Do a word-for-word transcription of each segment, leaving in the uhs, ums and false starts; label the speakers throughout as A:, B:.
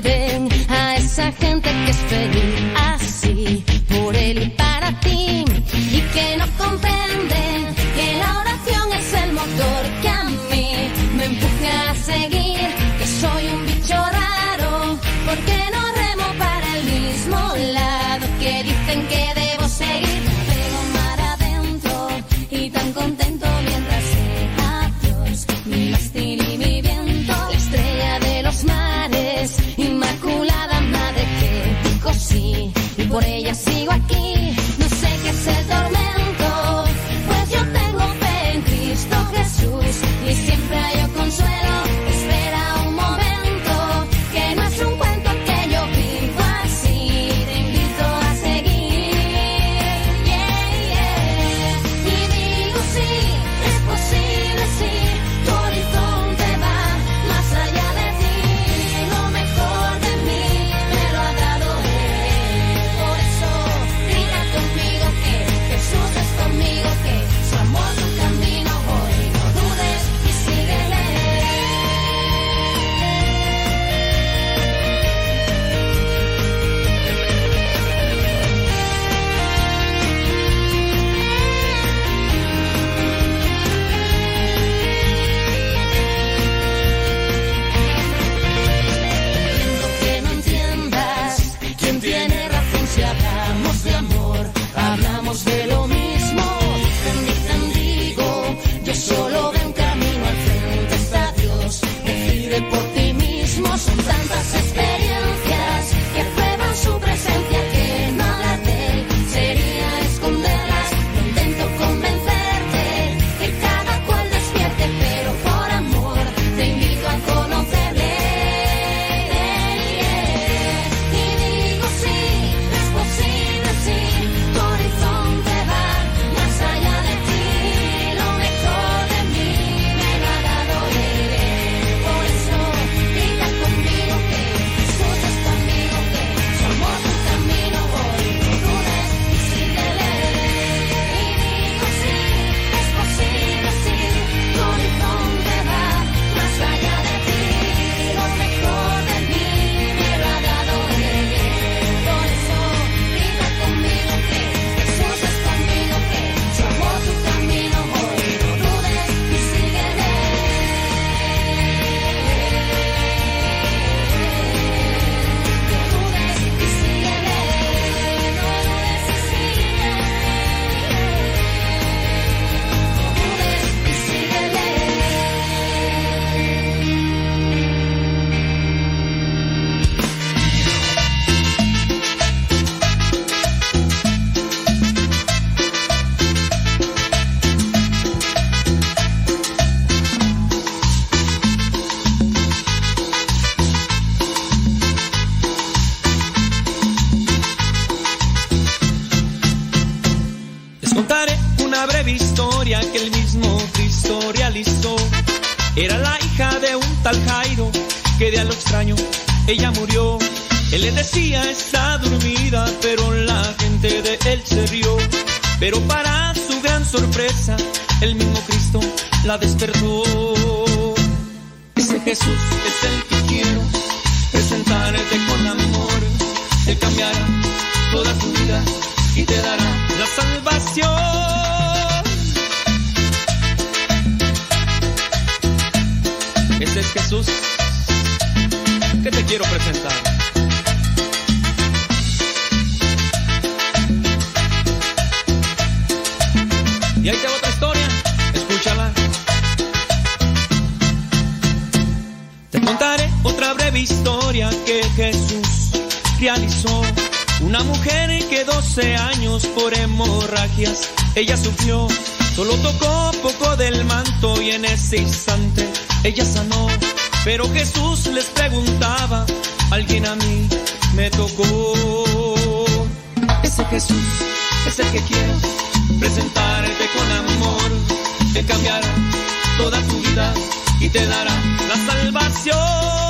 A: entienden, a esa gente que es feliz así, por él y para ti, y que no comprenden que la oración es el motor que a mí me empuja a seguir, que soy un bicho raro, porque no remo para el mismo lado que dicen que debo seguir, pero mar adentro y tan contento mientras sea Dios mi mástil y mi viento, la estrella de los mares, inmaculada madre que dijo sí, y por ella sigo aquí, no sé qué es el tormento, pues yo tengo fe en Cristo Jesús, y siempre hallo consuelo, espera un momento, que no es un cuento que yo vivo así, te invito a seguir, yeah, yeah, y digo sí, es posible sí, tu horizonte va más allá de ti, lo mejor de mí me lo ha dado Él, por eso grita conmigo que Jesús es conmigo, que su amor su camino voy, no dudes y síguele. Que no entiendas quién tiene razón si hablamos de amor, hablamos de lo mismo, dicen, dicen, digo, yo solo veo un camino al frente, está Dios, decide por ti mismo, son tantas experiencias que prueban su presencia que no hablar de él sería esconderlas, no intento convencerte que cada cual despierte, pero por amor te invito a conocerle, y digo sí, es posible sí, tu horizonte va más allá de ti, lo mejor de mí me lo ha dado Él, por eso grita conmigo que Jesús es conmigo, que su amor su camino voy, no dudes y síguele, y digo sí, es posible sí, tu horizonte va más allá de ti, lo mejor de mí me lo ha dado Él, por eso grita conmigo que Jesús es conmigo, que su amor su camino voy, no dudes y síguele. No dudes y síguele, no dudes y síguele, no dudes y síguele.
B: Les contaré una breve historia que el mismo Cristo realizó. Era la hija de un tal Jairo, que de a lo extraño ella murió. Él le decía está dormida, pero la gente de él se rió. Pero para su gran sorpresa, el mismo Cristo la despertó. Ese Jesús es el que quiero presentarte con amor. Él cambiará toda tu vida y te dará la salvación. Ese es Jesús que te quiero presentar. Y ahí te va otra historia, escúchala. Te contaré otra breve historia que Jesús realizó. Una mujer que doce años por hemorragias ella sufrió. Solo tocó poco del manto y en ese instante ella sanó. Pero Jesús les preguntaba, alguien a mí me tocó. Ese Jesús es el que quiero presentarte con amor. Te cambiará toda tu vida y te dará la salvación.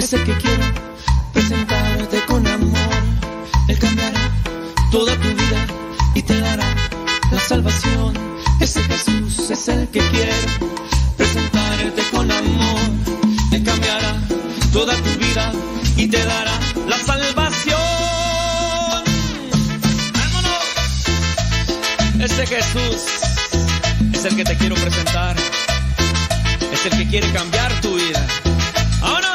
B: es el que quiere presentarte con amor. Él cambiará toda tu vida y te dará la salvación. Ese Jesús es el que quiere presentarte con amor. Él cambiará toda tu vida y te dará la salvación. ¡Vámonos! Ese Jesús es el que te quiero presentar. Es el que quiere cambiar tu vida. ¡Vámonos!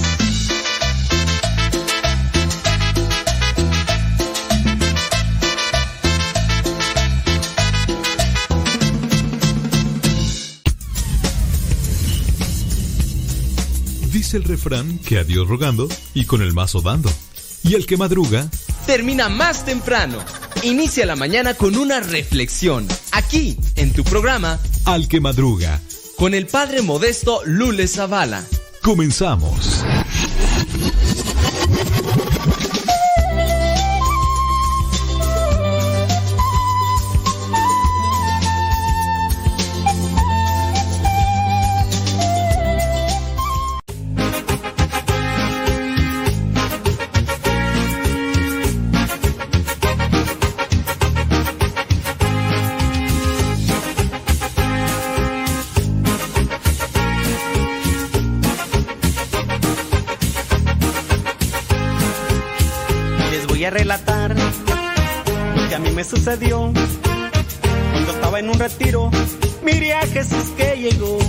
C: Dice el refrán que a Dios rogando y con el mazo dando. Y el que madruga
D: termina más temprano. Inicia la mañana con una reflexión. Aquí, en tu programa
C: Al que madruga,
D: con el padre Modesto Lule Zavala.
C: Comenzamos.
E: Relatar lo que a mí me sucedió cuando estaba en un retiro. Miré a Jesús que llegó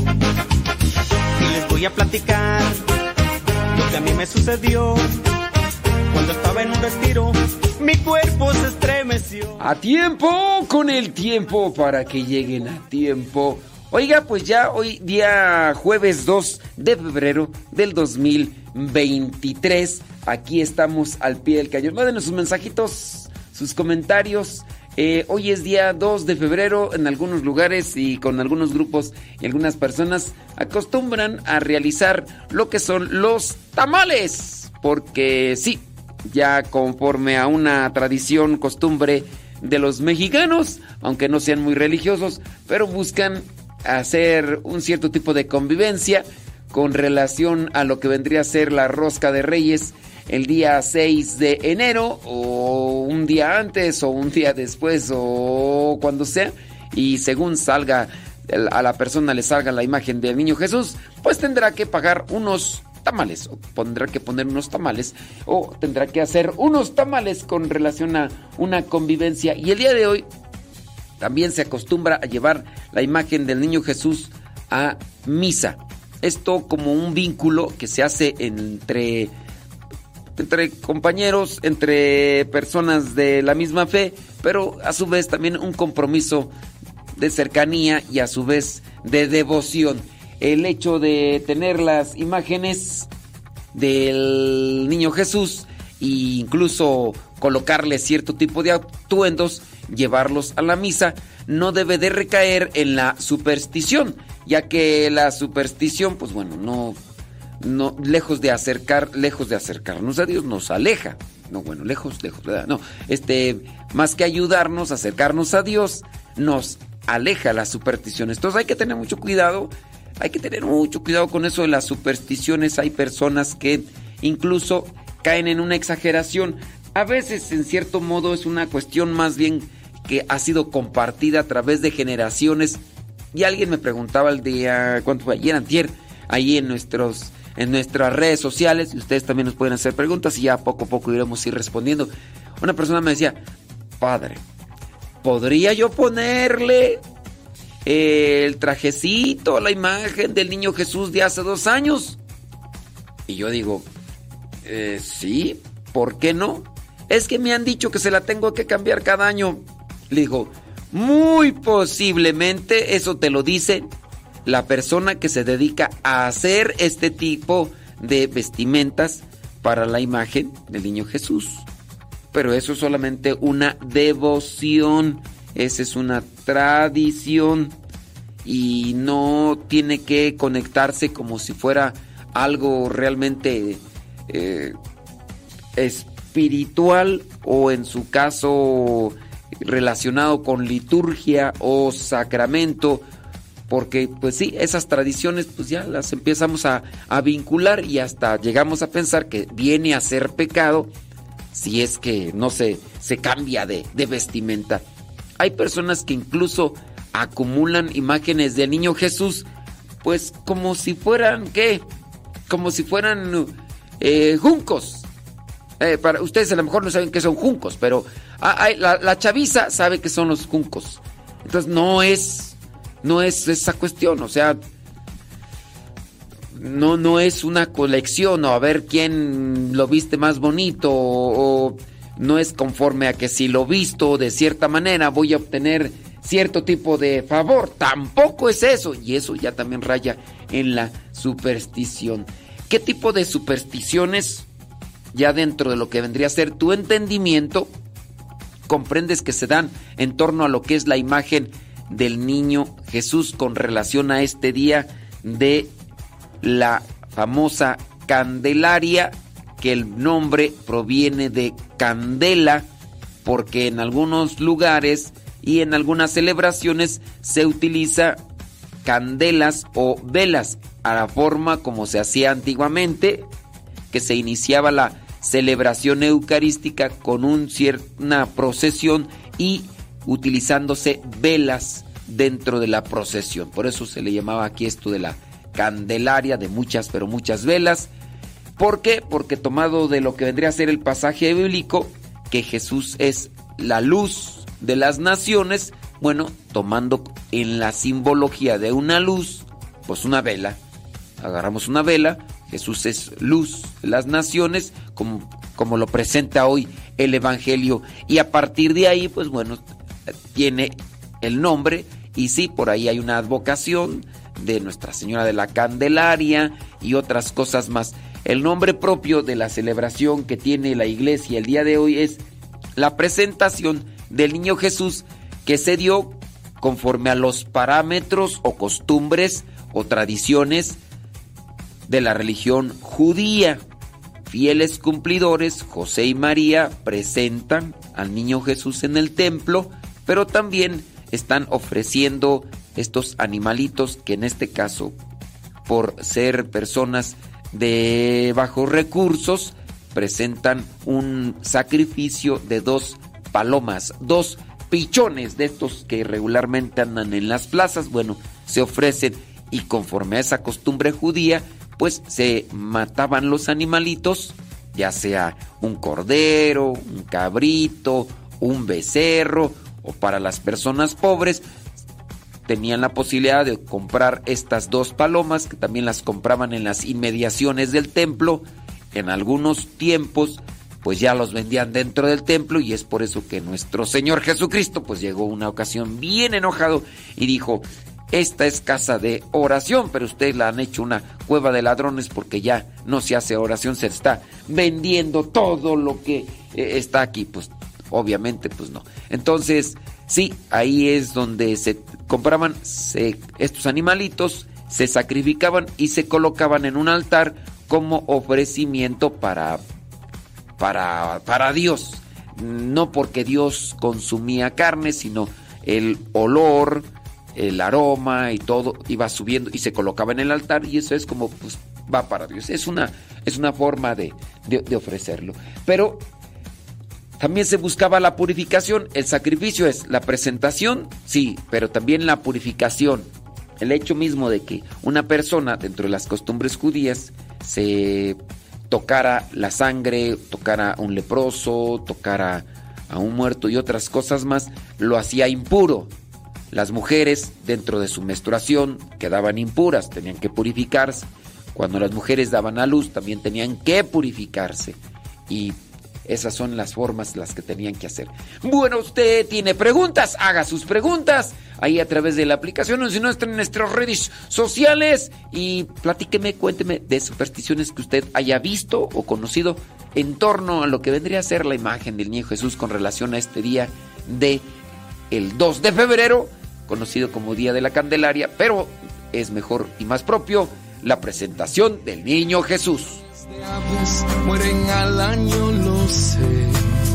E: y les voy a platicar lo que a mí me sucedió cuando estaba en un retiro. Mi cuerpo se estremeció.
F: A tiempo, con el tiempo, para que lleguen a tiempo. Oiga, pues ya hoy día jueves dos de febrero del dos mil veintitrés. Aquí estamos al pie del cañón. Mándenos sus mensajitos, sus comentarios. Eh, hoy es día dos de febrero. En algunos lugares y con algunos grupos y algunas personas acostumbran a realizar lo que son los tamales. Porque sí, ya conforme a una tradición, costumbre de los mexicanos, aunque no sean muy religiosos, pero buscan hacer un cierto tipo de convivencia con relación a lo que vendría a ser la rosca de Reyes el día seis de enero, o un día antes, o un día después, o cuando sea, y según salga, a la persona le salga la imagen del niño Jesús, pues tendrá que pagar unos tamales, o tendrá que poner unos tamales, o tendrá que hacer unos tamales con relación a una convivencia. Y el día de hoy también se acostumbra a llevar la imagen del niño Jesús a misa. Esto como un vínculo que se hace entre, entre compañeros, entre personas de la misma fe, pero a su vez también un compromiso de cercanía y a su vez de devoción. El hecho de tener las imágenes del niño Jesús e incluso colocarle cierto tipo de atuendos, llevarlos a la misa, no debe de recaer en la superstición, ya que la superstición, pues bueno, no, no lejos de acercar, lejos de acercarnos a Dios, nos aleja. No, bueno, lejos, lejos, ¿verdad? No, este, más que ayudarnos a acercarnos a Dios, nos aleja la superstición. Entonces hay que tener mucho cuidado, hay que tener mucho cuidado con eso de las supersticiones. Hay personas que incluso caen en una exageración. A veces, en cierto modo, es una cuestión más bien que ha sido compartida a través de generaciones. Y alguien me preguntaba el día, ¿cuánto fue? Ayer, antier, ahí en nuestros, en nuestras redes sociales, y ustedes también nos pueden hacer preguntas y ya poco a poco iremos ir respondiendo. Una persona me decía, padre, ¿podría yo ponerle el trajecito, la imagen del niño Jesús de hace dos años? Y yo digo, eh, sí, ¿por qué no? Es que me han dicho que se la tengo que cambiar cada año. Le digo, muy posiblemente eso te lo dice la persona que se dedica a hacer este tipo de vestimentas para la imagen del niño Jesús. Pero eso es solamente una devoción, esa es una tradición y no tiene que conectarse como si fuera algo realmente eh, espiritual o en su caso relacionado con liturgia o sacramento, porque pues sí, esas tradiciones pues ya las empezamos a, a vincular y hasta llegamos a pensar que viene a ser pecado si es que no se, se cambia de, de vestimenta. Hay personas que incluso acumulan imágenes del niño Jesús, pues como si fueran, ¿qué? Como si fueran eh, juncos. Eh, para ustedes a lo mejor no saben qué son juncos, pero ah, ah, la, la chaviza sabe qué son los juncos. Entonces no es, no es esa cuestión, o sea, no, no es una colección o a ver quién lo viste más bonito o, o no es conforme a que si lo visto de cierta manera voy a obtener cierto tipo de favor. Tampoco es eso, y eso ya también raya en la superstición. ¿Qué tipo de supersticiones, ya dentro de lo que vendría a ser tu entendimiento, comprendes que se dan en torno a lo que es la imagen del niño Jesús con relación a este día de la famosa Candelaria, que el nombre proviene de candela, porque en algunos lugares y en algunas celebraciones se utiliza candelas o velas a la forma como se hacía antiguamente, que se iniciaba la celebración eucarística con un cier- una procesión y utilizándose velas dentro de la procesión. Por eso se le llamaba aquí esto de la Candelaria, de muchas, pero muchas velas. ¿Por qué? Porque tomado de lo que vendría a ser el pasaje bíblico, que Jesús es la luz de las naciones, bueno, tomando en la simbología de una luz, pues una vela, agarramos una vela, Jesús es luz de las naciones, como, como lo presenta hoy el Evangelio, y a partir de ahí, pues bueno, tiene el nombre, y sí, por ahí hay una advocación de Nuestra Señora de la Candelaria y otras cosas más. El nombre propio de la celebración que tiene la iglesia el día de hoy es la presentación del niño Jesús, que se dio conforme a los parámetros o costumbres o tradiciones de la religión judía. Fieles cumplidores, José y María, presentan al niño Jesús en el templo, pero también están ofreciendo estos animalitos que en este caso, por ser personas de bajos recursos, presentan un sacrificio de dos palomas, dos pichones de estos que regularmente andan en las plazas. Bueno, se ofrecen y conforme a esa costumbre judía, pues se mataban los animalitos, ya sea un cordero, un cabrito, un becerro, o para las personas pobres tenían la posibilidad de comprar estas dos palomas, que también las compraban en las inmediaciones del templo. En algunos tiempos pues ya los vendían dentro del templo, y es por eso que nuestro Señor Jesucristo pues llegó una ocasión bien enojado y dijo: esta es casa de oración, pero ustedes la han hecho una cueva de ladrones, porque ya no se hace oración, se está vendiendo todo lo que eh, está aquí. Pues obviamente pues no. Entonces sí, ahí es donde se compraban se, estos animalitos, se sacrificaban y se colocaban en un altar como ofrecimiento para, para, para Dios. No porque Dios consumía carne, sino el olor, el aroma y todo iba subiendo y se colocaba en el altar, y eso es como pues va para Dios. Es una, es una forma de, de, de ofrecerlo. Pero también se buscaba la purificación. El sacrificio es la presentación, sí, pero también la purificación. El hecho mismo de que una persona, dentro de las costumbres judías, se tocara la sangre, tocara a un leproso, tocara a un muerto y otras cosas más, lo hacía impuro. Las mujeres, dentro de su menstruación, quedaban impuras, tenían que purificarse. Cuando las mujeres daban a luz, también tenían que purificarse. Y esas son las formas las que tenían que hacer. Bueno, usted tiene preguntas, haga sus preguntas ahí a través de la aplicación, o si no, están en nuestras redes sociales, y platíqueme, cuénteme de supersticiones que usted haya visto o conocido en torno a lo que vendría a ser la imagen del niño Jesús con relación a este día de el dos de febrero, conocido como Día de la Candelaria, pero es mejor y más propio la presentación del niño Jesús.
G: De aves mueren al año, lo sé,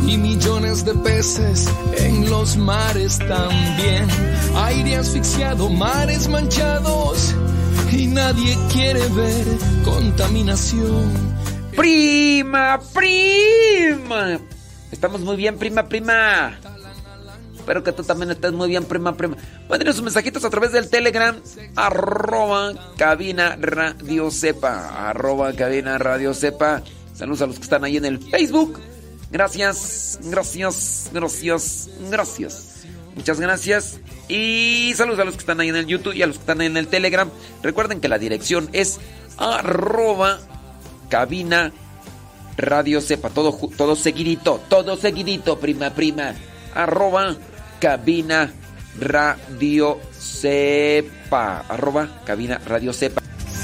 G: y millones de peces en los mares también. Aire asfixiado, mares manchados y nadie quiere ver contaminación.
F: Prima, prima. Estamos muy bien, prima, prima. Espero que tú también estés muy bien, prima, prima. Mándenos sus mensajitos a través del Telegram, arroba cabina radio sepa, arroba cabina radio sepa. Saludos a los que están ahí en el Facebook. Gracias, gracias, gracias, gracias. Muchas gracias. Y saludos a los que están ahí en el YouTube y a los que están en el Telegram. Recuerden que la dirección es arroba cabina radio sepa. Todo, todo seguidito, todo seguidito, prima, prima. Arroba cabina radio sepa. Arroba cabina radio sepa.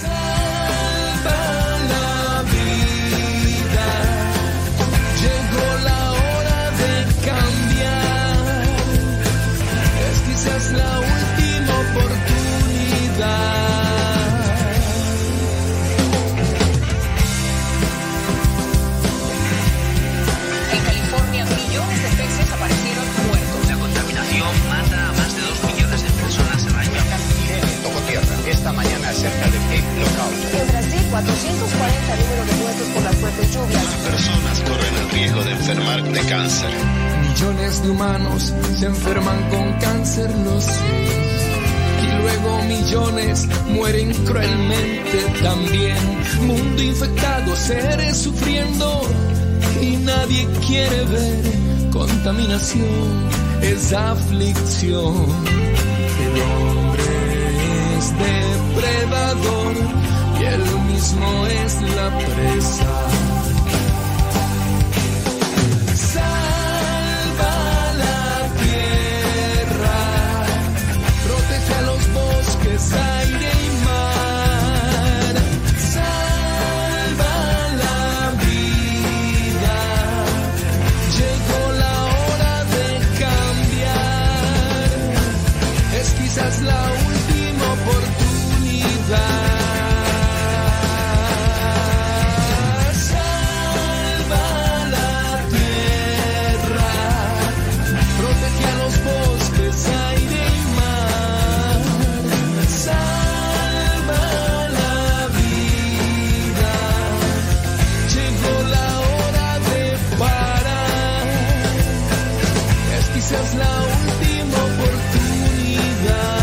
G: Es la última oportunidad.
H: En California, millones de peces aparecieron muertos.
I: La contaminación mata a más de dos millones de personas al año.
J: Tocó tierra esta mañana cerca de Cape Lookout.
H: En Brasil, cuatrocientos cuarenta números de muertos por las fuertes lluvias.
J: Las personas corren el riesgo de enfermar de cáncer.
G: Millones de humanos se enferman con cáncer, lo sé. Y luego millones mueren cruelmente también. Mundo infectado, seres sufriendo y nadie quiere ver contaminación. Es aflicción. El hombre es depredador y él mismo es la presa. Aire y mar, salva la vida. Llegó la hora de cambiar. Es quizás la última oportunidad. Salva la tierra, protege a los bosques, aire y mar. Salva la vida. Llegó la hora de parar. Es quizás la última oportunidad.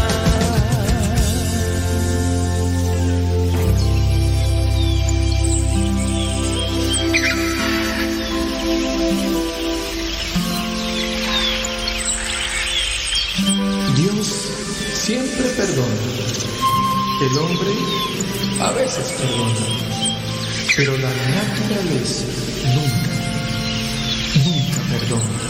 G: Dios siempre perdona. El hombre a veces perdona, pero la naturaleza nunca, nunca perdona.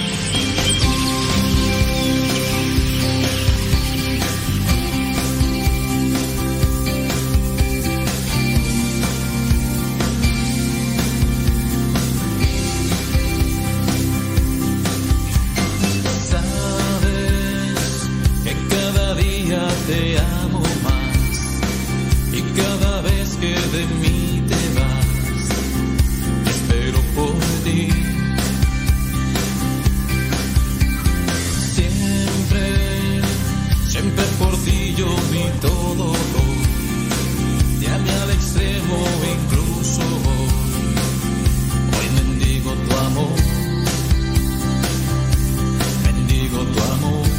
G: Sabes que cada día te amo más y cada vez que de mí te vas, espero por ti. Siempre, siempre por ti yo vi todo hoy, ya me al extremo incluso hoy, hoy mendigo tu amor, mendigo tu amor.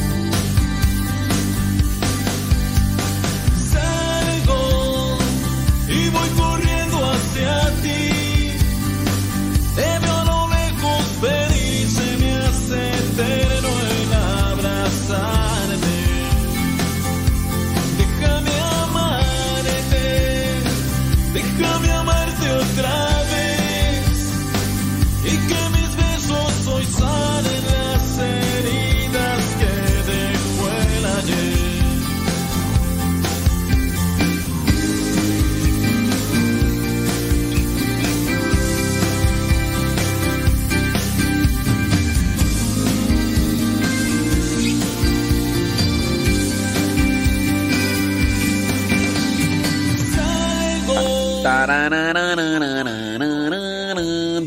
G: Y voy corriendo hacia ti. Te veo a lo lejos venir, se me hace eterno el abrazarme. Déjame amarte, déjame amarte otra vez. Y que mis besos hoy sanen las heridas que dejó el ayer.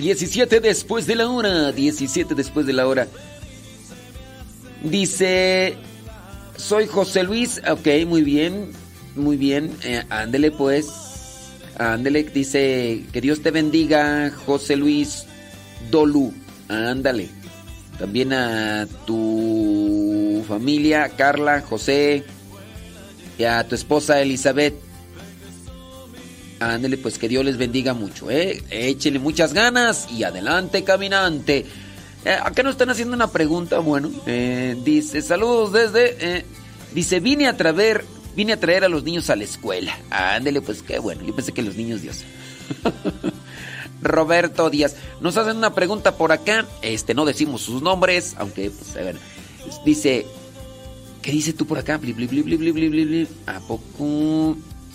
F: diecisiete después de la hora. diecisiete después de la hora. Dice, soy José Luis. Ok, muy bien. Muy bien. Eh, ándele pues. Ándele. Dice, que Dios te bendiga, José Luis Dolú. Ándale. También a tu familia, Carla, José. Y a tu esposa, Elizabeth. Ándele, pues que Dios les bendiga mucho, ¿eh? Échenle muchas ganas y adelante, caminante. Eh, acá nos están haciendo una pregunta, bueno, eh, dice, saludos desde, eh, dice, vine a traer, vine a traer a los niños a la escuela. Ándele, pues qué bueno, yo pensé que los niños, Dios. Roberto Díaz, nos hacen una pregunta por acá, este, no decimos sus nombres, aunque, pues, a ver, dice, ¿qué dices tú por acá? Bli, bli, bli, bli, bli, bli, bli, bli. ¿A poco?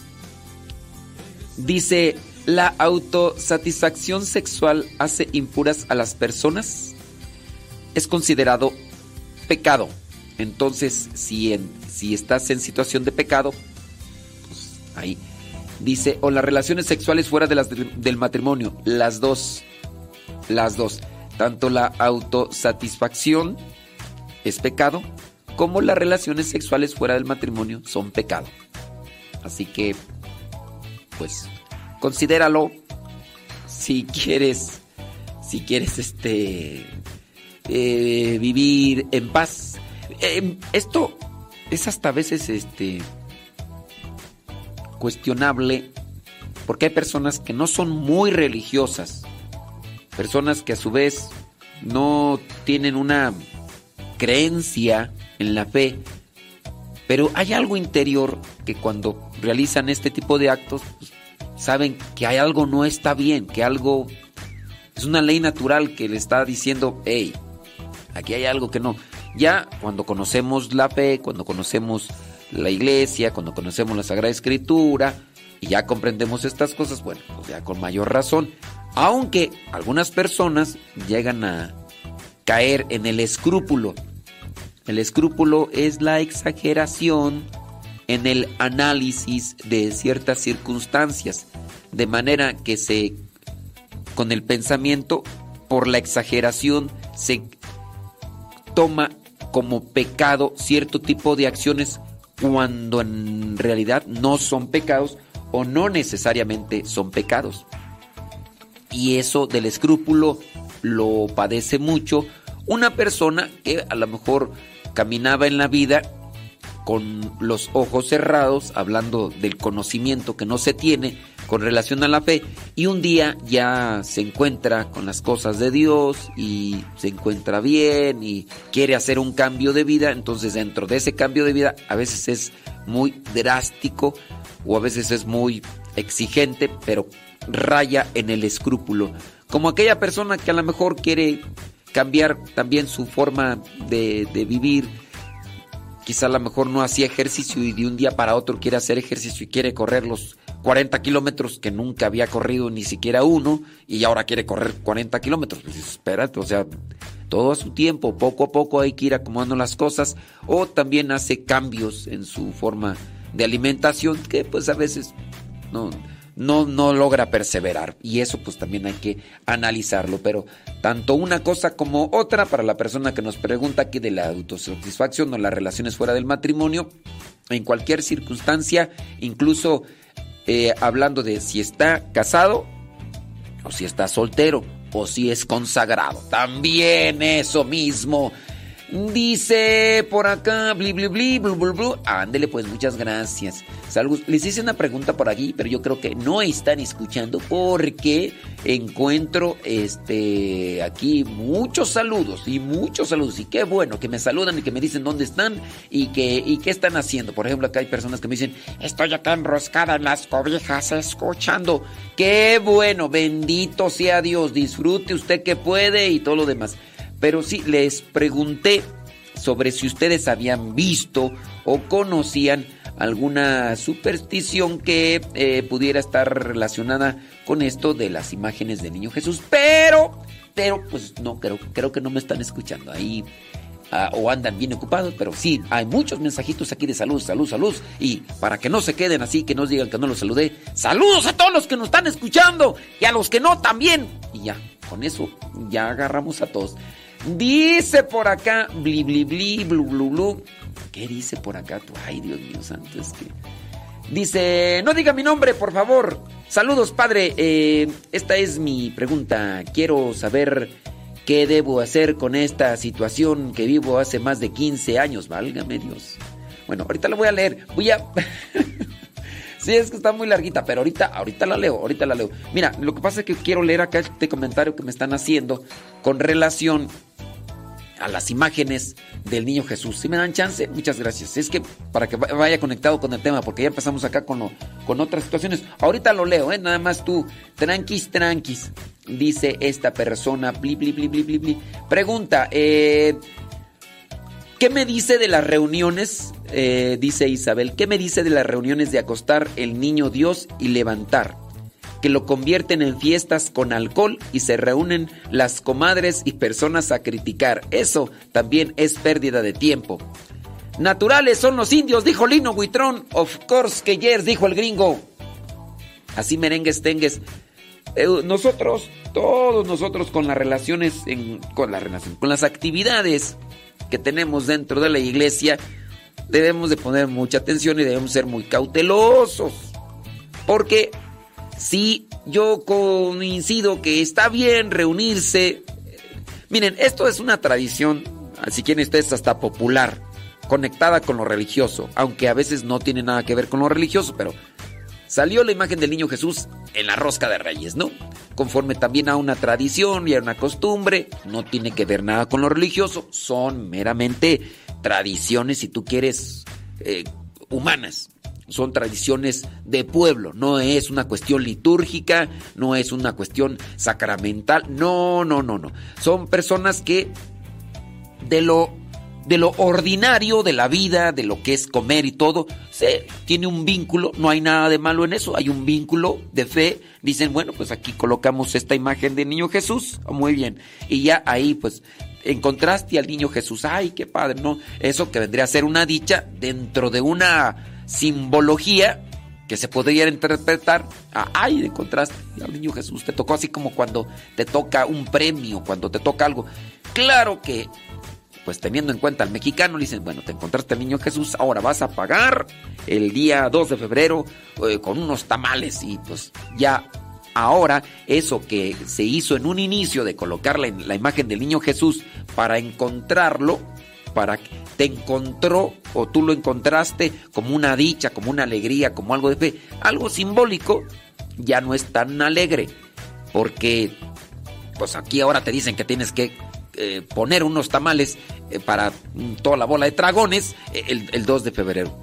F: Dice, ¿la autosatisfacción sexual hace impuras a las personas? Es considerado pecado. Entonces, si, en, si estás en situación de pecado, pues ahí. Dice, o las relaciones sexuales fuera de las del matrimonio. Las dos. Las dos. Tanto la autosatisfacción es pecado, como las relaciones sexuales fuera del matrimonio son pecado. Así que, pues, considéralo si quieres, si quieres, este, eh, vivir en paz. Eh, esto es hasta a veces, este, cuestionable, porque hay personas que no son muy religiosas, personas que a su vez no tienen una creencia en la fe, pero hay algo interior que cuando realizan este tipo de actos, pues, saben que hay algo no está bien, que algo es una ley natural que le está diciendo, hey, aquí hay algo que no. Ya cuando conocemos la fe, cuando conocemos la iglesia, cuando conocemos la Sagrada Escritura y ya comprendemos estas cosas, bueno, pues ya con mayor razón, aunque algunas personas llegan a caer en el escrúpulo. El escrúpulo es la exageración en el análisis de ciertas circunstancias, de manera que se, con el pensamiento, por la exageración, se toma como pecado cierto tipo de acciones cuando en realidad no son pecados o no necesariamente son pecados. Y eso del escrúpulo lo padece mucho una persona que a lo mejor caminaba en la vida con los ojos cerrados, hablando del conocimiento que no se tiene con relación a la fe, y un día ya se encuentra con las cosas de Dios y se encuentra bien y quiere hacer un cambio de vida. Entonces, dentro de ese cambio de vida a veces es muy drástico o a veces es muy exigente, pero raya en el escrúpulo, como aquella persona que a lo mejor quiere cambiar también su forma de, de vivir. Quizá a lo mejor no hacía ejercicio y de un día para otro quiere hacer ejercicio y quiere correr los cuarenta kilómetros que nunca había corrido ni siquiera uno, y ahora quiere correr cuarenta kilómetros. Pues espérate, o sea, todo a su tiempo, poco a poco hay que ir acomodando las cosas. O también hace cambios en su forma de alimentación que pues a veces no... No, no logra perseverar, y eso pues también hay que analizarlo. Pero tanto una cosa como otra, para la persona que nos pregunta aquí de la autosatisfacción o las relaciones fuera del matrimonio, en cualquier circunstancia, incluso eh, hablando de si está casado o si está soltero o si es consagrado, también eso mismo. Dice por acá, bli, bli, bli, blu, blu, blu. Ándele, pues, muchas gracias. Saludos. Les hice una pregunta por aquí, pero yo creo que no están escuchando porque encuentro este aquí muchos saludos y muchos saludos. Y qué bueno que me saludan y que me dicen dónde están y que y qué están haciendo. Por ejemplo, acá hay personas que me dicen, estoy acá enroscada en las cobijas escuchando. Qué bueno, bendito sea Dios. Disfrute usted que puede y todo lo demás. Pero sí, les pregunté sobre si ustedes habían visto o conocían alguna superstición que eh, pudiera estar relacionada con esto de las imágenes del Niño Jesús. Pero, pero, pues no, creo, creo que no me están escuchando ahí. Uh, o andan bien ocupados, pero sí, hay muchos mensajitos aquí de salud, salud, salud. Y para que no se queden así, que nos digan que no los saludé, saludos a todos los que nos están escuchando y a los que no también. Y ya, Con eso ya agarramos a todos. Dice por acá, bli, bli, bli, blu, blu, blu. ¿Qué dice por acá tú? Ay, Dios mío santo, es que... Dice, no diga mi nombre, por favor. Saludos, padre. Eh, esta es mi pregunta. Quiero saber qué debo hacer con esta situación que vivo hace más de quince años. Válgame Dios. Bueno, ahorita la voy a leer. Voy a... Sí, es que está muy larguita, pero ahorita, ahorita la leo, ahorita la leo. Mira, lo que pasa es que quiero leer acá este comentario que me están haciendo con relación a las imágenes del niño Jesús. ¿Sí me dan chance? Muchas gracias. Es que para que vaya conectado con el tema, porque ya empezamos acá con, lo, con otras situaciones. Ahorita lo leo, ¿eh? Nada más tú, tranquis, tranquis. Dice esta persona, bli, bli, bli, bli, bli, bli. Pregunta, eh... ¿qué me dice de las reuniones? Eh, dice Isabel, ¿qué me dice de las reuniones de acostar el niño Dios y levantar? Que lo convierten en fiestas con alcohol y se reúnen las comadres y personas a criticar. Eso también es pérdida de tiempo. Naturales son los indios, dijo Lino Buitrón. Of course que yes, dijo el gringo. Así merengues tengues. Eh, nosotros, todos nosotros con las relaciones, en, con la relación, con las actividades que tenemos dentro de la iglesia, debemos de poner mucha atención y debemos ser muy cautelosos. Porque si yo coincido que está bien reunirse, miren, esto es una tradición, si quieren ustedes hasta popular, conectada con lo religioso, aunque a veces no tiene nada que ver con lo religioso, pero salió la imagen del niño Jesús en la rosca de Reyes, ¿no? Conforme también a una tradición y a una costumbre, no tiene que ver nada con lo religioso, son meramente tradiciones, si tú quieres, eh, humanas. Son tradiciones de pueblo, no es una cuestión litúrgica, no es una cuestión sacramental, no, no, no, no. Son personas que de lo, de lo ordinario de la vida, de lo que es comer y todo, se tiene un vínculo, no hay nada de malo en eso, hay un vínculo de fe. Dicen, bueno, pues aquí colocamos esta imagen del niño Jesús, oh, muy bien, y ya ahí pues encontraste al niño Jesús, ay, qué padre, ¿no? Eso que vendría a ser una dicha dentro de una simbología que se podría interpretar a, ay, encontraste al niño Jesús, te tocó así como cuando te toca un premio, cuando te toca algo. Claro que, pues teniendo en cuenta al mexicano, le dicen, bueno, te encontraste al niño Jesús, ahora vas a pagar el día dos de febrero eh, con unos tamales, y pues ya ahora eso que se hizo en un inicio de colocar la, la imagen del niño Jesús para encontrarlo, para que te encontró o tú lo encontraste como una dicha, como una alegría, como algo de fe, algo simbólico, ya no es tan alegre, porque pues aquí ahora te dicen que tienes que eh, poner unos tamales eh, para toda la bola de dragones eh, el, el dos de febrero.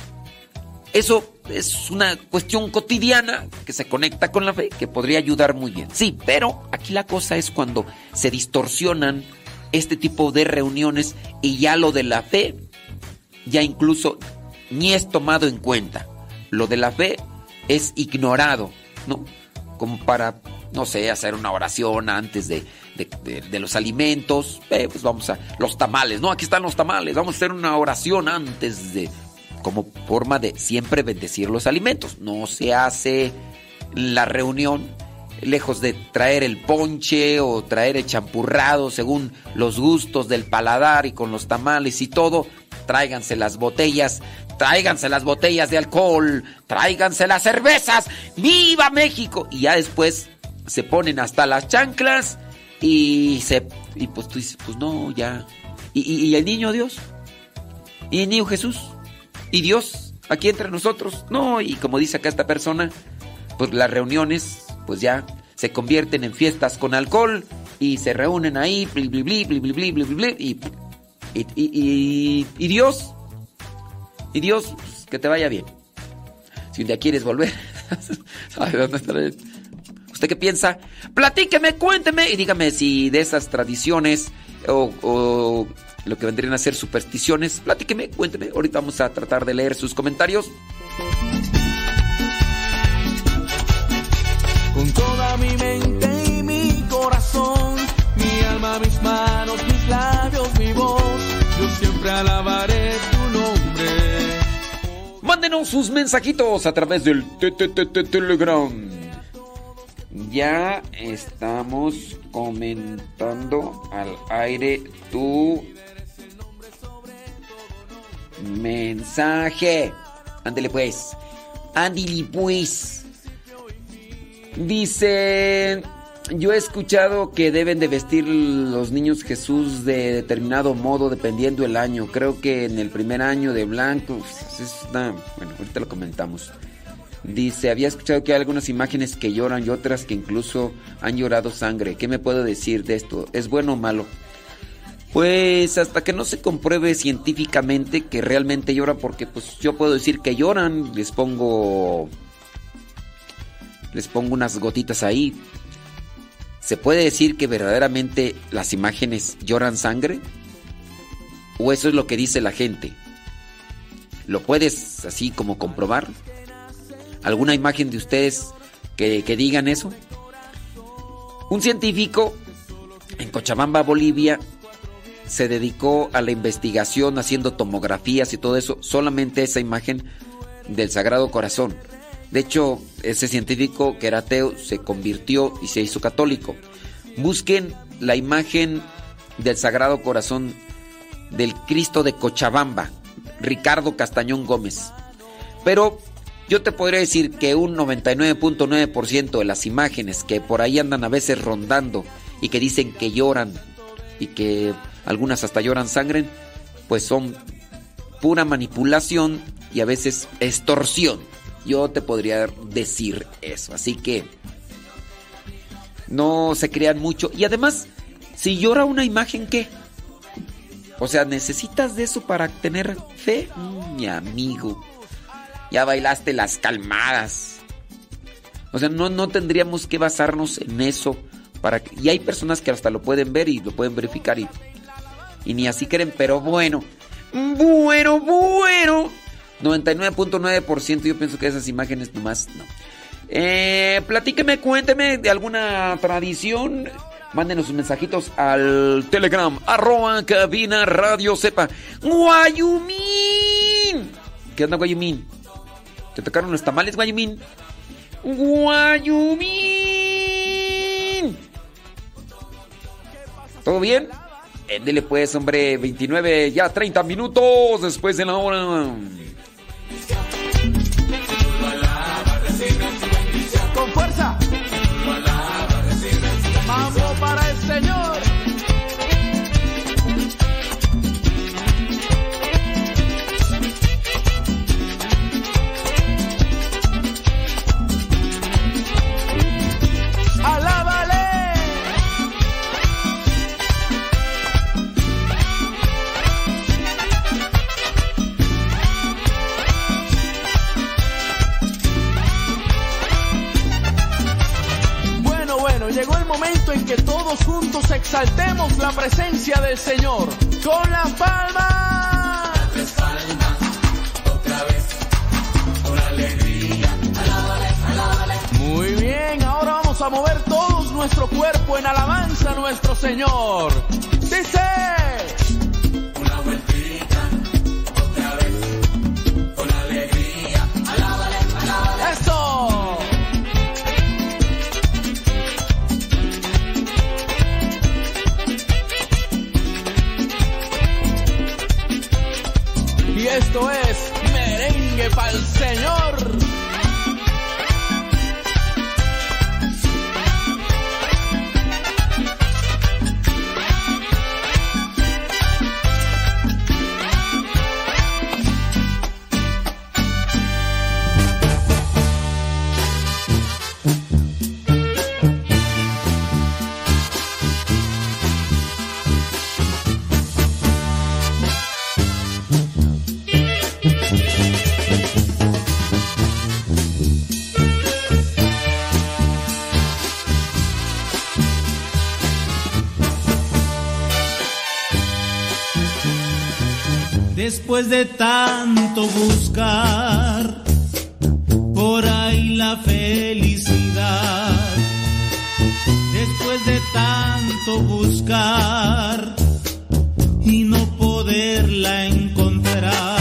F: Eso es una cuestión cotidiana que se conecta con la fe, que podría ayudar muy bien. Sí, pero aquí la cosa es cuando se distorsionan este tipo de reuniones y ya lo de la fe ya incluso ni es tomado en cuenta. Lo de la fe es ignorado, ¿no? Como para, no sé, hacer una oración antes de, de, de, de los alimentos. Eh, pues vamos a... Los tamales, ¿no? Aquí están los tamales. Vamos a hacer una oración antes de... Como forma de siempre bendecir los alimentos. No se hace la reunión lejos de traer el ponche o traer el champurrado según los gustos del paladar y con los tamales y todo. Tráiganse las botellas, tráiganse las botellas de alcohol, tráiganse las cervezas, ¡viva México! Y ya después se ponen hasta las chanclas y se y pues tú dices, pues no, ya. ¿Y, y, y el niño Dios? ¿Y el niño Jesús? ¿Y Dios aquí entre nosotros? No, y como dice acá esta persona, pues las reuniones pues ya se convierten en fiestas con alcohol y se reúnen ahí, bli, bli, bli, bli, bli, bli, bli, bli, y, y, y, y, y Dios, y Dios, pues, que te vaya bien. Si un día quieres volver, ¿usted qué piensa? Platíqueme, cuénteme y dígame si de esas tradiciones o, o lo que vendrían a ser supersticiones, platíqueme, cuénteme. Ahorita vamos a tratar de leer sus comentarios.
G: Con toda mi mente y mi corazón, mi alma, mis manos, mis labios, mi voz, yo siempre alabaré tu nombre.
F: Mándenos sus mensajitos a través del Telegram. Ya estamos comentando al aire tu mensaje. Ándele pues. Ándele pues. Dice, yo he escuchado que deben de vestir los niños Jesús de determinado modo dependiendo el año. Creo que en el primer año de blanco. Pues, es una, bueno, ahorita lo comentamos. Dice, había escuchado que hay algunas imágenes que lloran y otras que incluso han llorado sangre. ¿Qué me puedo decir de esto? ¿Es bueno o malo? Pues hasta que no se compruebe científicamente que realmente lloran, porque pues yo puedo decir que lloran, les pongo les pongo unas gotitas ahí. ¿Se puede decir que verdaderamente las imágenes lloran sangre? ¿O eso es lo que dice la gente? ¿Lo puedes así como comprobar? ¿Alguna imagen de ustedes que, que digan eso? Un científico en Cochabamba, Bolivia, se dedicó a la investigación haciendo tomografías y todo eso, solamente esa imagen del Sagrado Corazón. De hecho, ese científico que era ateo se convirtió y se hizo católico. Busquen la imagen del Sagrado Corazón del Cristo de Cochabamba, Ricardo Castañón Gómez. Pero yo te podría decir que un noventa y nueve punto nueve por ciento de las imágenes que por ahí andan a veces rondando y que dicen que lloran y que algunas hasta lloran sangre, pues son pura manipulación y a veces extorsión. Yo te podría decir eso. Así que no se crean mucho. Y además, si llora una imagen, ¿qué? O sea, ¿necesitas de eso para tener fe? Mm, mi amigo, ya bailaste las calmadas. O sea, no, no tendríamos que basarnos en eso para que... Y hay personas que hasta lo pueden ver y lo pueden verificar y, y ni así creen, pero bueno. Bueno, bueno. noventa y nueve punto nueve por ciento yo pienso que esas imágenes nomás no. Eh, platíqueme, cuénteme de alguna tradición. Mándenos sus mensajitos al Telegram, arroba cabina radio sepa. Guayumín. ¿Qué onda, Guayumín? ¿Te tocaron los tamales, Guayumín? Guayumín. ¿Todo bien? Éndele pues, hombre, veintinueve, ya treinta minutos después de la hora.
K: Con fuerza. Mambo para el Señor. Alábale. Bueno, bueno, llegó el momento en que todos juntos exaltemos la presencia del Señor con las palmas. Las palmas, otra vez, con alegría. Alábale, alábale. Muy bien, ahora vamos a mover todos nuestro cuerpo en alabanza a nuestro Señor. Dice. Una vueltita, otra vez, con alegría. Alábale, alábale. ¡Eso! Y esto es merengue pa'l Señor.
L: Después de tanto buscar por ahí la felicidad, después de tanto buscar y no poderla encontrar,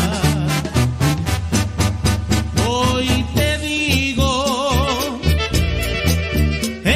L: hoy te digo,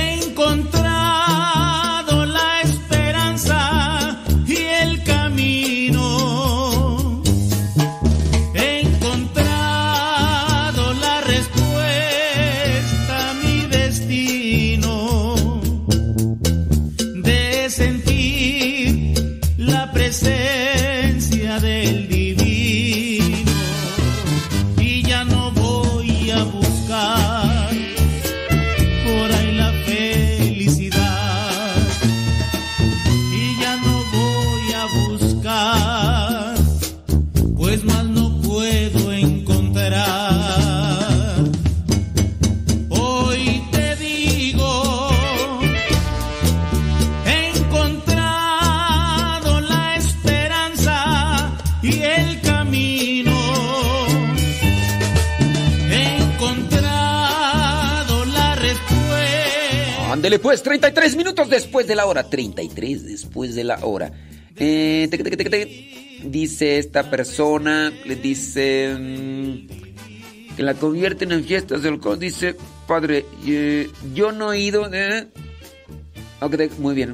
F: Ándele pues, treinta y tres minutos después de la hora. treinta y tres después de la hora. Eh, te, te, te, te, dice esta persona, le dice mmm, que la convierten en fiestas del alcohol. Dice, padre, eh, yo no he ido. Eh. Okay, muy bien.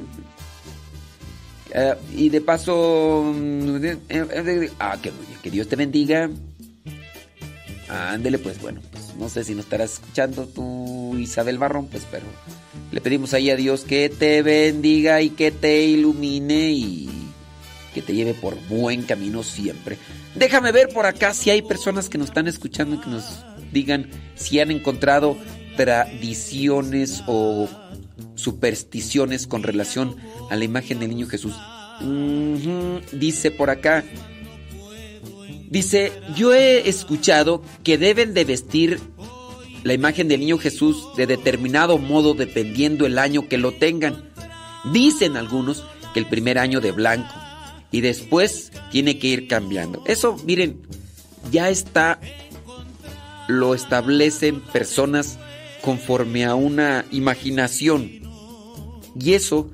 F: Uh, y de paso, eh, eh, ah, que muy bien, que Dios te bendiga. Ándele pues, bueno, pues no sé si nos estarás escuchando tú, Isabel Barrón, pues, pero le pedimos ahí a Dios que te bendiga y que te ilumine y que te lleve por buen camino siempre. Déjame ver por acá si hay personas que nos están escuchando y que nos digan si han encontrado tradiciones o supersticiones con relación a la imagen del niño Jesús. Uh-huh. Dice por acá, dice, yo he escuchado que deben de vestir la imagen del niño Jesús de determinado modo dependiendo el año que lo tengan. Dicen algunos que el primer año de blanco y después tiene que ir cambiando. Eso, miren, ya está, lo establecen personas conforme a una imaginación. Y eso,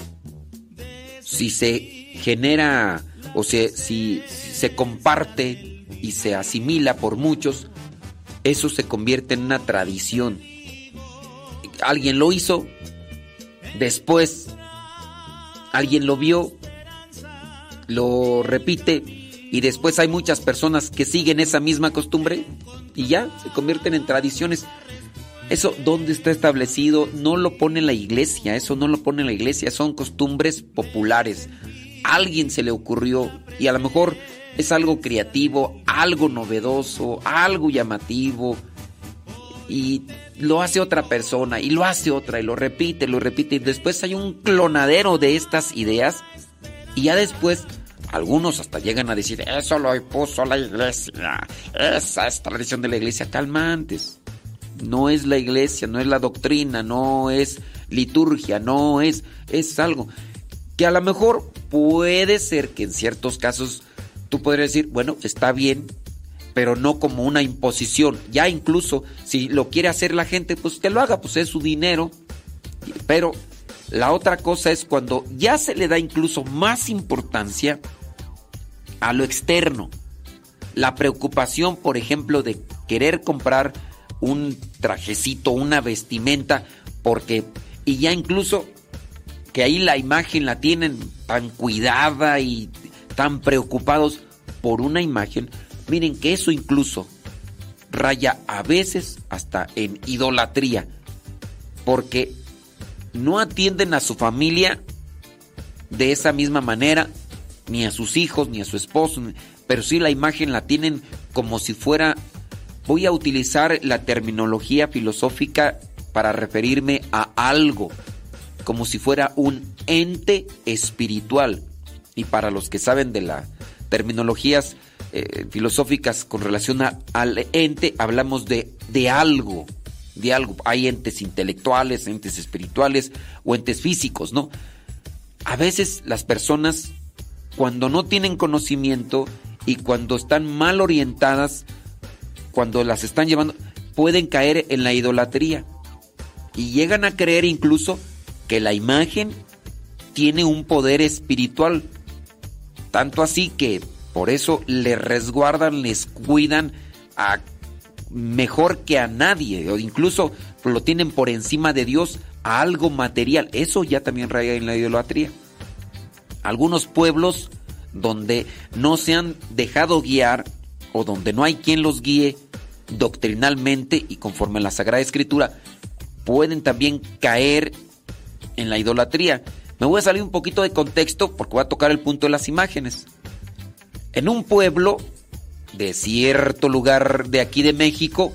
F: si se genera o se, si, si se comparte y se asimila por muchos, eso se convierte en una tradición. Alguien lo hizo, después alguien lo vio, lo repite y después hay muchas personas que siguen esa misma costumbre y ya se convierten en tradiciones. Eso, ¿dónde está establecido? No lo pone la iglesia, eso no lo pone la iglesia, son costumbres populares. A alguien se le ocurrió y a lo mejor es algo creativo, algo novedoso, algo llamativo y lo hace otra persona y lo hace otra y lo repite, lo repite y después hay un clonadero de estas ideas y ya después algunos hasta llegan a decir, eso lo puso la iglesia, esa es tradición de la iglesia. Calmantes. No es la iglesia, no es la doctrina, no es liturgia, no es, es algo que a lo mejor puede ser que en ciertos casos tú podrías decir, bueno, está bien, pero no como una imposición. Ya incluso si lo quiere hacer la gente, pues que lo haga, pues es su dinero. Pero la otra cosa es cuando ya se le da incluso más importancia a lo externo. La preocupación, por ejemplo, de querer comprar un trajecito, una vestimenta, porque, y ya incluso que ahí la imagen la tienen tan cuidada y tan preocupados por una imagen, miren que eso incluso raya a veces hasta en idolatría, porque no atienden a su familia de esa misma manera, ni a sus hijos, ni a su esposo, pero sí la imagen la tienen como si fuera, voy a utilizar la terminología filosófica para referirme a algo, como si fuera un ente espiritual. Y para los que saben de las terminologías eh, filosóficas con relación a, al ente, hablamos de, de algo, de algo. Hay entes intelectuales, entes espirituales o entes físicos, ¿no? A veces las personas, cuando no tienen conocimiento y cuando están mal orientadas, cuando las están llevando, pueden caer en la idolatría y llegan a creer incluso que la imagen tiene un poder espiritual, tanto así que por eso les resguardan, les cuidan a mejor que a nadie, o incluso lo tienen por encima de Dios, a algo material. Eso ya también raya en la idolatría. Algunos pueblos donde no se han dejado guiar o donde no hay quien los guíe doctrinalmente y conforme a la Sagrada Escritura, pueden también caer en la idolatría. Me voy a salir un poquito de contexto porque voy a tocar el punto de las imágenes. En un pueblo de cierto lugar de aquí de México,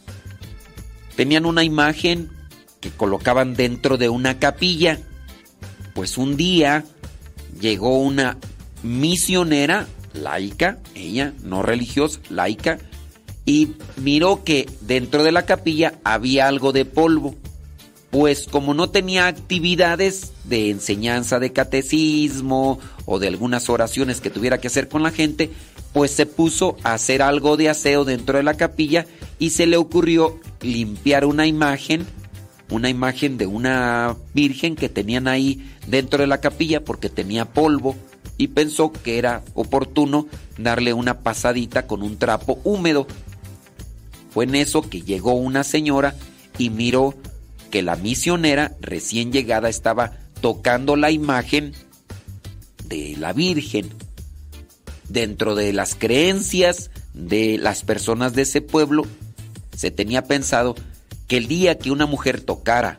F: tenían una imagen que colocaban dentro de una capilla. Pues un día llegó una misionera laica, ella no religiosa, laica, y miró que dentro de la capilla había algo de polvo. Pues como no tenía actividades de enseñanza de catecismo o de algunas oraciones que tuviera que hacer con la gente, pues se puso a hacer algo de aseo dentro de la capilla y se le ocurrió limpiar una imagen, una imagen de una virgen que tenían ahí dentro de la capilla porque tenía polvo y pensó que era oportuno darle una pasadita con un trapo húmedo. Fue en eso que llegó una señora y miró que la misionera recién llegada estaba tocando la imagen de la Virgen. Dentro de las creencias de las personas de ese pueblo, se tenía pensado que el día que una mujer tocara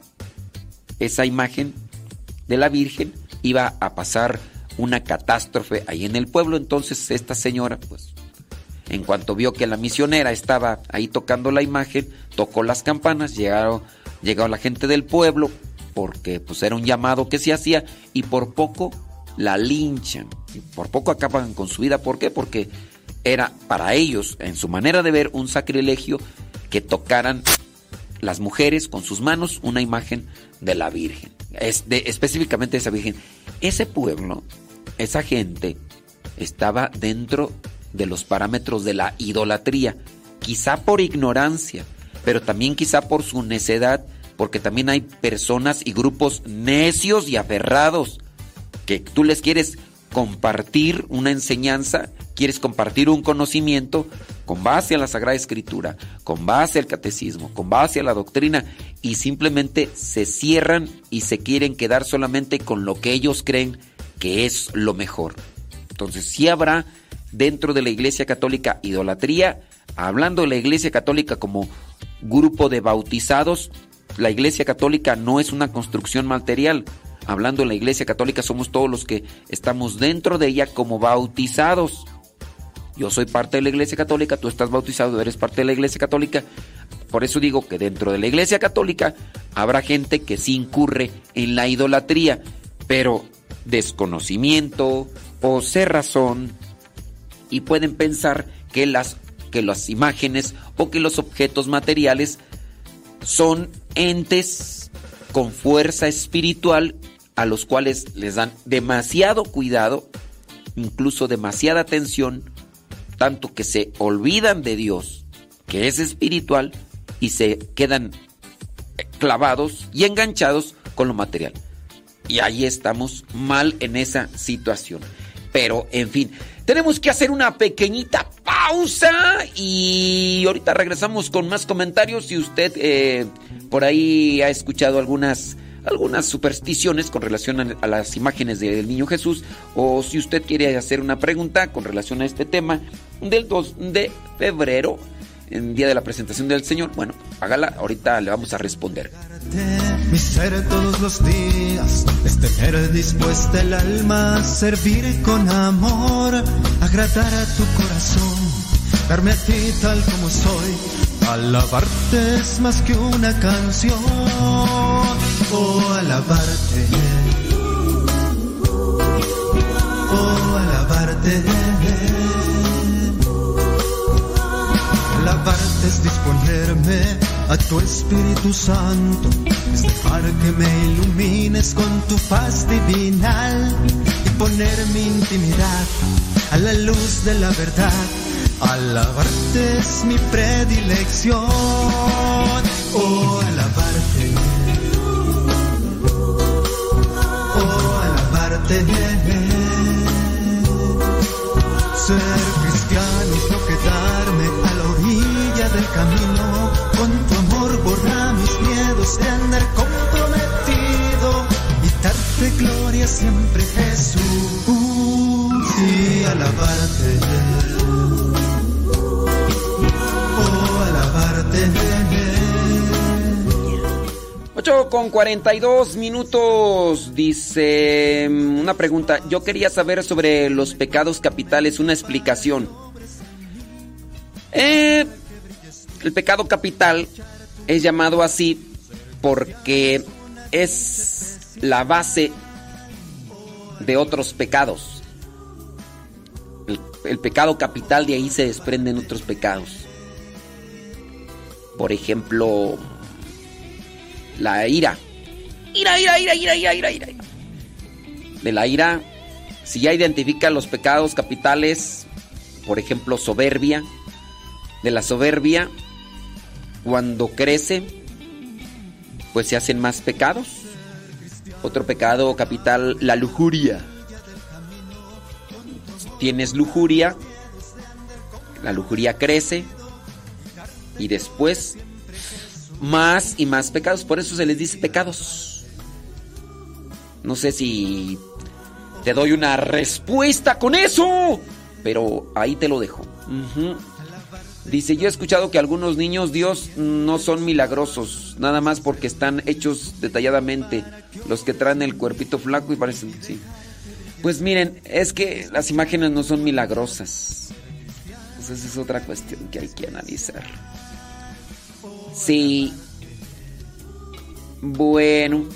F: esa imagen de la Virgen, iba a pasar una catástrofe ahí en el pueblo. Entonces esta señora, pues, en cuanto vio que la misionera estaba ahí tocando la imagen, tocó las campanas, llegaron, llegó la gente del pueblo, porque pues era un llamado que se hacía, y por poco la linchan, por poco acaban con su vida. ¿Por qué? Porque era para ellos, en su manera de ver, un sacrilegio que tocaran las mujeres con sus manos una imagen de la Virgen, es de, específicamente de esa Virgen. Ese pueblo, esa gente, estaba dentro de los parámetros de la idolatría, quizá por ignorancia, pero también quizá por su necedad, porque también hay personas y grupos necios y aferrados que tú les quieres compartir una enseñanza, quieres compartir un conocimiento con base a la Sagrada Escritura, con base al catecismo, con base a la doctrina, y simplemente se cierran y se quieren quedar solamente con lo que ellos creen que es lo mejor. Entonces sí habrá dentro de la Iglesia Católica idolatría. Hablando de la Iglesia Católica como grupo de bautizados, la Iglesia Católica no es una construcción material. Hablando de la Iglesia Católica, somos todos los que estamos dentro de ella como bautizados. Yo soy parte de la Iglesia Católica, tú estás bautizado, eres parte de la Iglesia Católica. Por eso digo que dentro de la Iglesia Católica habrá gente que sí incurre en la idolatría, pero desconocimiento o cerrazón, y pueden pensar que las, que las imágenes o que los objetos materiales son entes con fuerza espiritual a los cuales les dan demasiado cuidado, incluso demasiada atención, tanto que se olvidan de Dios, que es espiritual, y se quedan clavados y enganchados con lo material. Y ahí estamos mal en esa situación. Pero, en fin, tenemos que hacer una pequeñita pausa y ahorita regresamos con más comentarios. Si usted eh, por ahí ha escuchado algunas, algunas supersticiones con relación a, a las imágenes del Niño Jesús, o si usted quiere hacer una pregunta con relación a este tema del dos de febrero, en día de la presentación del Señor, bueno, hágala, ahorita le vamos a responder.
M: Mi ser todos los días, es tener dispuesta el alma, servir con amor, agradar a tu corazón, darme a ti tal como soy, alabarte es más que una canción, oh alabarte, oh alabarte. Alabarte es disponerme a tu Espíritu Santo, es dejar que me ilumines con tu paz divinal y poner mi intimidad a la luz de la verdad. Alabarte es mi predilección, oh alabarte, oh alabarte. Ser cristiano es no quedarme a la orilla del camino, con tu amor borra mis miedos de andar comprometido y darte gloria siempre, Jesús, y alabarte, oh alabarte.
F: ocho con cuarenta y dos minutos, dice una pregunta. Yo quería saber sobre los pecados capitales, una explicación. Eh, el pecado capital es llamado así porque es la base de otros pecados. El, el pecado capital, de ahí se desprenden otros pecados. Por ejemplo, la ira. Ira, ira, ira, ira, ira, ira, ira. De la ira, si ya identifica los pecados capitales, por ejemplo, soberbia. De la soberbia, cuando crece, pues se hacen más pecados. Otro pecado capital, la lujuria. Tienes lujuria, la lujuria crece y después más y más pecados. Por eso se les dice pecados. No sé si te doy una respuesta con eso, pero ahí te lo dejo. Uh-huh. Dice, yo he escuchado que algunos niños Dios no son milagrosos, nada más porque están hechos detalladamente. Los que traen el cuerpito flaco y parecen, sí. Pues miren, es que las imágenes no son milagrosas. Pues esa es otra cuestión que hay que analizar. Sí. Bueno.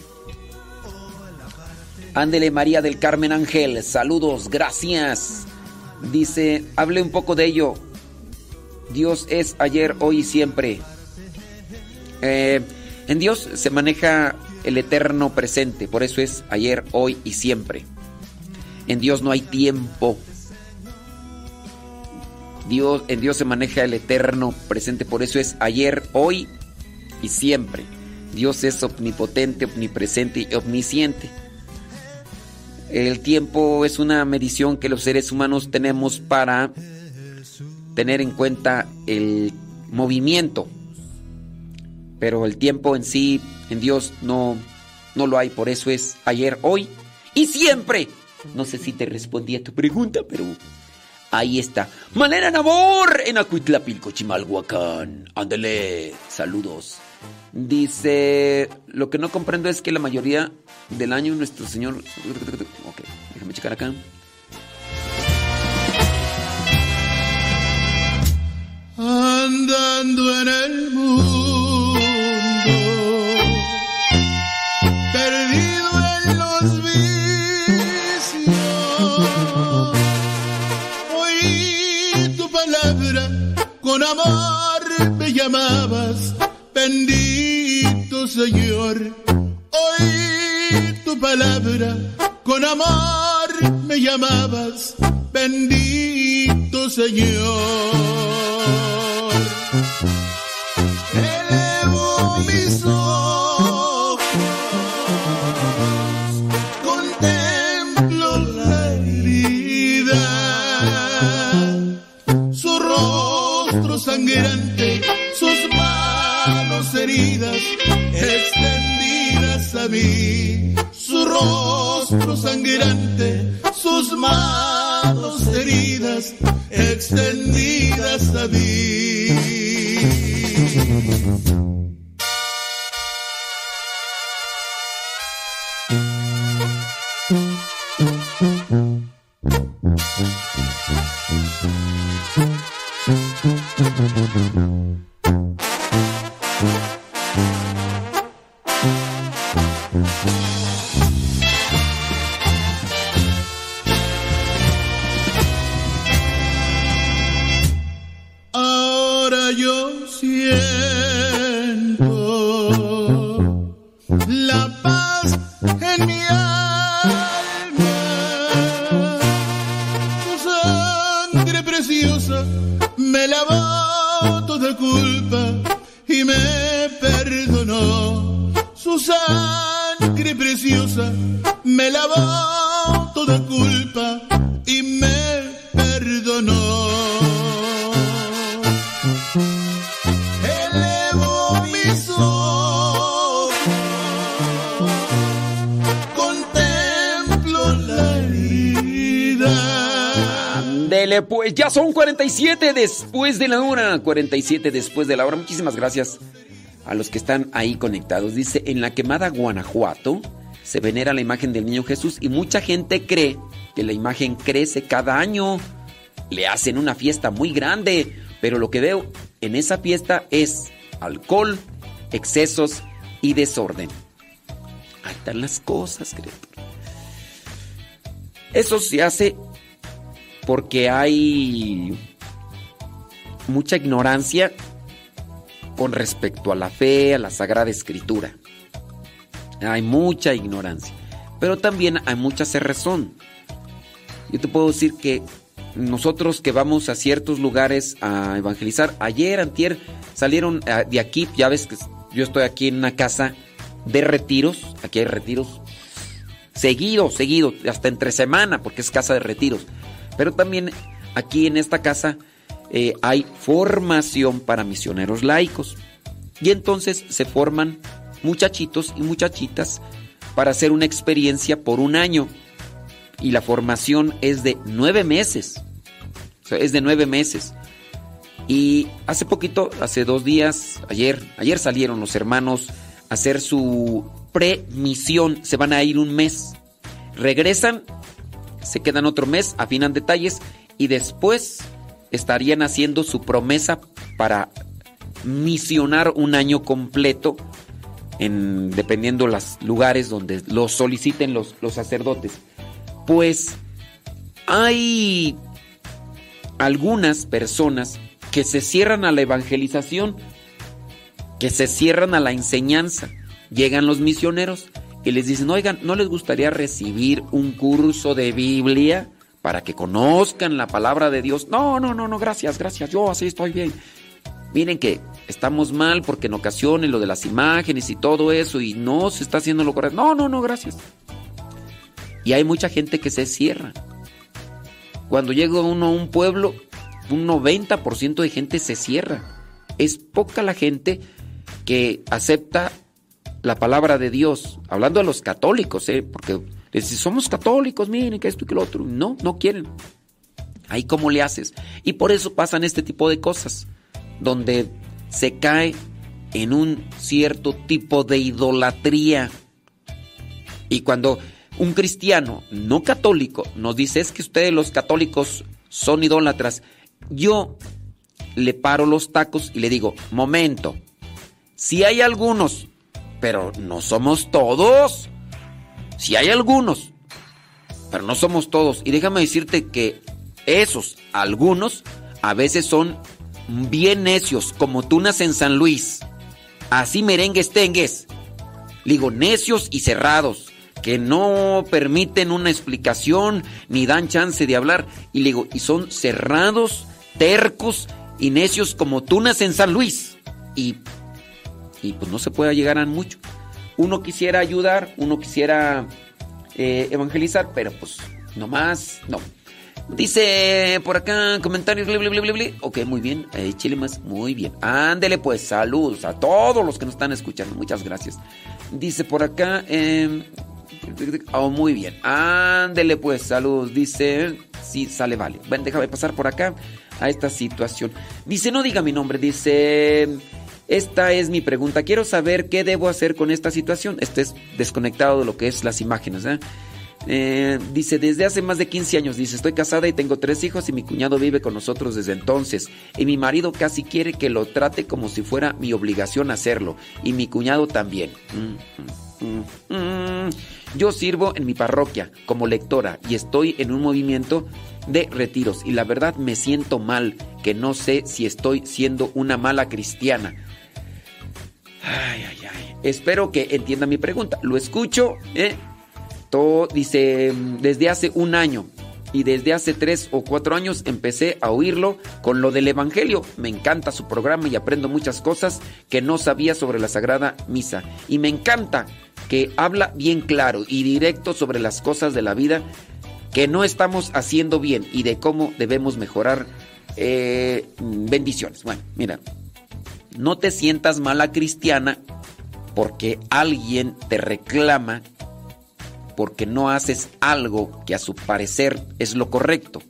F: Ándele María del Carmen Ángel, saludos, gracias. Dice, hable un poco de ello. Dios es ayer, hoy y siempre. Eh, en Dios se maneja el eterno presente, por eso es ayer, hoy y siempre. En Dios no hay tiempo. Dios, en Dios se maneja el eterno presente, por eso es ayer, hoy y siempre. Dios es omnipotente, omnipresente y omnisciente. El tiempo es una medición que los seres humanos tenemos para tener en cuenta el movimiento, pero el tiempo en sí, en Dios no, no lo hay, por eso es ayer, hoy y siempre. No sé si te respondí a tu pregunta, pero ahí está. Malena Nabor en Acuitlapilco, Chimalhuacán. Ándele, saludos. Dice, lo que no comprendo es que la mayoría del año nuestro Señor... Ok, déjame checar acá.
L: Andando en el mundo, perdido en los vicios, oí tu palabra, con amor me llamabas, bendito Señor. Oí tu palabra, con amor me llamabas, bendito Señor. Elevo mis ojos, contemplo la herida, su rostro sangrante, sus manos heridas, extendidas a mí, su rostro sangrante, sus manos heridas, extendidas a mí. Ahora yo siento la paz en mi alma, su sangre preciosa me lavó toda culpa y me perdonó. Su sangre preciosa me lavó toda culpa y me perdonó. Elevo mis ojos, contemplo la herida.
F: Ándele, pues ya son cuarenta y siete después de la hora. cuarenta y siete después de la hora. Muchísimas gracias a los que están ahí conectados. Dice, en La Quemada, Guanajuato, se venera la imagen del niño Jesús y mucha gente cree que la imagen crece cada año. Le hacen una fiesta muy grande, pero lo que veo en esa fiesta es alcohol, excesos y desorden. Ahí están las cosas, criatura. Eso se hace porque hay mucha ignorancia con respecto a la fe, a la Sagrada Escritura. Hay mucha ignorancia, pero también hay mucha cerrazón. Yo te puedo decir que nosotros que vamos a ciertos lugares a evangelizar, ayer, antier, salieron de aquí, ya ves que yo estoy aquí en una casa de retiros. Aquí hay retiros seguido, seguido, hasta entre semana, porque es casa de retiros. Pero también aquí en esta casa eh, hay formación para misioneros laicos. Y entonces se forman muchachitos y muchachitas para hacer una experiencia por un año. Y la formación es de nueve meses. O sea, es de nueve meses. Y hace poquito, hace dos días, ayer, ayer salieron los hermanos a hacer su pre-misión. Se van a ir un mes. Regresan, se quedan otro mes, afinan detalles y después estarían haciendo su promesa para misionar un año completo, en, dependiendo los lugares donde los soliciten los, los sacerdotes. Pues hay algunas personas que se cierran a la evangelización, que se cierran a la enseñanza. Llegan los misioneros y les dicen, oigan, ¿no les gustaría recibir un curso de Biblia para que conozcan la palabra de Dios? No, no, no, no, gracias, gracias, yo así estoy bien. Miren que estamos mal porque en ocasiones lo de las imágenes y todo eso y no se está haciendo lo correcto. No, no, no, gracias. Y hay mucha gente que se cierra. Cuando llega uno a un pueblo, un noventa por ciento de gente se cierra. Es poca la gente que acepta la palabra de Dios. Hablando de los católicos, ¿eh? Porque si somos católicos, miren que esto y que lo otro. No, no quieren. Ahí cómo le haces. Y por eso pasan este tipo de cosas, donde se cae en un cierto tipo de idolatría. Y cuando un cristiano no católico nos dice, es que ustedes los católicos son idólatras, yo le paro los tacos y le digo, momento, si hay algunos, pero no somos todos. Si hay algunos, pero no somos todos. Y déjame decirte que esos algunos a veces son bien necios, como tunas en San Luis. Así merengues tengues. Digo, necios y cerrados, que no permiten una explicación ni dan chance de hablar. Y digo, y son cerrados, tercos y necios como tunas en San Luis. Y, y pues no se puede llegar a mucho. Uno quisiera ayudar, uno quisiera eh, evangelizar, pero pues nomás no. Dice por acá comentarios, bla, bla, bla, bla, bla. Ok, muy bien, échale más, muy bien. Ándele pues, saludos a todos los que nos están escuchando, muchas gracias. Dice por acá, eh, oh, muy bien, ándele pues, saludos. Dice, sí, sale, vale. Bueno, déjame pasar por acá a esta situación. Dice, no diga mi nombre, dice, esta es mi pregunta, quiero saber qué debo hacer con esta situación. Este es desconectado de lo que es las imágenes, ¿eh? Eh, dice, desde hace más de quince años, dice, estoy casada y tengo tres hijos y mi cuñado vive con nosotros desde entonces. Y mi marido casi quiere que lo trate como si fuera mi obligación hacerlo. Y mi cuñado también. Mm, mm, mm, mm. Yo sirvo en mi parroquia como lectora y estoy en un movimiento de retiros. Y la verdad me siento mal, que no sé si estoy siendo una mala cristiana. Ay, ay, ay. Espero que entienda mi pregunta. Lo escucho, ¿eh? Todo, dice, desde hace un año y desde hace tres o cuatro años empecé a oírlo con lo del evangelio. Me encanta su programa y aprendo muchas cosas que no sabía sobre la Sagrada Misa. Y me encanta que habla bien claro y directo sobre las cosas de la vida que no estamos haciendo bien y de cómo debemos mejorar. Eh, bendiciones. Bueno, mira, no te sientas mala cristiana porque alguien te reclama porque no haces algo que a su parecer es lo correcto.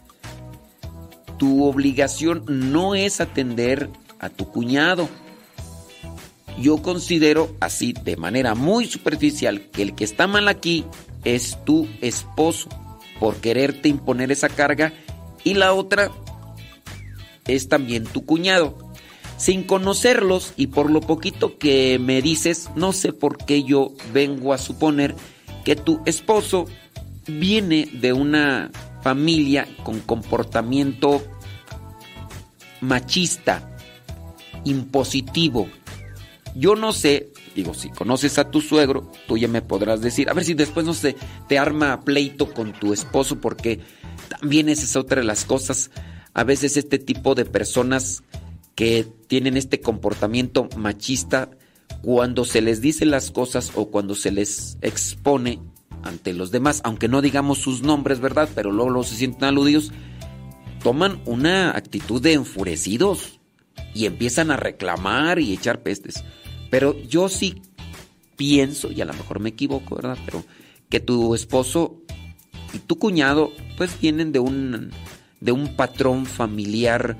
F: Tu obligación no es atender a tu cuñado. Yo considero así, de manera muy superficial, que el que está mal aquí es tu esposo, por quererte imponer esa carga, y la otra es también tu cuñado. Sin conocerlos y por lo poquito que me dices, no sé por qué yo vengo a suponer que tu esposo viene de una familia con comportamiento machista, impositivo. Yo no sé, digo, si conoces a tu suegro, tú ya me podrás decir, a ver si después no se te arma pleito con tu esposo, porque también esa es otra de las cosas. A veces este tipo de personas que tienen este comportamiento machista, cuando se les dice las cosas o cuando se les expone ante los demás, aunque no digamos sus nombres, ¿verdad? Pero luego, luego se sienten aludidos, toman una actitud de enfurecidos y empiezan a reclamar y echar pestes. Pero yo sí pienso, y a lo mejor me equivoco, ¿verdad? Pero que tu esposo y tu cuñado pues vienen de un, de un patrón familiar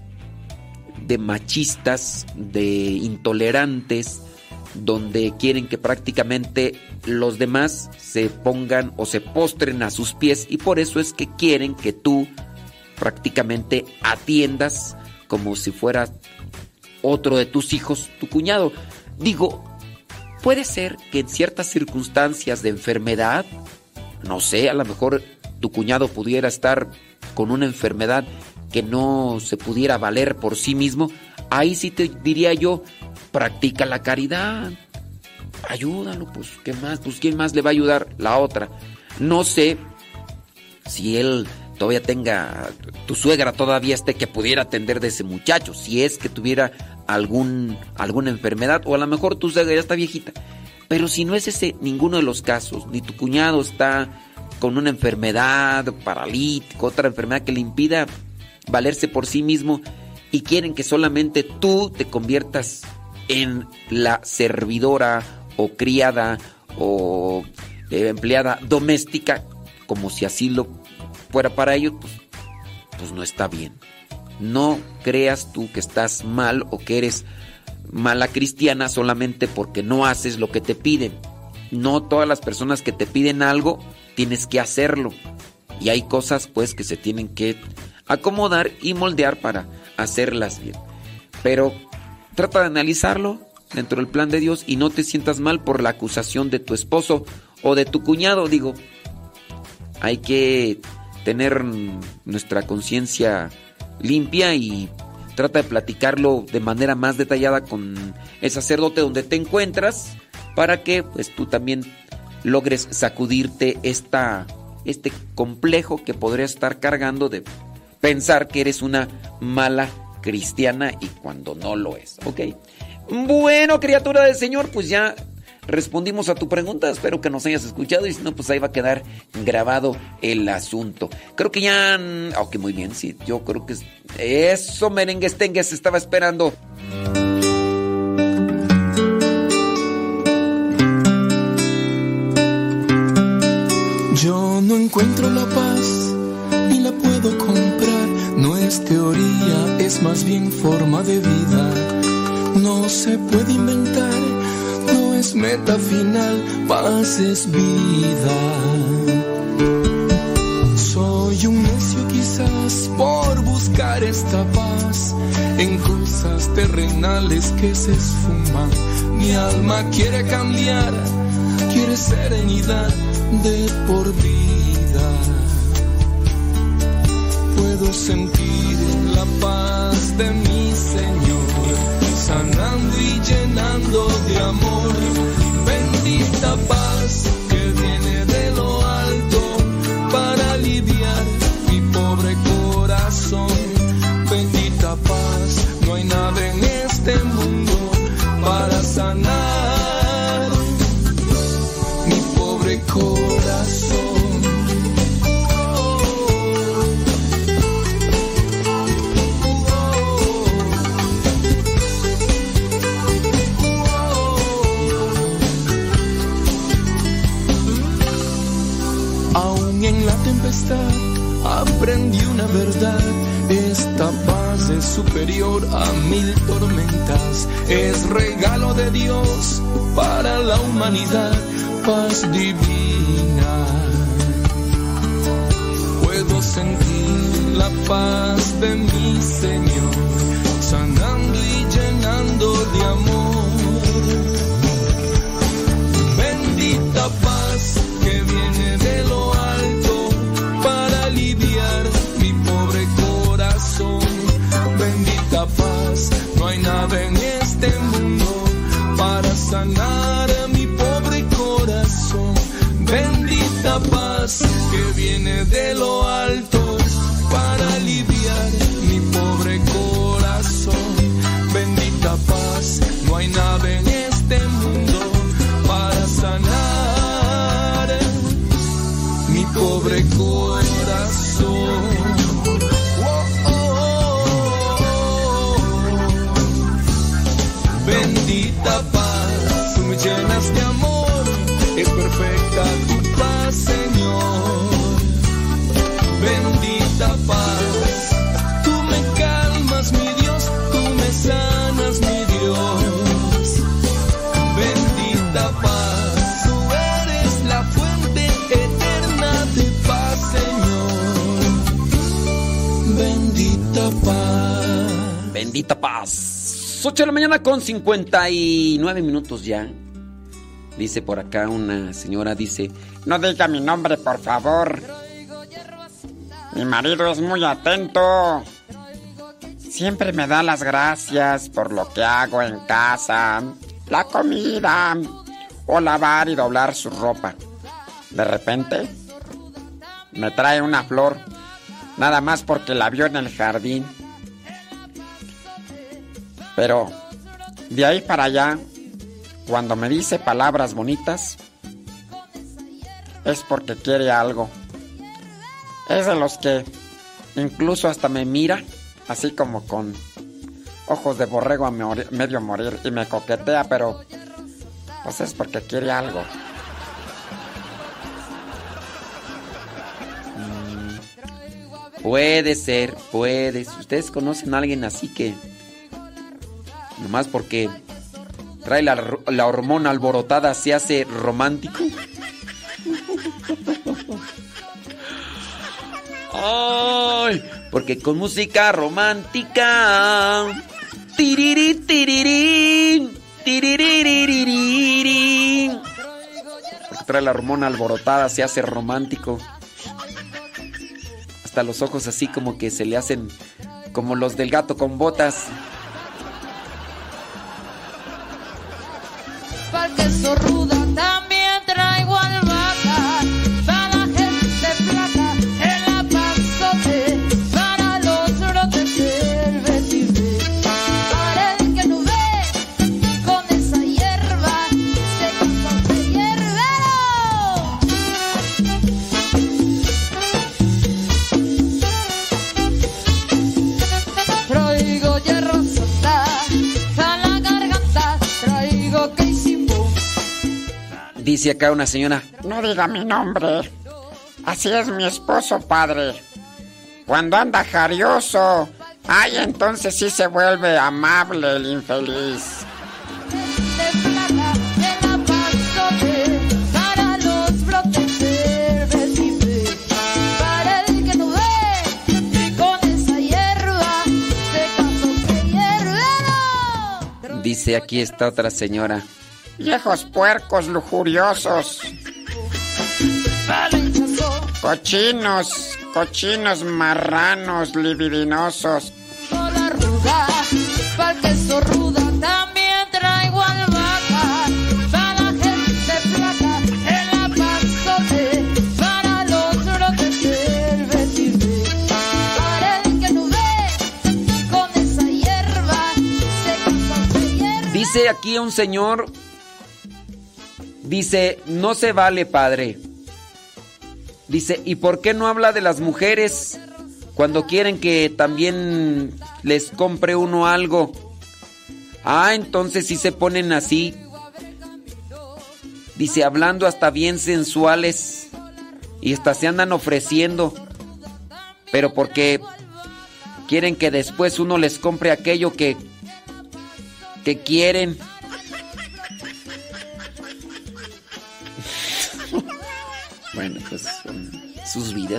F: de machistas, de intolerantes, donde quieren que prácticamente los demás se pongan o se postren a sus pies, y por eso es que quieren que tú prácticamente atiendas como si fuera otro de tus hijos, tu cuñado. Digo, puede ser que en ciertas circunstancias de enfermedad, no sé, a lo mejor tu cuñado pudiera estar con una enfermedad que no se pudiera valer por sí mismo. Ahí sí te diría yo, practica la caridad, ayúdalo, pues, ¿qué más? Pues, ¿quién más le va a ayudar? La otra. No sé si él todavía tenga, tu suegra todavía esté que pudiera atender de ese muchacho, si es que tuviera algún, alguna enfermedad, o a lo mejor tu suegra ya está viejita. Pero si no es ese ninguno de los casos, ni tu cuñado está con una enfermedad paralítica, otra enfermedad que le impida valerse por sí mismo, y quieren que solamente tú te conviertas en la servidora o criada o eh, empleada doméstica, como si así lo fuera para ellos, pues, pues no está bien. No creas tú que estás mal o que eres mala cristiana solamente porque no haces lo que te piden. No todas las personas que te piden algo tienes que hacerlo, y hay cosas pues que se tienen que acomodar y moldear para hacerlas bien. Pero trata de analizarlo dentro del plan de Dios y no te sientas mal por la acusación de tu esposo o de tu cuñado. Digo, hay que tener nuestra conciencia limpia y trata de platicarlo de manera más detallada con el sacerdote donde te encuentras, para que pues tú también logres sacudirte esta, este complejo que podría estar cargando de pensar que eres una mala cristiana y cuando no lo es, ¿ok? Bueno, criatura del Señor, pues ya respondimos a tu pregunta. Espero que nos hayas escuchado, y si no, pues ahí va a quedar grabado el asunto. Creo que ya... Ok, muy bien, sí, yo creo que es... Eso, merengues tengues, estaba esperando.
G: Yo no encuentro la paz, ni la puedo comprar. No es teoría, es más bien forma de vida. No se puede inventar, no es meta final, paz es vida. Soy un necio quizás por buscar esta paz en cosas terrenales que se esfuman. Mi alma quiere cambiar, quiere serenidad de por vida. Puedo sentir la paz de mi Señor, sanando y llenando de amor. Bendita paz que viene de lo alto para aliviar mi pobre corazón. Bendita paz, no hay nada en este mundo para sanar mi pobre corazón. En la tempestad aprendí una verdad: esta paz es superior a mil tormentas. Es regalo de Dios para la humanidad, paz divina. Puedo sentir la paz de mi Señor, sanando y llenando de amor. Bendita paz que viene de lo alto para aliviar mi pobre corazón. Bendita paz, no hay nada en este mundo para sanar mi pobre corazón. Bendita paz que viene de lo alto para aliviar mi pobre corazón. Bendita paz, no hay nada en este Bendita paz, tú me llenas de amor, es perfecta tu paz, Señor. Bendita paz, tú me calmas, mi Dios, tú me sanas, mi Dios. Bendita paz, tú eres la fuente eterna de paz, Señor. Bendita paz.
F: Bendita paz. ocho de la mañana con cincuenta y nueve minutos ya. Dice por acá una señora, dice: no diga mi nombre, por favor. Mi marido es muy atento. Siempre me da las gracias por lo que hago en casa, la comida, o lavar y doblar su ropa. De repente me trae una flor, nada más porque la vio en el jardín. Pero de ahí para allá, cuando me dice palabras bonitas, es porque quiere algo. Es de los que incluso hasta me mira, así como con ojos de borrego a medio morir, y me coquetea, pero pues es porque quiere algo. Mm, puede ser, puede. Si ustedes conocen a alguien así que nomás porque trae la, la hormona alborotada se hace romántico. Ay, porque con música romántica. Tiriri, tiriri, tiririririri. Porque trae la hormona alborotada se hace romántico. Hasta los ojos así como que se le hacen como los del gato con botas.
A: Porque soy ruda, también traigo albahaca. Para la gente flaca, en la pasote. Para los brotes del vetiver. Para el que no ve, con esa hierba se casa de hierbero. Traigo hierro santa, a la garganta. Traigo que
F: Dice acá una señora: no diga mi nombre. Así es mi esposo, padre. Cuando anda jarioso, ay, entonces sí se vuelve amable el infeliz.
A: Para los brotes del vetiver. Para el que no ve, con esa hierba se casó de hierbero.
F: Dice aquí esta otra señora: viejos puercos lujuriosos, cochinos, cochinos marranos libidinosos.
A: La ruda, pa'l que soy ruda, también traigo albahaca. Para la gente flaca, en la pasote. Para los brotes del vetiver. Para el que no ve, con esa hierba se casa de hierba.
F: Dice aquí un señor. Dice: no se vale, padre. Dice: ¿y por qué no habla de las mujeres cuando quieren que también les compre uno algo? Ah, entonces sí se ponen así. Dice, hablando hasta bien sensuales. Y hasta se andan ofreciendo. Pero porque quieren que después uno les compre aquello que, que quieren. Bueno, pues son sus vidas.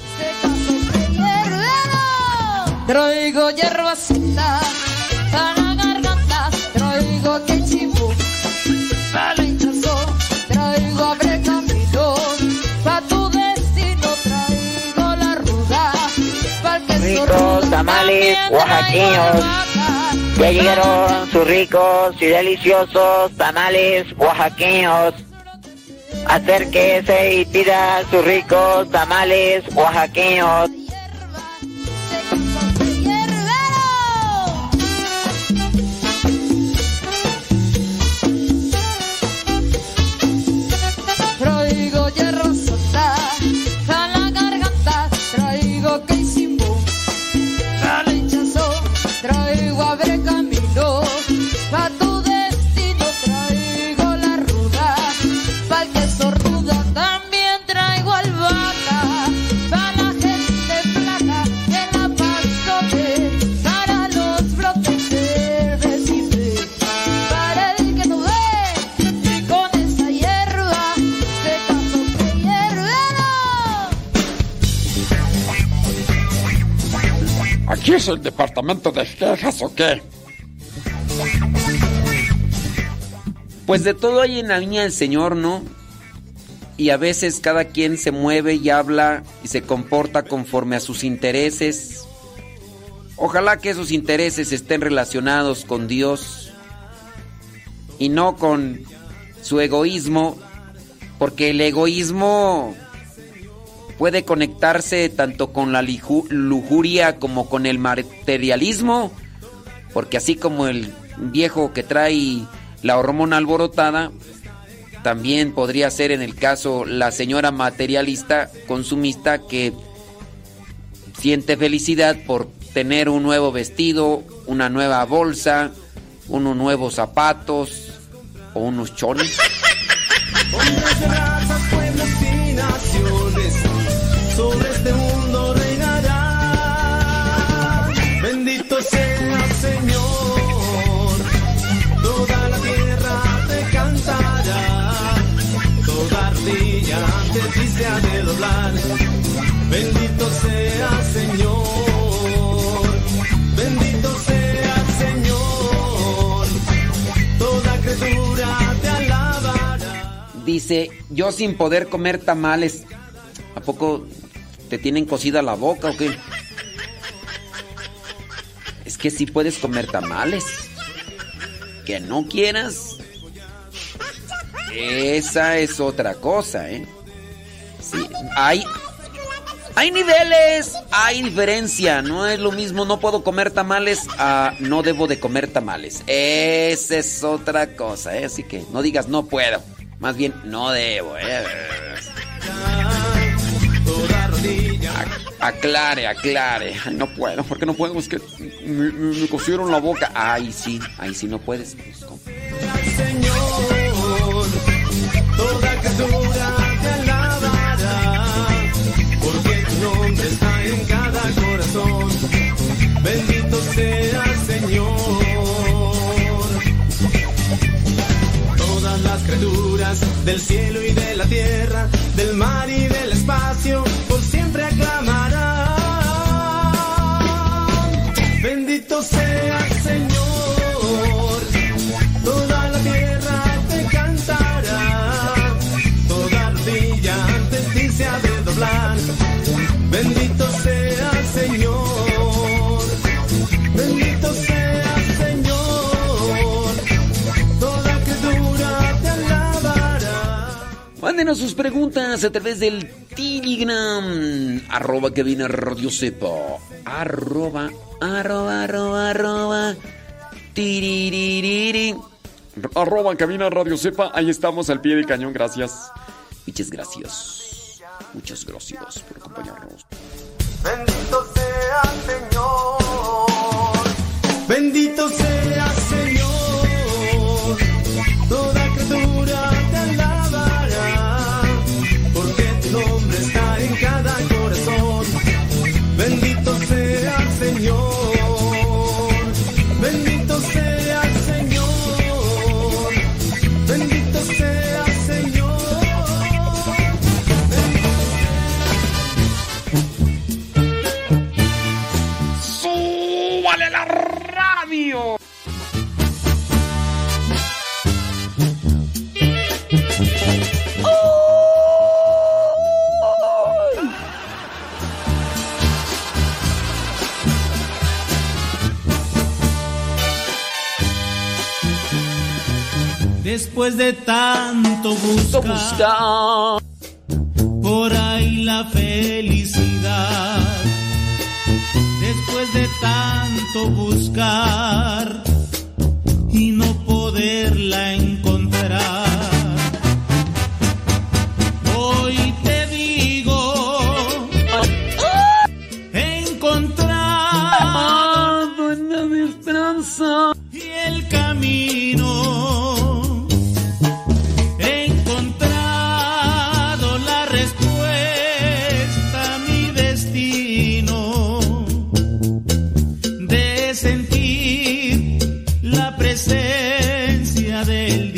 A: Traigo hierba santa para la garganta. Traigo quechimbo para el hinchazón. Traigo abre camino pa' tu destino. Traigo la ruda para que
N: ricos tamales oaxaqueños. Ya llegaron sus ricos y deliciosos tamales oaxaqueños. Acérquese y pida sus ricos tamales oaxaqueños.
A: Traigo hierro santa a la garganta. Traigo queisimbo para el hinchazón. Traigo abre camino pa' tu derecha.
F: ¿Qué es el departamento de Texas o qué? Pues de todo hay en la viña del Señor, ¿no? Y a veces cada quien se mueve y habla y se comporta conforme a sus intereses. Ojalá que esos intereses estén relacionados con Dios y no con su egoísmo, porque el egoísmo puede conectarse tanto con la lujuria como con el materialismo, porque así como el viejo que trae la hormona alborotada, también podría ser en el caso la señora materialista consumista que siente felicidad por tener un nuevo vestido, una nueva bolsa, unos nuevos zapatos o unos chones.
O: Hombres de razas, pueblos y naciones, sobre este mundo reinará. Bendito sea, Señor, toda la tierra te cantará. Toda ardilla ante ti se ha de doblar. Bendito sea, Señor. Bendito sea, Señor. Toda criatura te alabará.
F: Dice, yo sin poder comer tamales. ¿A poco te tienen cosida la boca o qué? Es que sí puedes comer tamales. Que no quieras. Esa es otra cosa, ¿eh? Sí, hay... Hay niveles, hay diferencia, no es lo mismo, no puedo comer tamales a no debo de comer tamales. Esa es otra cosa, ¿eh? Así que no digas no puedo, más bien no debo, ¿eh? Aclare, aclare. Ay, no puedo, ¿por qué no puedo? Es que me, me, me cosieron la boca. Ay, sí, ahí sí no puedes. Pues, ¿cómo?
O: Señor, toda criatura te alabará, porque tu nombre está en cada corazón. Bendito sea, Señor. Todas las criaturas del cielo y de la tierra, del mar y del espacio, por siempre aclamarán. Bendito sea, Señor. Toda la tierra te cantará. Toda ardilla ante ti se ha de doblar. Bendito sea, Señor. Bendito sea, Señor. Toda criatura te alabará.
F: Mándenos sus preguntas a través del Telegram. Arroba que viene Radio Cepa. Arroba, arroba, arroba, arroba. Tiriririri. Arroba cabina Radio Cepa. Ahí estamos al pie del cañón. Gracias. Muchas gracias. Muchas gracias por acompañarnos.
O: Bendito sea, Señor. Bendito sea, Señor. Toda criatura te alabará, porque tu nombre está en cada corazón. Bendito sea, Señor. Bendito sea, Señor. Bendito sea, Señor.
F: ¡Súbale la radio!
P: Después de tanto buscar por ahí la felicidad, después de tanto buscar y no poderla encontrar, hoy te digo, he encontrado en la esperanza y el camino. Presencia del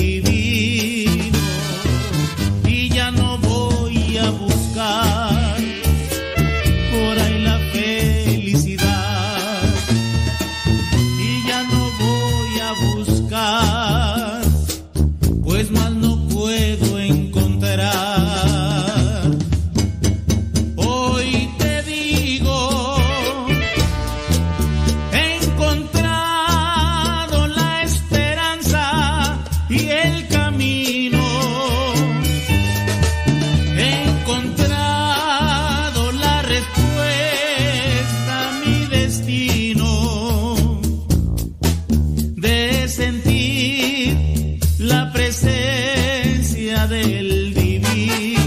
P: y el camino. He encontrado la respuesta a mi destino de sentir la presencia del divino.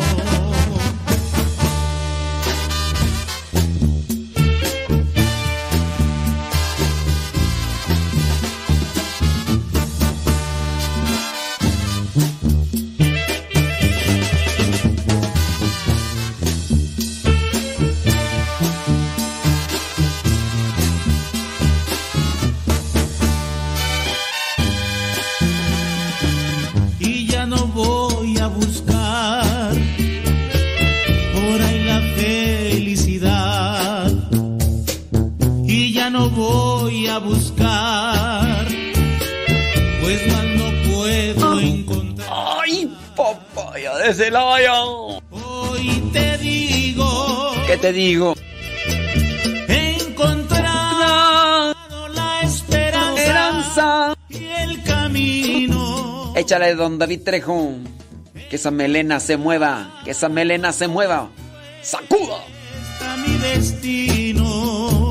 P: Voy a buscar, pues mal no puedo encontrar.
F: ¡Ay, papaya de Celaya!
P: Hoy te digo.
F: ¿Qué te digo?
P: He encontrado la esperanza,
F: esperanza
P: y el camino.
F: Échale, don David Trejo. Que esa melena se mueva, que esa melena se mueva. ¡Sacuda!
P: Está mi destino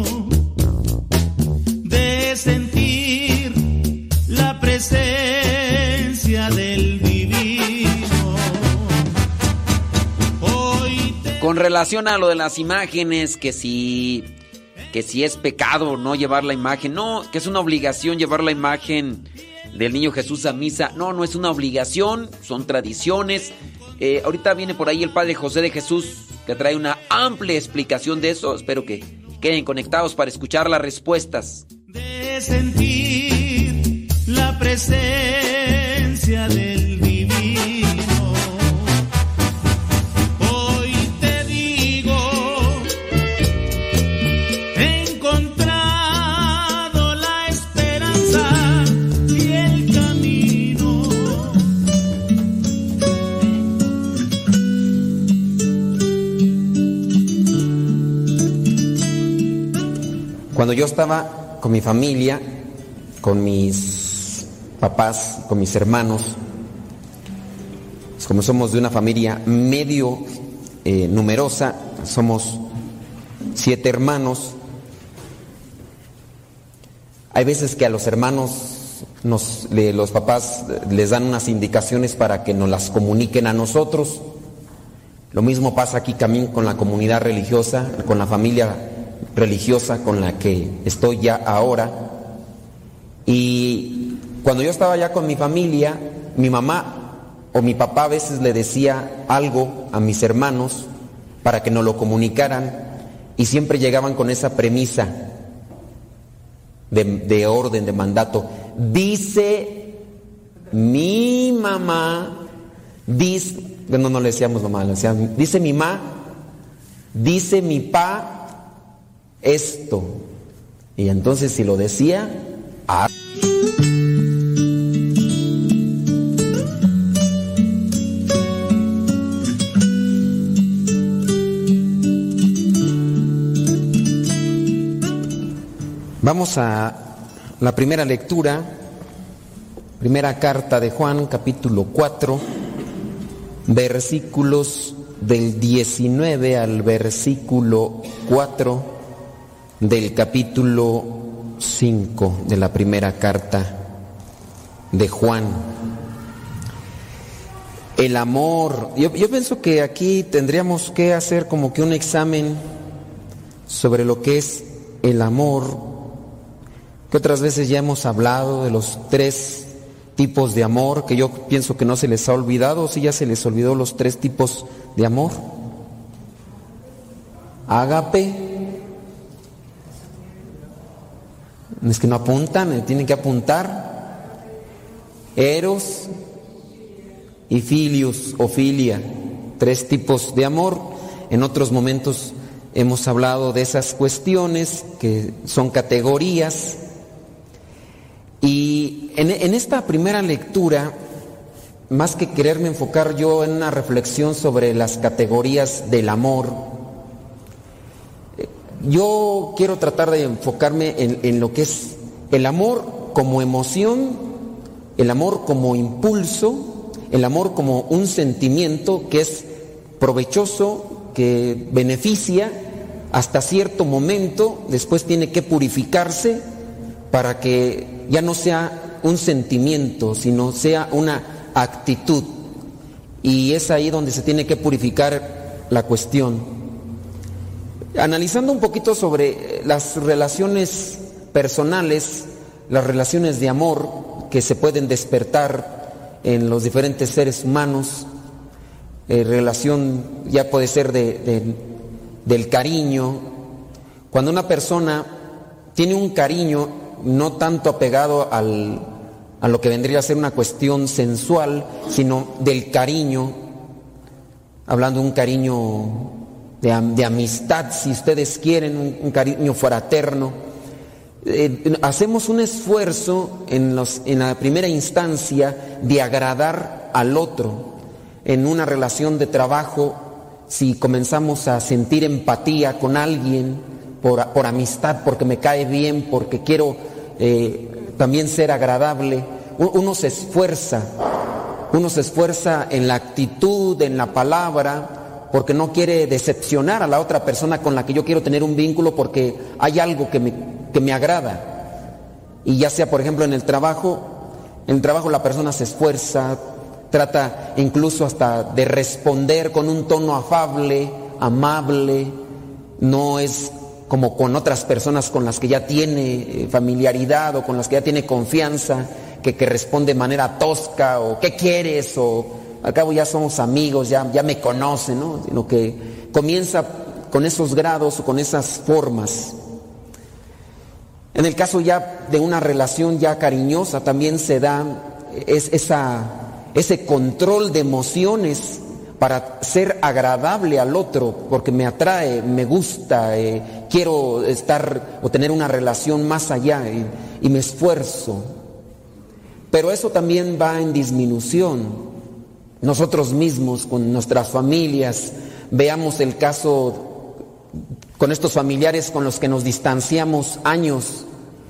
P: de sentir la presencia del divino. Hoy te...
F: Con relación a lo de las imágenes, que si que si es pecado no llevar la imagen, no, que es una obligación llevar la imagen del niño Jesús a misa. No, no es una obligación, son tradiciones. Eh, ahorita viene por ahí el padre José de Jesús, que trae una amplia explicación de eso. Espero que queden conectados para escuchar las respuestas.
P: De sentir la presencia del divino. Hoy te digo, he encontrado la esperanza y el camino.
Q: Cuando yo estaba con mi familia, con mis papás, con mis hermanos, pues como somos de una familia medio eh, numerosa, somos siete hermanos. Hay veces que a los hermanos nos, le, los papás les dan unas indicaciones para que nos las comuniquen a nosotros. Lo mismo pasa aquí también con la comunidad religiosa, con la familia religiosa con la que estoy ya ahora. Y cuando yo estaba ya con mi familia, mi mamá o mi papá a veces le decía algo a mis hermanos para que nos lo comunicaran, y siempre llegaban con esa premisa de, de orden, de mandato. Dice mi mamá, dice, no, no le decíamos mamá, le decíamos, dice mi mamá, dice mi pa, esto. Y entonces si lo decía, ah. Vamos a la primera lectura, primera carta de Juan, capítulo cuatro, versículos del diecinueve al versículo cuatro del capítulo cinco de la primera carta de Juan. El amor. Yo, yo pienso que aquí tendríamos que hacer como que un examen sobre lo que es el amor, que otras veces ya hemos hablado de los tres tipos de amor, que yo pienso que no se les ha olvidado. ¿O si ya se les olvidó los tres tipos de amor? Ágape. Es que no apuntan, tienen que apuntar. Eros y filius o filia, tres tipos de amor. En otros momentos hemos hablado de esas cuestiones que son categorías. Y en, en esta primera lectura, más que quererme enfocar yo en una reflexión sobre las categorías del amor, yo quiero tratar de enfocarme en, en lo que es el amor como emoción, el amor como impulso, el amor como un sentimiento que es provechoso, que beneficia hasta cierto momento, después tiene que purificarse para que ya no sea un sentimiento, sino sea una actitud. Y es ahí donde se tiene que purificar la cuestión. Analizando un poquito sobre las relaciones personales, las relaciones de amor que se pueden despertar en los diferentes seres humanos, eh, relación ya puede ser de, de, del cariño. Cuando una persona tiene un cariño no tanto apegado al, a lo que vendría a ser una cuestión sensual, sino del cariño, hablando de un cariño de, de amistad, si ustedes quieren, un, un cariño fraterno, eh, hacemos un esfuerzo en, los, en la primera instancia de agradar al otro. En una relación de trabajo, si comenzamos a sentir empatía con alguien por, por amistad, porque me cae bien, porque quiero eh, también ser agradable, uno se esfuerza, uno se esfuerza en la actitud, en la palabra, porque no quiere decepcionar a la otra persona con la que yo quiero tener un vínculo, porque hay algo que me, que me agrada. Y ya sea, por ejemplo, en el trabajo, en el trabajo la persona se esfuerza, trata incluso hasta de responder con un tono afable, amable, no es como con otras personas con las que ya tiene familiaridad o con las que ya tiene confianza, que, que responde de manera tosca o ¿qué quieres? O al cabo ya somos amigos, ya, ya me conocen, ¿no? Sino que comienza con esos grados o con esas formas. En el caso ya de una relación ya cariñosa también se da es, esa, ese control de emociones para ser agradable al otro, porque me atrae, me gusta, eh, quiero estar o tener una relación más allá y, y me esfuerzo. Pero eso también va en disminución. Nosotros mismos, con nuestras familias, veamos el caso con estos familiares con los que nos distanciamos años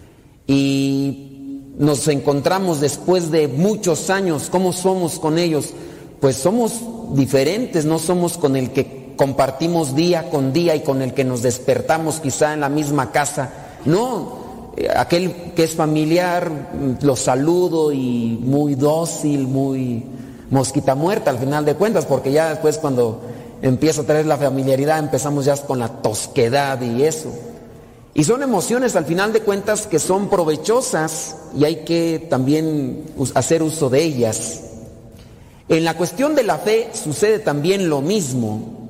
Q: y nos encontramos después de muchos años. ¿Cómo somos con ellos? Pues somos diferentes, no somos con el que compartimos día con día y con el que nos despertamos quizá en la misma casa. No, aquel que es familiar lo saludo y muy dócil, muy mosquita muerta al final de cuentas, porque ya después cuando empieza a traer la familiaridad empezamos ya con la tosquedad y eso. Y son emociones al final de cuentas que son provechosas y hay que también hacer uso de ellas. En la cuestión de la fe sucede también lo mismo.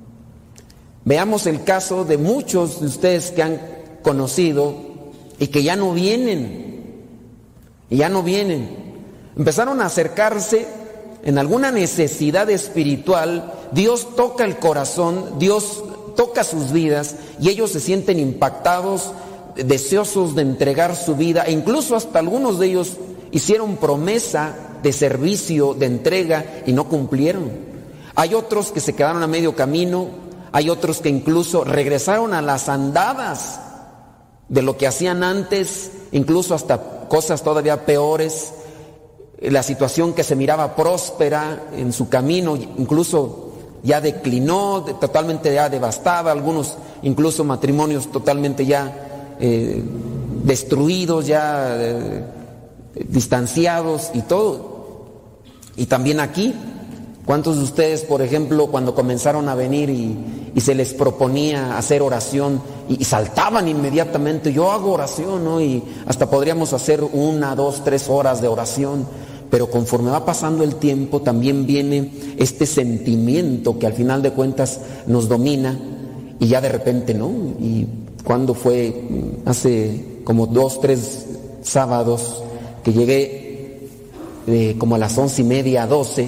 Q: Veamos el caso de muchos de ustedes que han conocido y que ya no vienen, y ya no vienen. Empezaron a acercarse en alguna necesidad espiritual, Dios toca el corazón, Dios toca sus vidas y ellos se sienten impactados, deseosos de entregar su vida, e incluso hasta algunos de ellos hicieron promesa de servicio, de entrega y no cumplieron. Hay otros que se quedaron a medio camino, hay otros que incluso regresaron a las andadas de lo que hacían antes, incluso hasta cosas todavía peores. La situación que se miraba próspera en su camino incluso ya declinó, totalmente ya devastada, algunos incluso matrimonios totalmente ya eh, destruidos, ya eh, distanciados y todo. Y también aquí, ¿cuántos de ustedes, por ejemplo, cuando comenzaron a venir y, y se les proponía hacer oración y, y saltaban inmediatamente, yo hago oración, ¿no? Y hasta podríamos hacer una, dos, tres horas de oración, pero conforme va pasando el tiempo también viene este sentimiento que al final de cuentas nos domina y ya de repente, ¿no? Y cuando fue hace como dos, tres sábados que llegué eh, como a las once y media, doce,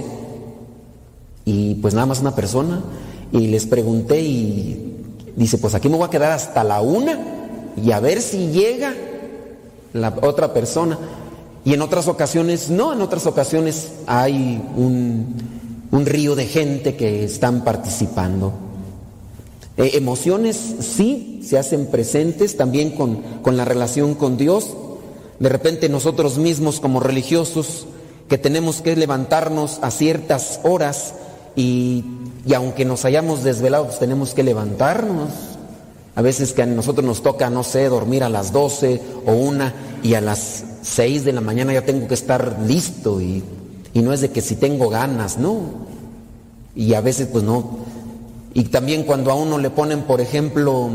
Q: y pues nada más una persona, y les pregunté y dice, pues aquí me voy a quedar hasta la una y a ver si llega la otra persona. Y en otras ocasiones no, en otras ocasiones hay un, un río de gente que están participando. Eh, emociones sí se hacen presentes también con, con la relación con Dios. de repente nosotros mismos como religiosos, que tenemos que levantarnos a ciertas horas y, y aunque nos hayamos desvelado, pues tenemos que levantarnos. A veces que a nosotros nos toca, no sé, dormir a las doce o una y a las seis de la mañana ya tengo que estar listo y, y no es de que si tengo ganas, no. Y a veces pues no. Y también cuando a uno le ponen, por ejemplo,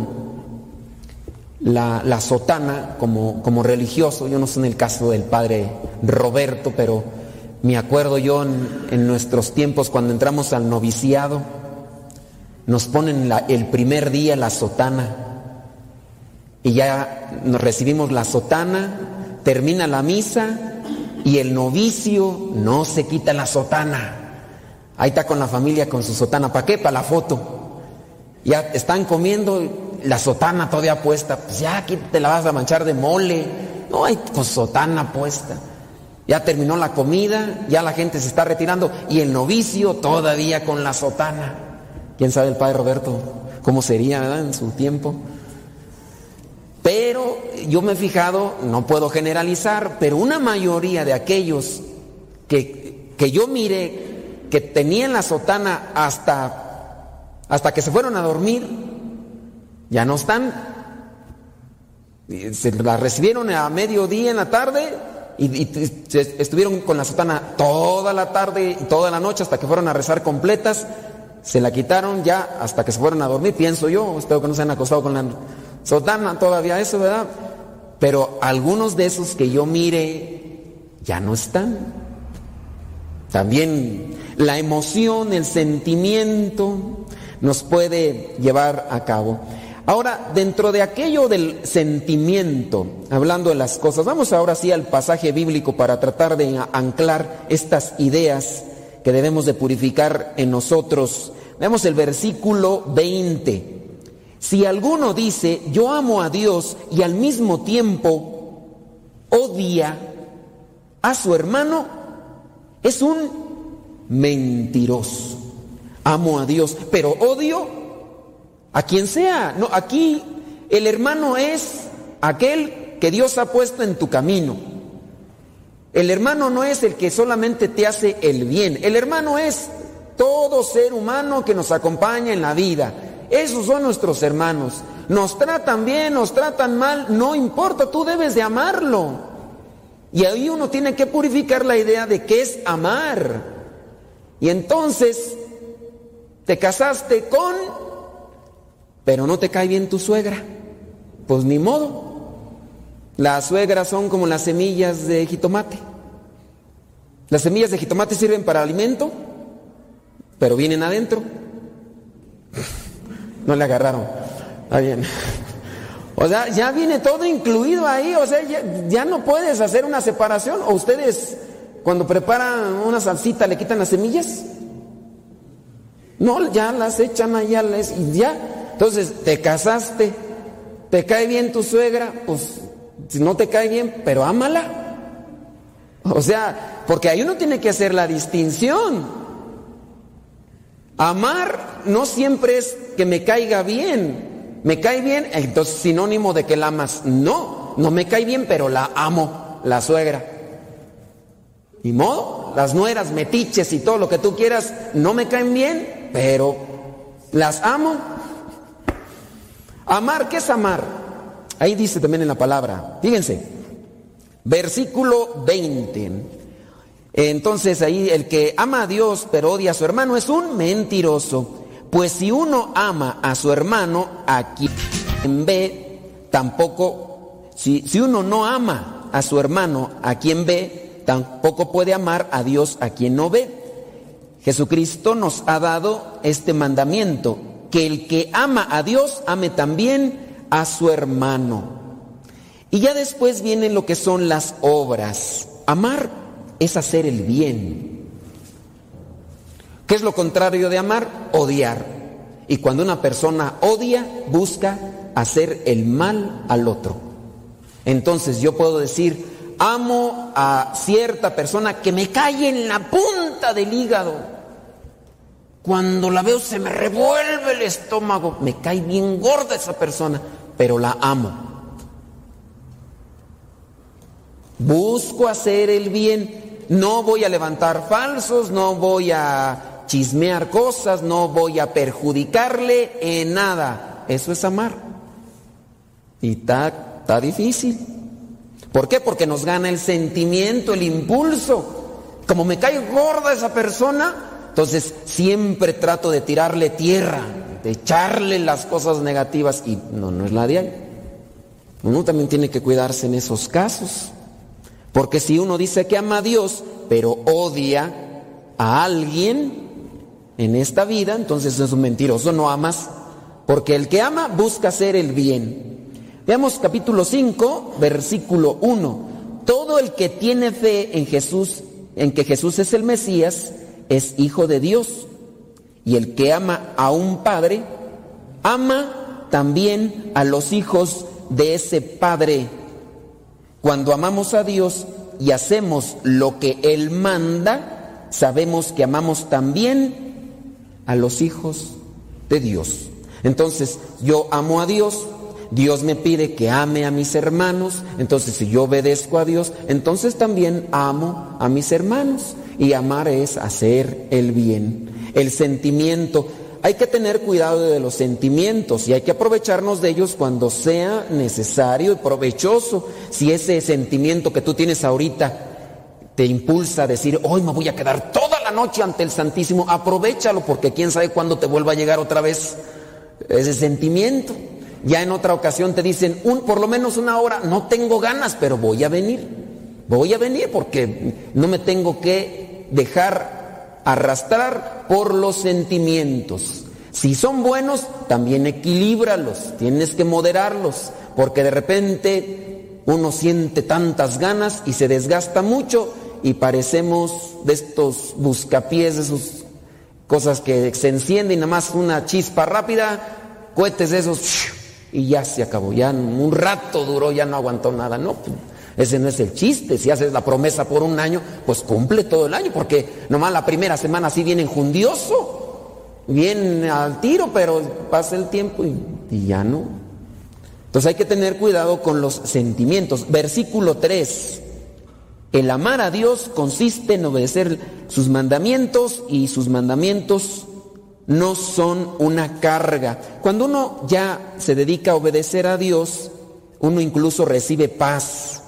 Q: la, la sotana como, como religioso, yo no sé en el caso del padre Roberto, pero me acuerdo yo en, en nuestros tiempos cuando entramos al noviciado, nos ponen la, el primer día la sotana y ya nos recibimos la sotana, termina la misa y el novicio no se quita la sotana. Ahí está con la familia con su sotana. ¿Para qué? Para la foto. Ya están comiendo la sotana todavía puesta. Pues ya aquí te la vas a manchar de mole. No, hay con sotana puesta. Ya terminó la comida, ya la gente se está retirando y el novicio todavía con la sotana. ¿Quién sabe el padre Roberto cómo sería, verdad, en su tiempo? Pero yo me he fijado, no puedo generalizar, pero una mayoría de aquellos que, que yo miré que tenían la sotana hasta, hasta que se fueron a dormir, ya no están. Se la recibieron a mediodía en la tarde y, y estuvieron con la sotana toda la tarde y toda la noche hasta que fueron a rezar completas. Se la quitaron ya hasta que se fueron a dormir, pienso yo. Espero que no se hayan acostado con la sotana todavía, eso, ¿verdad? Pero algunos de esos que yo mire ya no están. También la emoción, el sentimiento nos puede llevar a cabo. Ahora, dentro de aquello del sentimiento, hablando de las cosas, vamos ahora sí al pasaje bíblico para tratar de anclar estas ideas que debemos de purificar en nosotros. Veamos el versículo veinte. Si alguno dice, yo amo a Dios y al mismo tiempo odia a su hermano, es un mentiroso. Amo a Dios, pero odio a quien sea. No, aquí el hermano es aquel que Dios ha puesto en tu camino. El hermano no es el que solamente te hace el bien. El hermano es todo ser humano que nos acompaña en la vida. Esos son nuestros hermanos. Nos tratan bien, nos tratan mal, no importa, tú debes de amarlo. Y ahí uno tiene que purificar la idea de qué es amar. Y entonces te casaste con, pero no te cae bien tu suegra. Pues ni modo. Las suegras son como las semillas de jitomate. Las semillas de jitomate sirven para alimento, pero vienen adentro. No le agarraron. Está bien. O sea, ya viene todo incluido ahí. O sea, ya, ya no puedes hacer una separación. ¿O ustedes cuando preparan una salsita le quitan las semillas? No, ya las echan allá y ya. Entonces, te casaste, te cae bien tu suegra, pues si no te cae bien, pero ámala. O sea, porque ahí uno tiene que hacer la distinción. Amar no siempre es que me caiga bien. Me cae bien, entonces sinónimo de que la amas. No, no me cae bien, pero la amo, la suegra. Ni modo, las nueras, metiches y todo lo que tú quieras, no me caen bien, pero las amo. Amar, ¿qué es amar? Ahí dice también en la palabra, fíjense, versículo veinte. Entonces ahí el que ama a Dios pero odia a su hermano es un mentiroso. Pues si uno ama a su hermano, a quien ve, tampoco, si, si uno no ama a su hermano, a quien ve, tampoco puede amar a Dios a quien no ve. Jesucristo nos ha dado este mandamiento, que el que ama a Dios, ame también a su hermano. Y ya después vienen lo que son las obras. Amar es hacer el bien. ¿Qué es lo contrario de amar? Odiar. Y cuando una persona odia, busca hacer el mal al otro. Entonces yo puedo decir, amo a cierta persona que me cae en la punta del hígado. Cuando la veo se me revuelve el estómago. Me cae bien gorda esa persona, pero la amo. Busco hacer el bien. No voy a levantar falsos, no voy a chismear cosas, no voy a perjudicarle en nada. Eso es amar. Y está, está difícil. ¿Por qué? Porque nos gana el sentimiento, el impulso. Como me cae gorda esa persona, entonces siempre trato de tirarle tierra, de echarle las cosas negativas. Y no, no es la de ahí. Uno también tiene que cuidarse en esos casos. Porque si uno dice que ama a Dios, pero odia a alguien en esta vida, entonces es un mentiroso, no amas. Porque el que ama busca hacer el bien. Veamos capítulo cinco, versículo uno. Todo el que tiene fe en Jesús, en que Jesús es el Mesías, es hijo de Dios. Y el que ama a un padre, ama también a los hijos de ese padre. Cuando amamos a Dios y hacemos lo que Él manda, sabemos que amamos también a los hijos de Dios. Entonces, yo amo a Dios, Dios me pide que ame a mis hermanos, entonces si yo obedezco a Dios, entonces también amo a mis hermanos. Y amar es hacer el bien. El sentimiento, hay que tener cuidado de los sentimientos y hay que aprovecharnos de ellos cuando sea necesario y provechoso. Si ese sentimiento que tú tienes ahorita te impulsa a decir, hoy me voy a quedar toda la noche ante el Santísimo, aprovéchalo, porque quién sabe cuándo te vuelva a llegar otra vez ese sentimiento. Ya en otra ocasión te dicen, un, por lo menos una hora, no tengo ganas, pero voy a venir. Voy a venir porque no me tengo que dejar arrastrar por los sentimientos. Si son buenos, también equilíbralos, tienes que moderarlos, porque de repente uno siente tantas ganas y se desgasta mucho y parecemos de estos buscapiés, de esas cosas que se encienden y nada más una chispa rápida, cohetes de esos y ya se acabó, ya un rato duró, ya no aguantó nada. No, ese no es el chiste. Si haces la promesa por un año, pues cumple todo el año, porque nomás la primera semana sí viene enjundioso, bien al tiro, pero pasa el tiempo y, y ya no. Entonces hay que tener cuidado con los sentimientos. Versículo tres. El amar a Dios consiste en obedecer sus mandamientos, y sus mandamientos no son una carga. Cuando uno ya se dedica a obedecer a Dios, uno incluso recibe paz,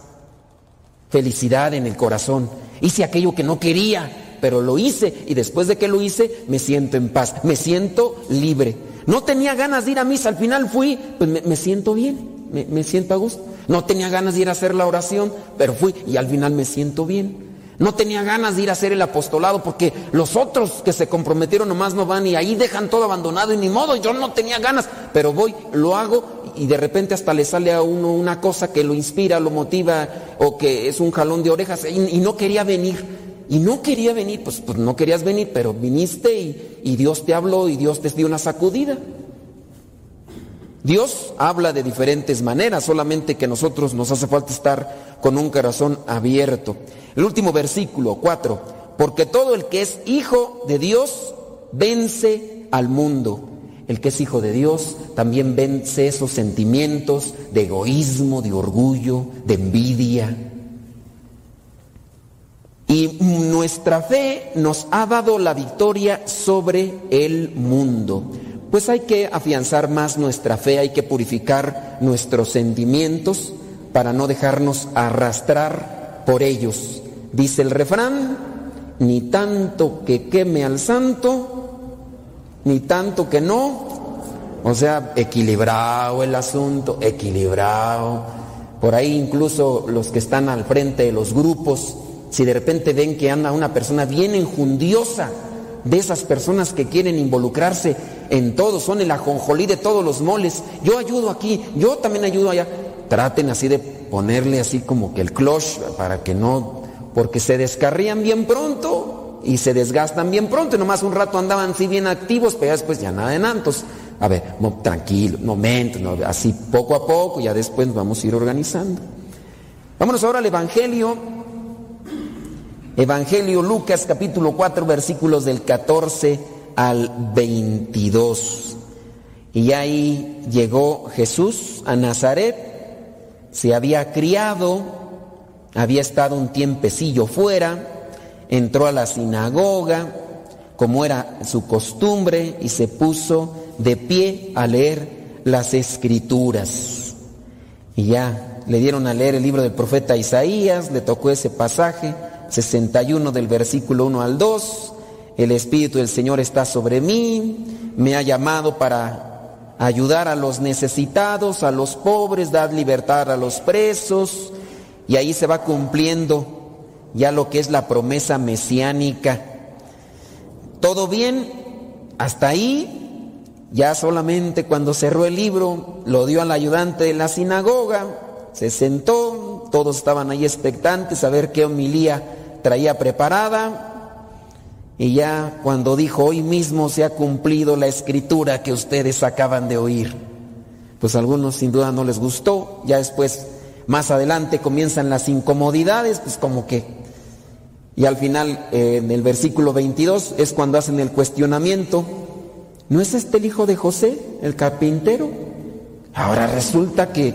Q: felicidad en el corazón. Hice aquello que no quería, pero lo hice, y después de que lo hice me siento en paz, me siento libre. No tenía ganas de ir a misa, al final fui, pues me, me siento bien, me, me siento a gusto. No tenía ganas de ir a hacer la oración, pero fui y al final me siento bien. No tenía ganas de ir a hacer el apostolado porque los otros que se comprometieron nomás no van y ahí dejan todo abandonado y ni modo, yo no tenía ganas, pero voy, lo hago y de repente hasta le sale a uno una cosa que lo inspira, lo motiva o que es un jalón de orejas y, y no quería venir. Y no quería venir, pues, pues no querías venir, pero viniste y, y Dios te habló y Dios te dio una sacudida. Dios habla de diferentes maneras, solamente que nosotros nos hace falta estar con un corazón abierto. El último versículo, cuatro. Porque todo el que es hijo de Dios vence al mundo. El que es hijo de Dios también vence esos sentimientos de egoísmo, de orgullo, de envidia. Y nuestra fe nos ha dado la victoria sobre el mundo. Pues hay que afianzar más nuestra fe, hay que purificar nuestros sentimientos para no dejarnos arrastrar por ellos. Dice el refrán, ni tanto que queme al santo, ni tanto que no. O sea, equilibrado el asunto, equilibrado. Por ahí incluso los que están al frente de los grupos, si de repente ven que anda una persona bien enjundiosa, de esas personas que quieren involucrarse en todo, son el ajonjolí de todos los moles, yo ayudo aquí, yo también ayudo allá, traten así de ponerle así como que el cloche para que no, porque se descarrían bien pronto y se desgastan bien pronto, y nomás un rato andaban así bien activos, pero ya después ya nada de nada. Entonces, a ver, no, tranquilo, momento, no, así poco a poco, ya después nos vamos a ir organizando. Vámonos ahora al Evangelio. Evangelio Lucas capítulo cuatro versículos del catorce al veintidós. Y ahí llegó Jesús a Nazaret, se había criado había estado un tiempecillo fuera, entró a la sinagoga, como era su costumbre, y se puso de pie a leer las Escrituras. Y ya le dieron a leer el libro del profeta Isaías, le tocó ese pasaje, sesenta y uno del versículo uno al dos. El Espíritu del Señor está sobre mí, me ha llamado para ayudar a los necesitados, a los pobres, dar libertad a los presos. Y ahí se va cumpliendo ya lo que es la promesa mesiánica. Todo bien, hasta ahí. Ya solamente cuando cerró el libro, lo dio al ayudante de la sinagoga, se sentó, todos estaban ahí expectantes a ver qué homilía traía preparada. Y ya cuando dijo, hoy mismo se ha cumplido la escritura que ustedes acaban de oír, pues a algunos sin duda no les gustó. Ya después, más adelante comienzan las incomodidades, pues como que, y al final eh, en el versículo veintidós es cuando hacen el cuestionamiento. ¿No es este el hijo de José, el carpintero? Ahora resulta que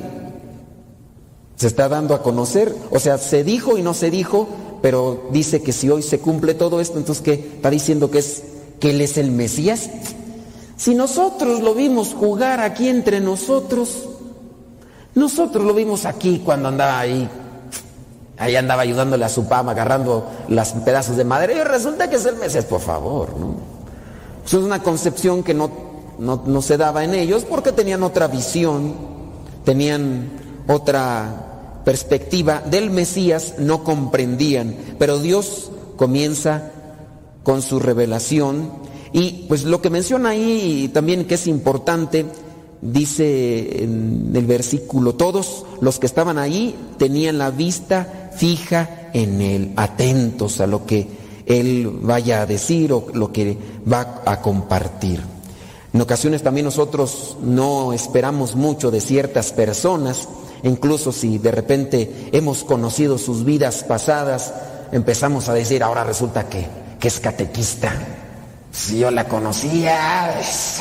Q: se está dando a conocer, o sea, se dijo y no se dijo, pero dice que si hoy se cumple todo esto, entonces ¿qué? Está diciendo que es que él es el Mesías. Si nosotros lo vimos jugar aquí entre nosotros, nosotros lo vimos aquí cuando andaba ahí, ahí andaba ayudándole a su papá, agarrando los pedazos de madera, y resulta que es el Mesías, por favor, ¿no? Eso es una concepción que no, no, no se daba en ellos porque tenían otra visión, tenían otra perspectiva del Mesías, no comprendían. Pero Dios comienza con su revelación y pues lo que menciona ahí también que es importante, dice en el versículo, todos los que estaban ahí tenían la vista fija en Él, atentos a lo que Él vaya a decir o lo que va a compartir. En ocasiones también nosotros no esperamos mucho de ciertas personas, incluso si de repente hemos conocido sus vidas pasadas, empezamos a decir, ahora resulta que, que es catequista. Si yo la conocía, pues,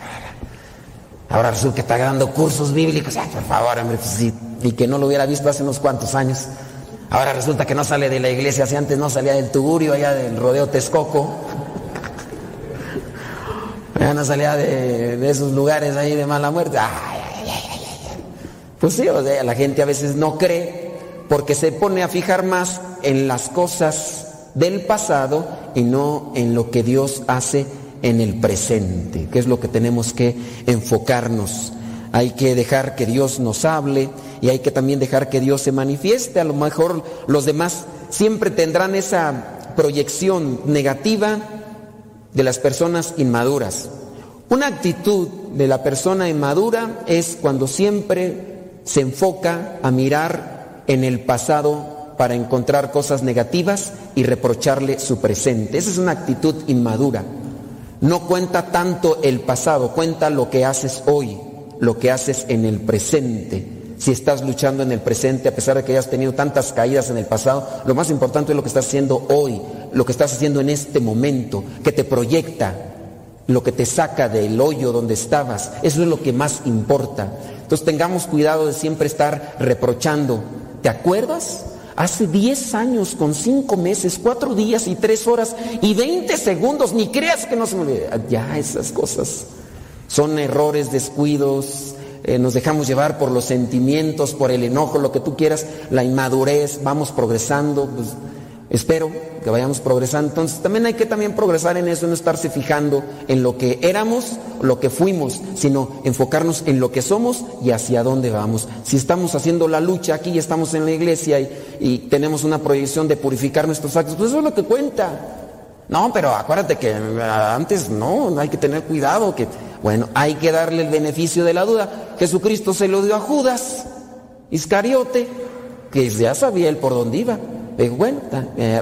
Q: ahora resulta que está dando cursos bíblicos. Ay, por favor, hombre, pues, sí, y que no lo hubiera visto hace unos cuantos años. Ahora resulta que no sale de la iglesia, si antes no salía del Tugurio, allá del Rodeo Texcoco. Ya no salía de, de esos lugares ahí de mala muerte. Ay, ay, ay, ay, ay. Pues sí, o sea, la gente a veces no cree porque se pone a fijar más en las cosas del pasado y no en lo que Dios hace en el presente, que es lo que tenemos que enfocarnos. Hay que dejar que Dios nos hable y hay que también dejar que Dios se manifieste. A lo mejor los demás siempre tendrán esa proyección negativa de las personas inmaduras. Una actitud de la persona inmadura es cuando siempre se enfoca a mirar en el pasado para encontrar cosas negativas y reprocharle su presente. Esa es una actitud inmadura. No cuenta tanto el pasado, cuenta lo que haces hoy, lo que haces en el presente. Si estás luchando en el presente, a pesar de que hayas tenido tantas caídas en el pasado, lo más importante es lo que estás haciendo hoy, lo que estás haciendo en este momento, que te proyecta, lo que te saca del hoyo donde estabas. Eso es lo que más importa. Entonces tengamos cuidado de siempre estar reprochando. ¿Te acuerdas? Hace diez años con cinco meses, cuatro días y tres horas y veinte segundos, ni creas que no se me olvide. Ya esas cosas son errores, descuidos, eh, nos dejamos llevar por los sentimientos, por el enojo, lo que tú quieras, la inmadurez, vamos progresando, pues espero que vayamos progresando. Entonces también hay que también progresar en eso, no estarse fijando en lo que éramos, lo que fuimos, sino enfocarnos en lo que somos y hacia dónde vamos. Si estamos haciendo la lucha aquí y estamos en la iglesia y, y tenemos una proyección de purificar nuestros actos, pues eso es lo que cuenta. No, pero acuérdate que antes no, hay que tener cuidado, que bueno, hay que darle el beneficio de la duda. Jesucristo se lo dio a Judas Iscariote, que ya sabía él por dónde iba. Dijo, bueno, eh,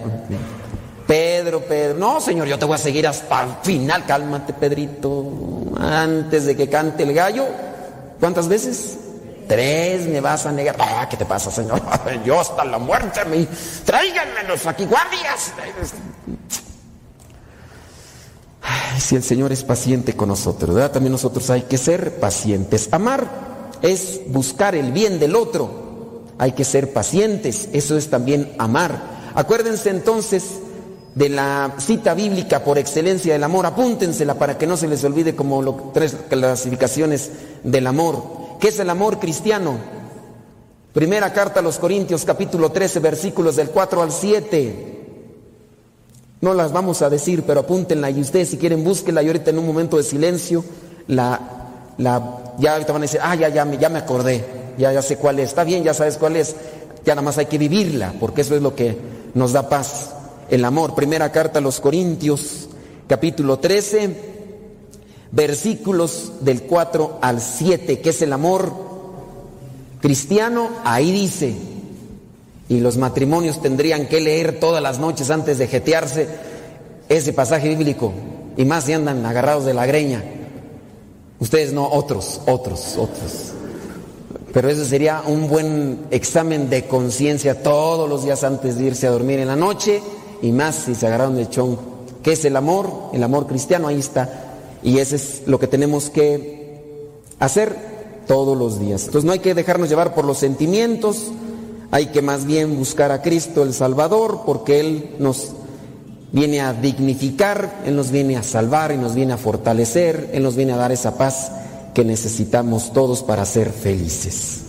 Q: Pedro, Pedro, no señor, yo te voy a seguir hasta el final. Cálmate, Pedrito, antes de que cante el gallo. ¿Cuántas veces? Tres me vas a negar. Ah, ¿qué te pasa, señor? Yo hasta la muerte, me... tráiganmelos aquí, guardias. Ay, si el Señor es paciente con nosotros, ¿verdad? También nosotros hay que ser pacientes. Amar es buscar el bien del otro hay que ser pacientes, eso es también amar. Acuérdense entonces de la cita bíblica por excelencia del amor, apúntensela para que no se les olvide como lo, tres clasificaciones del amor. ¿Qué es el amor cristiano? Primera carta a los Corintios, capítulo trece, versículos del cuatro al siete. No las vamos a decir, pero apúntenla y ustedes si quieren búsquenla y ahorita en un momento de silencio la, la, ya ahorita van a decir, ah, ya, ya, ya me acordé, ya, ya sé cuál es, está bien, ya sabes cuál es, ya nada más hay que vivirla, porque eso es lo que nos da paz, el amor. Primera carta a los Corintios, capítulo trece, versículos del cuatro al siete, que es el amor cristiano, ahí dice, y los matrimonios tendrían que leer todas las noches antes de jetearse ese pasaje bíblico, y más si andan agarrados de la greña. Ustedes no, otros, otros, otros. Pero ese sería un buen examen de conciencia todos los días antes de irse a dormir en la noche, y más si se agarraron de chongo. ¿Qué es el amor? El amor cristiano, ahí está. Y ese es lo que tenemos que hacer todos los días. Entonces no hay que dejarnos llevar por los sentimientos, hay que más bien buscar a Cristo el Salvador, porque Él nos viene a dignificar, Él nos viene a salvar y nos viene a fortalecer, Él nos viene a dar esa paz que necesitamos todos para ser felices.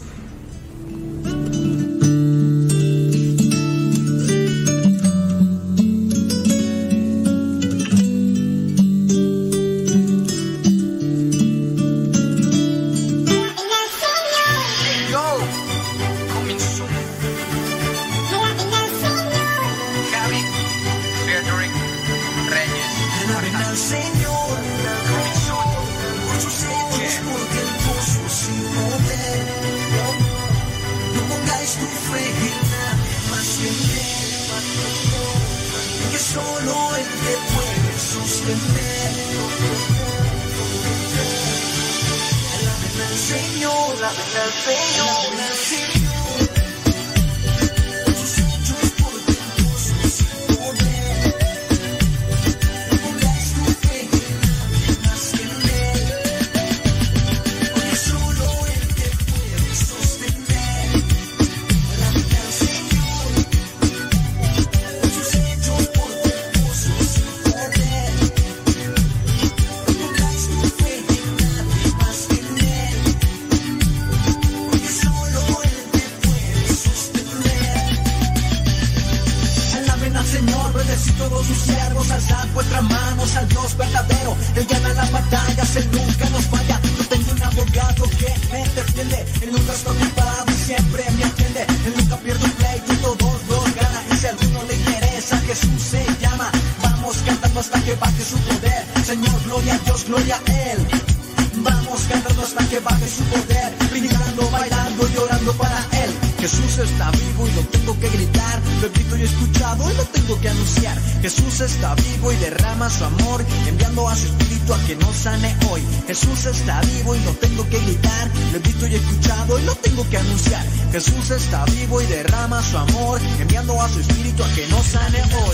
R: Jesús está vivo y lo tengo que gritar, lo he visto y escuchado y lo tengo que anunciar. Jesús está vivo y derrama su amor, enviando a su espíritu a que nos sane hoy.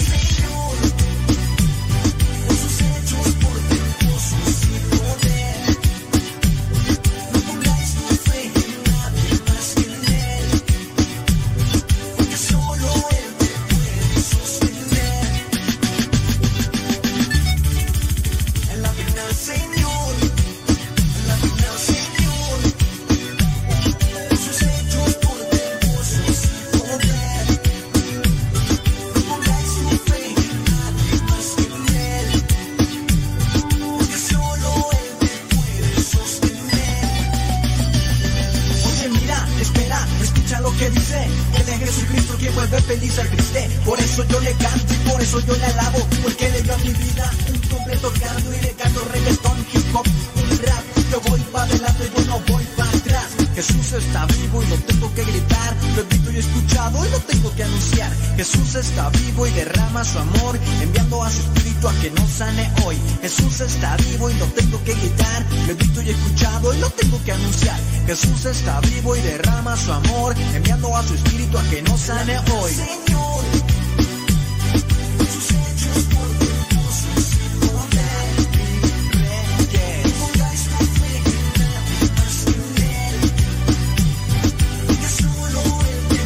R: Jesús está vivo y derrama su amor, enviando a su espíritu a que nos sane hoy. Solo Él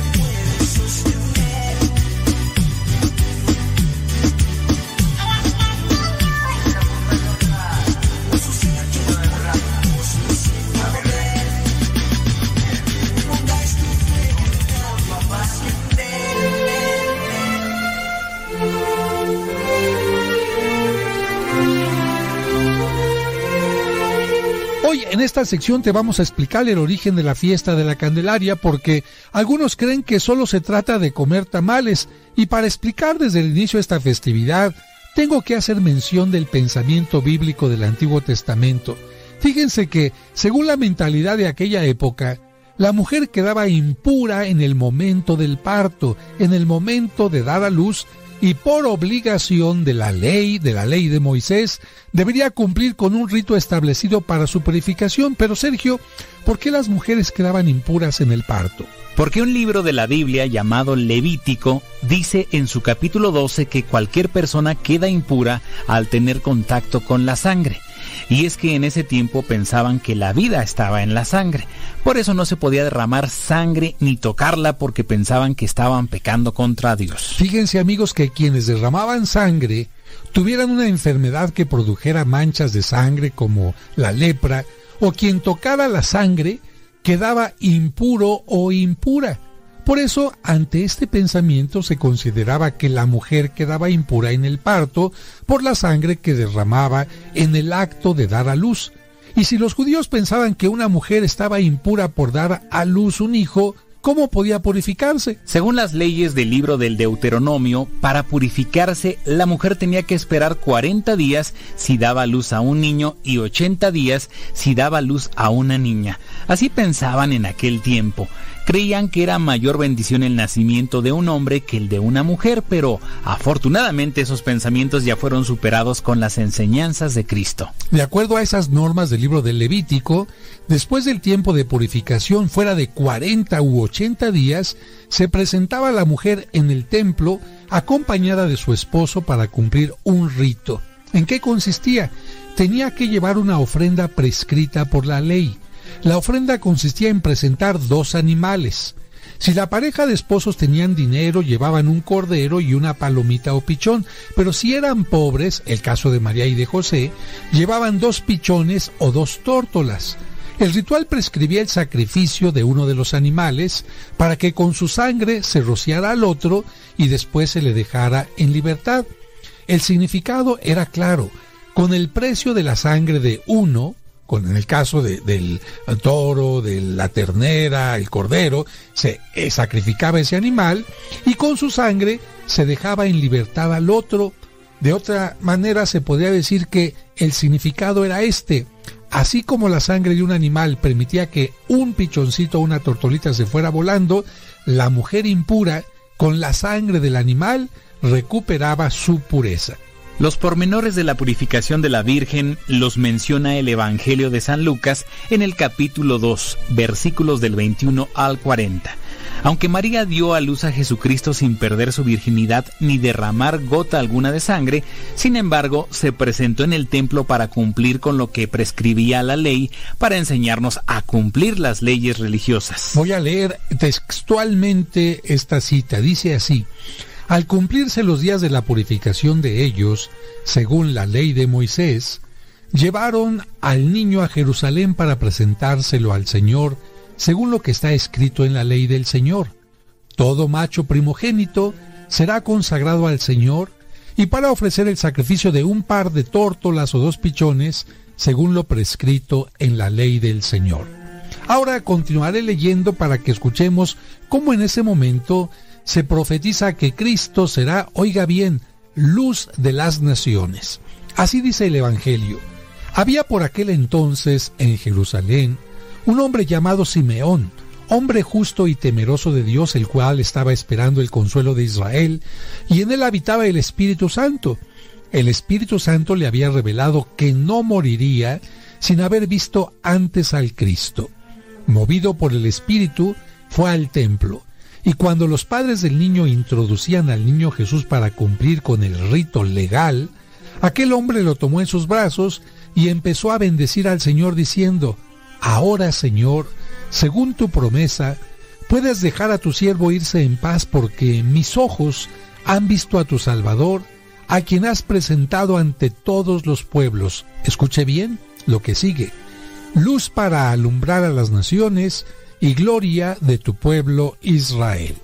S: Hoy en esta sección te vamos a explicar el origen de la fiesta de la Candelaria, porque algunos creen que solo se trata de comer tamales, y para explicar desde el inicio esta festividad tengo que hacer mención del pensamiento bíblico del Antiguo Testamento. Fíjense que, según la mentalidad de aquella época, la mujer quedaba impura en el momento del parto, en el momento de dar a luz, y por obligación de la ley, de la ley de Moisés, debería cumplir con un rito establecido para su purificación. Pero Sergio, ¿por qué las mujeres quedaban impuras en el parto?
T: Porque un libro de la Biblia llamado Levítico dice en su capítulo doce que cualquier persona queda impura al tener contacto con la sangre. Y es que en ese tiempo pensaban que la vida estaba en la sangre. Por eso no se podía derramar sangre ni tocarla, porque pensaban que estaban pecando contra Dios.
S: Fíjense, amigos, que quienes derramaban sangre tuvieran una enfermedad que produjera manchas de sangre como la lepra, o quien tocara la sangre quedaba impuro o impura. Por eso, ante este pensamiento se consideraba que la mujer quedaba impura en el parto por la sangre que derramaba en el acto de dar a luz. Y si los judíos pensaban que una mujer estaba impura por dar a luz un hijo, ¿cómo podía purificarse?
T: Según las leyes del libro del Deuteronomio, para purificarse, la mujer tenía que esperar cuarenta días si daba luz a un niño y ochenta días si daba luz a una niña. Así pensaban en aquel tiempo. Creían que era mayor bendición el nacimiento de un hombre que el de una mujer, pero afortunadamente esos pensamientos ya fueron superados con las enseñanzas de Cristo.
S: De acuerdo a esas normas del libro del Levítico, después del tiempo de purificación fuera de cuarenta u ochenta días, se presentaba la mujer en el templo acompañada de su esposo para cumplir un rito. ¿En qué consistía? Tenía que llevar una ofrenda prescrita por la ley. La ofrenda consistía en presentar dos animales. Si la pareja de esposos tenían dinero, llevaban un cordero y una palomita o pichón, pero si eran pobres, el caso de María y de José, llevaban dos pichones o dos tórtolas. El ritual prescribía el sacrificio de uno de los animales para que con su sangre se rociara al otro y después se le dejara en libertad. El significado era claro: con el precio de la sangre de uno, con en el caso de, del toro, de la ternera, el cordero, se eh, sacrificaba ese animal y con su sangre se dejaba en libertad al otro. De otra manera se podría decir que el significado era este: así como la sangre de un animal permitía que un pichoncito o una tortolita se fuera volando, la mujer impura, con la sangre del animal, recuperaba su pureza.
T: Los pormenores de la purificación de la Virgen los menciona el Evangelio de San Lucas en el capítulo dos, versículos del veintiuno al cuarenta. Aunque María dio a luz a Jesucristo sin perder su virginidad ni derramar gota alguna de sangre, sin embargo, se presentó en el templo para cumplir con lo que prescribía la ley, para enseñarnos a cumplir las leyes religiosas.
S: Voy a leer textualmente esta cita. Dice así: al cumplirse los días de la purificación de ellos, según la ley de Moisés, llevaron al niño a Jerusalén para presentárselo al Señor, según lo que está escrito en la ley del Señor. Todo macho primogénito será consagrado al Señor, y para ofrecer el sacrificio de un par de tórtolas o dos pichones, según lo prescrito en la ley del Señor. Ahora continuaré leyendo para que escuchemos cómo en ese momento se profetiza que Cristo será, oiga bien, luz de las naciones. Así dice el Evangelio: había por aquel entonces en Jerusalén un hombre llamado Simeón, hombre justo y temeroso de Dios, el cual estaba esperando el consuelo de Israel, y en él habitaba el Espíritu Santo. El Espíritu Santo le había revelado que no moriría sin haber visto antes al Cristo. Movido por el Espíritu, fue al templo. Y cuando los padres del niño introducían al niño Jesús para cumplir con el rito legal, aquel hombre lo tomó en sus brazos y empezó a bendecir al Señor diciendo: ahora, Señor, según tu promesa, puedes dejar a tu siervo irse en paz, porque mis ojos han visto a tu Salvador, a quien has presentado ante todos los pueblos. Escuche bien lo que sigue: luz para alumbrar a las naciones y gloria de tu pueblo Israel.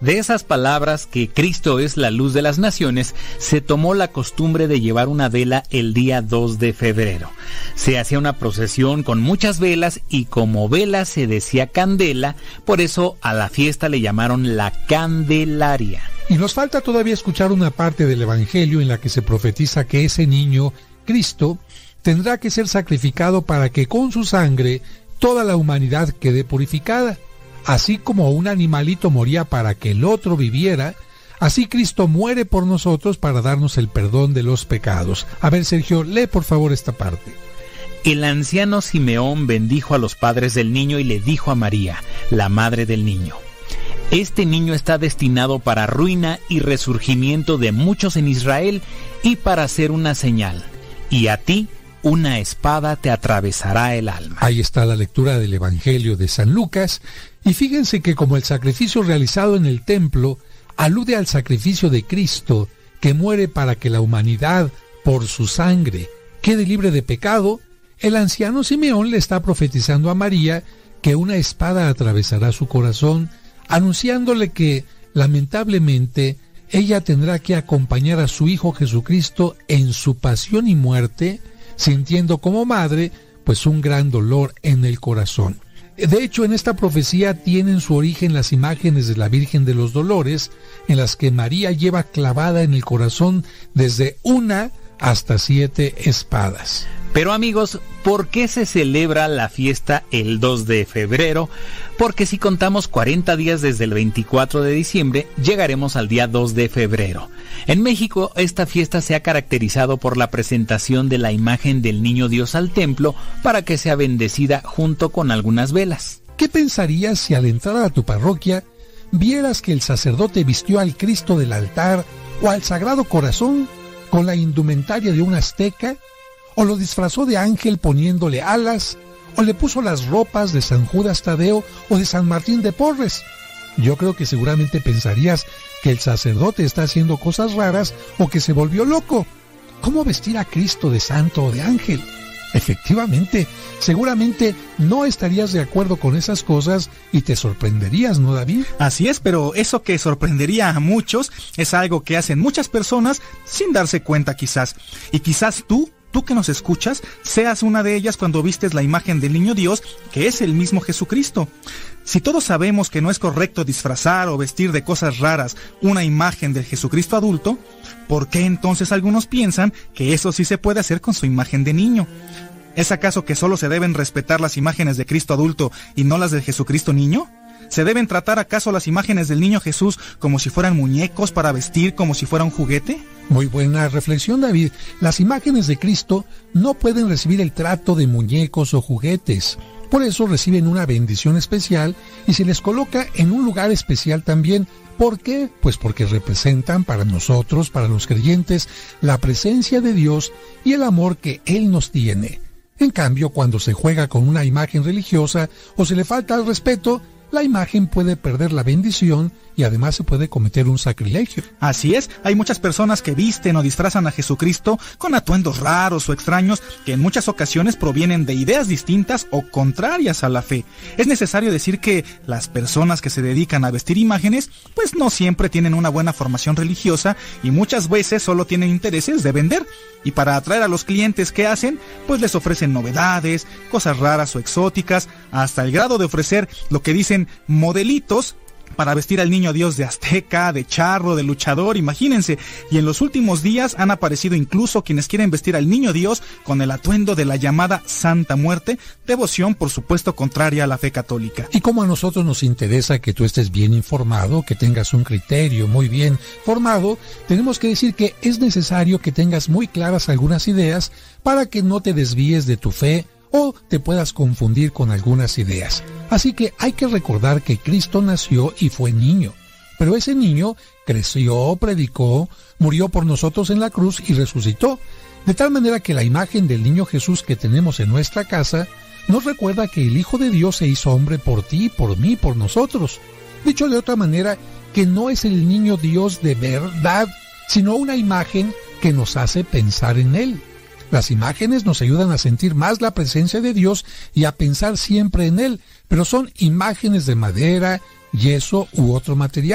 T: De esas palabras, que Cristo es la luz de las naciones, se tomó la costumbre de llevar una vela el día dos de febrero. Se hacía una procesión con muchas velas y como vela se decía candela, por eso a la fiesta le llamaron la Candelaria.
S: Y nos falta todavía escuchar una parte del Evangelio en la que se profetiza que ese niño, Cristo, tendrá que ser sacrificado para que con su sangre toda la humanidad quede purificada. Así como un animalito moría para que el otro viviera, así Cristo muere por nosotros para darnos el perdón de los pecados. A ver, Sergio, lee por favor esta parte.
T: El anciano Simeón bendijo a los padres del niño y le dijo a María, la madre del niño: este niño está destinado para ruina y resurgimiento de muchos en Israel y para ser una señal, y a ti una espada te atravesará el alma.
S: Ahí está la lectura del Evangelio de San Lucas, y fíjense que como el sacrificio realizado en el templo alude al sacrificio de Cristo, que muere para que la humanidad, por su sangre, quede libre de pecado, el anciano Simeón le está profetizando a María que una espada atravesará su corazón, anunciándole que, lamentablemente, ella tendrá que acompañar a su Hijo Jesucristo en su pasión y muerte, sintiendo como madre, pues un gran dolor en el corazón. De hecho, en esta profecía tienen su origen las imágenes de la Virgen de los Dolores, en las que María lleva clavada en el corazón desde una hasta siete espadas.
T: Pero amigos, ¿por qué se celebra la fiesta el dos de febrero? Porque si contamos cuarenta días desde el veinticuatro de diciembre, llegaremos al día dos de febrero. En México, esta fiesta se ha caracterizado por la presentación de la imagen del Niño Dios al templo para que sea bendecida junto con algunas velas.
S: ¿Qué pensarías si al entrar a tu parroquia vieras que el sacerdote vistió al Cristo del altar o al Sagrado Corazón con la indumentaria de un azteca? ¿O lo disfrazó de ángel poniéndole alas? ¿O le puso las ropas de San Judas Tadeo o de San Martín de Porres? Yo creo que seguramente pensarías que el sacerdote está haciendo cosas raras o que se volvió loco. ¿Cómo vestir a Cristo de santo o de ángel? Efectivamente, seguramente no estarías de acuerdo con esas cosas y te sorprenderías, ¿no, David?
U: Así es, pero eso que sorprendería a muchos es algo que hacen muchas personas sin darse cuenta quizás. Y quizás tú, tú que nos escuchas, seas una de ellas cuando vistes la imagen del Niño Dios, que es el mismo Jesucristo. Si todos sabemos que no es correcto disfrazar o vestir de cosas raras una imagen del Jesucristo adulto, ¿por qué entonces algunos piensan que eso sí se puede hacer con su imagen de niño? ¿Es acaso que solo se deben respetar las imágenes de Cristo adulto y no las del Jesucristo niño? ¿Se deben tratar acaso las imágenes del niño Jesús como si fueran muñecos para vestir como si fuera un juguete?
S: Muy buena reflexión, David. Las imágenes de Cristo no pueden recibir el trato de muñecos o juguetes. Por eso reciben una bendición especial y se les coloca en un lugar especial también. ¿Por qué? Pues porque representan para nosotros, para los creyentes, la presencia de Dios y el amor que Él nos tiene. En cambio, cuando se juega con una imagen religiosa o se le falta el respeto, la imagen puede perder la bendición y además se puede cometer un sacrilegio.
U: Así es, hay muchas personas que visten o disfrazan a Jesucristo con atuendos raros o extraños que en muchas ocasiones provienen de ideas distintas o contrarias a la fe. Es necesario decir que las personas que se dedican a vestir imágenes pues no siempre tienen una buena formación religiosa y muchas veces solo tienen intereses de vender. Y para atraer a los clientes, ¿qué hacen? Pues les ofrecen novedades, cosas raras o exóticas, hasta el grado de ofrecer lo que dicen modelitos para vestir al niño Dios de azteca, de charro, de luchador, imagínense. Y en los últimos días han aparecido incluso quienes quieren vestir al niño Dios con el atuendo de la llamada Santa Muerte, devoción por supuesto contraria a la fe católica.
S: Y como a nosotros nos interesa que tú estés bien informado, que tengas un criterio muy bien formado, tenemos que decir que es necesario que tengas muy claras algunas ideas para que no te desvíes de tu fe o te puedas confundir con algunas ideas. Así que hay que recordar que Cristo nació y fue niño, pero ese niño creció, predicó, murió por nosotros en la cruz y resucitó, de tal manera que la imagen del niño Jesús que tenemos en nuestra casa nos recuerda que el Hijo de Dios se hizo hombre por ti, por mí, por nosotros. Dicho de otra manera, que no es el niño Dios de verdad, sino una imagen que nos hace pensar en Él. Las imágenes nos ayudan a sentir más la presencia de Dios y a pensar siempre en Él, pero son imágenes de madera, yeso u otro material.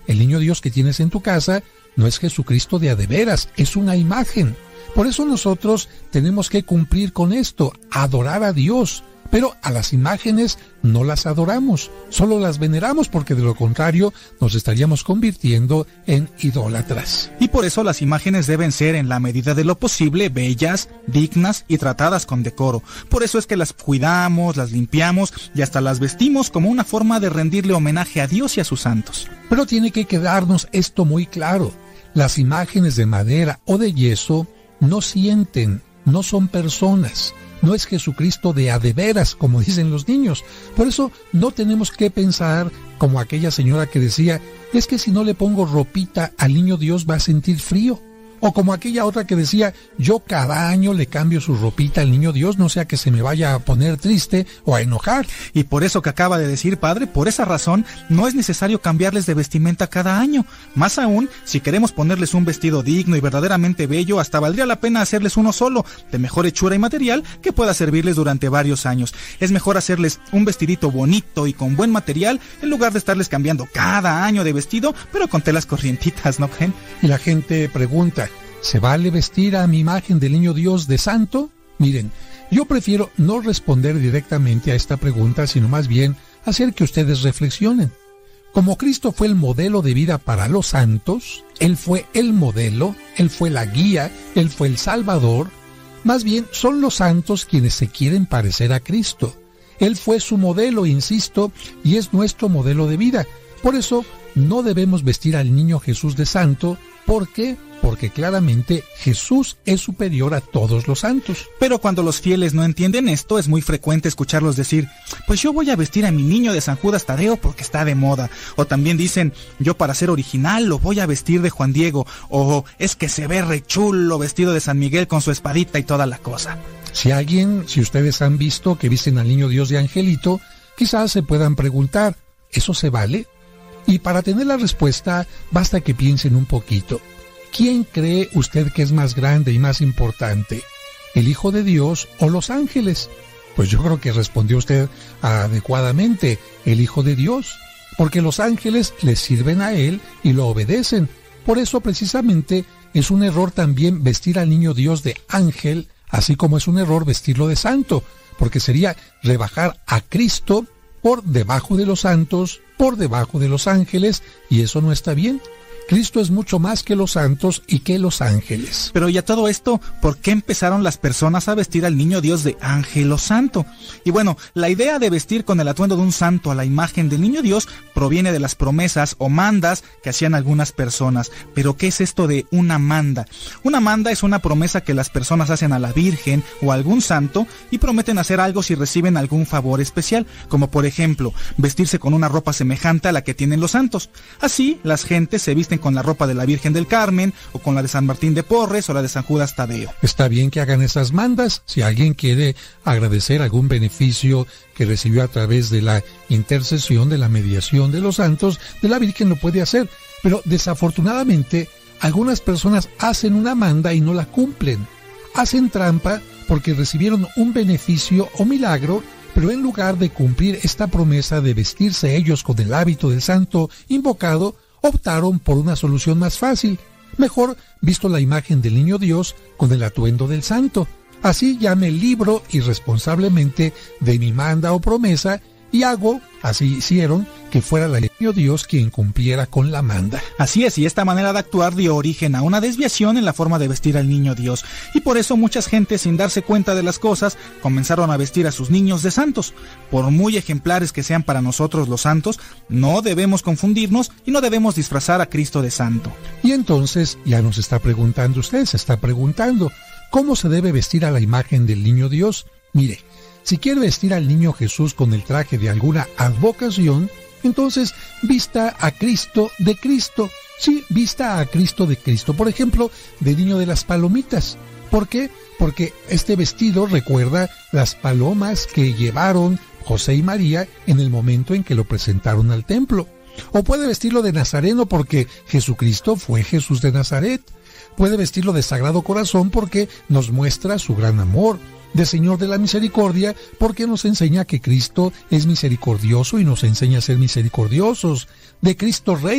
S: el niño Dios que tienes en tu casa no es Jesucristo de a de veras, es una imagen. Por eso nosotros tenemos que cumplir con esto, adorar a Dios. Pero a las imágenes no las adoramos, solo las veneramos porque de lo contrario nos estaríamos convirtiendo en idólatras.
U: Y por eso las imágenes deben ser en la medida de lo posible bellas, dignas y tratadas con decoro. Por eso es que las cuidamos, las limpiamos y hasta las vestimos como una forma de rendirle homenaje a Dios y a sus santos.
S: Pero tiene que quedarnos esto muy claro, las imágenes de madera o de yeso no sienten, no son personas. No es Jesucristo de a de veras, como dicen los niños. Por eso no tenemos que pensar como aquella señora que decía, es que si no le pongo ropita al niño Dios va a sentir frío. O como aquella otra que decía, yo cada año le cambio su ropita al niño Dios, no sea que se me vaya a poner triste o a enojar.
U: Y por eso que acaba de decir, padre, por esa razón, no es necesario cambiarles de vestimenta cada año. Más aún, si queremos ponerles un vestido digno y verdaderamente bello, hasta valdría la pena hacerles uno solo, de mejor hechura y material, que pueda servirles durante varios años. Es mejor hacerles un vestidito bonito y con buen material, en lugar de estarles cambiando cada año de vestido, pero con telas corrientitas, ¿no creen?
S: Y la gente pregunta, ¿se vale vestir a mi imagen del niño Dios de santo? Miren, yo prefiero no responder directamente a esta pregunta, sino más bien hacer que ustedes reflexionen. Como Cristo fue el modelo de vida para los santos, Él fue el modelo, Él fue la guía, Él fue el Salvador, más bien son los santos quienes se quieren parecer a Cristo. Él fue su modelo, insisto, y es nuestro modelo de vida. Por eso no debemos vestir al niño Jesús de santo. ¿Por qué? Porque claramente Jesús es superior a todos los santos.
U: Pero cuando los fieles no entienden esto, es muy frecuente escucharlos decir, pues yo voy a vestir a mi niño de San Judas Tadeo porque está de moda. O también dicen, yo para ser original lo voy a vestir de Juan Diego. O es que se ve re chulo vestido de San Miguel con su espadita y toda la cosa.
S: Si alguien, si ustedes han visto que visten al niño Dios de Angelito, quizás se puedan preguntar, ¿eso se vale? Y para tener la respuesta, basta que piensen un poquito. ¿Quién cree usted que es más grande y más importante? ¿El Hijo de Dios o los ángeles? Pues yo creo que respondió usted adecuadamente, el Hijo de Dios, porque los ángeles le sirven a Él y lo obedecen. Por eso precisamente es un error también vestir al niño Dios de ángel, así como es un error vestirlo de santo, porque sería rebajar a Cristo por debajo de los santos, por debajo de los ángeles, y eso no está bien. Cristo es mucho más que los santos y que los ángeles.
U: Pero y a todo esto, ¿por qué empezaron las personas a vestir al niño Dios de ángel o santo? Y bueno, la idea de vestir con el atuendo de un santo a la imagen del niño Dios proviene de las promesas o mandas que hacían algunas personas. Pero ¿qué es esto de una manda? Una manda es una promesa que las personas hacen a la Virgen o a algún santo y prometen hacer algo si reciben algún favor especial, como por ejemplo, vestirse con una ropa semejante a la que tienen los santos. Así, las gentes se visten con la ropa de la Virgen del Carmen, o con la de San Martín de Porres, o la de San Judas Tadeo.
S: Está bien que hagan esas mandas, si alguien quiere agradecer algún beneficio que recibió a través de la intercesión, de la mediación de los santos, de la Virgen lo puede hacer, pero desafortunadamente, algunas personas hacen una manda y no la cumplen. Hacen trampa porque recibieron un beneficio o milagro, pero en lugar de cumplir esta promesa de vestirse ellos con el hábito del santo invocado, optaron por una solución más fácil. Mejor visto la imagen del niño Dios con el atuendo del santo. Así ya me libro irresponsablemente de mi manda o promesa y hago, así hicieron, que fuera el niño Dios quien cumpliera con la manda.
U: Así es, y esta manera de actuar dio origen a una desviación en la forma de vestir al niño Dios. Y por eso muchas gentes, sin darse cuenta de las cosas, comenzaron a vestir a sus niños de santos. Por muy ejemplares que sean para nosotros los santos, no debemos confundirnos y no debemos disfrazar a Cristo de santo.
S: Y entonces, ya nos está preguntando usted, se está preguntando, ¿cómo se debe vestir a la imagen del niño Dios? Mire, si quiere vestir al niño Jesús con el traje de alguna advocación, entonces vista a Cristo de Cristo. Sí, vista a Cristo de Cristo. Por ejemplo, de niño de las palomitas. ¿Por qué? Porque este vestido recuerda las palomas que llevaron José y María en el momento en que lo presentaron al templo. O puede vestirlo de nazareno porque Jesucristo fue Jesús de Nazaret. Puede vestirlo de Sagrado Corazón porque nos muestra su gran amor. De Señor de la Misericordia, porque nos enseña que Cristo es misericordioso y nos enseña a ser misericordiosos. De Cristo Rey,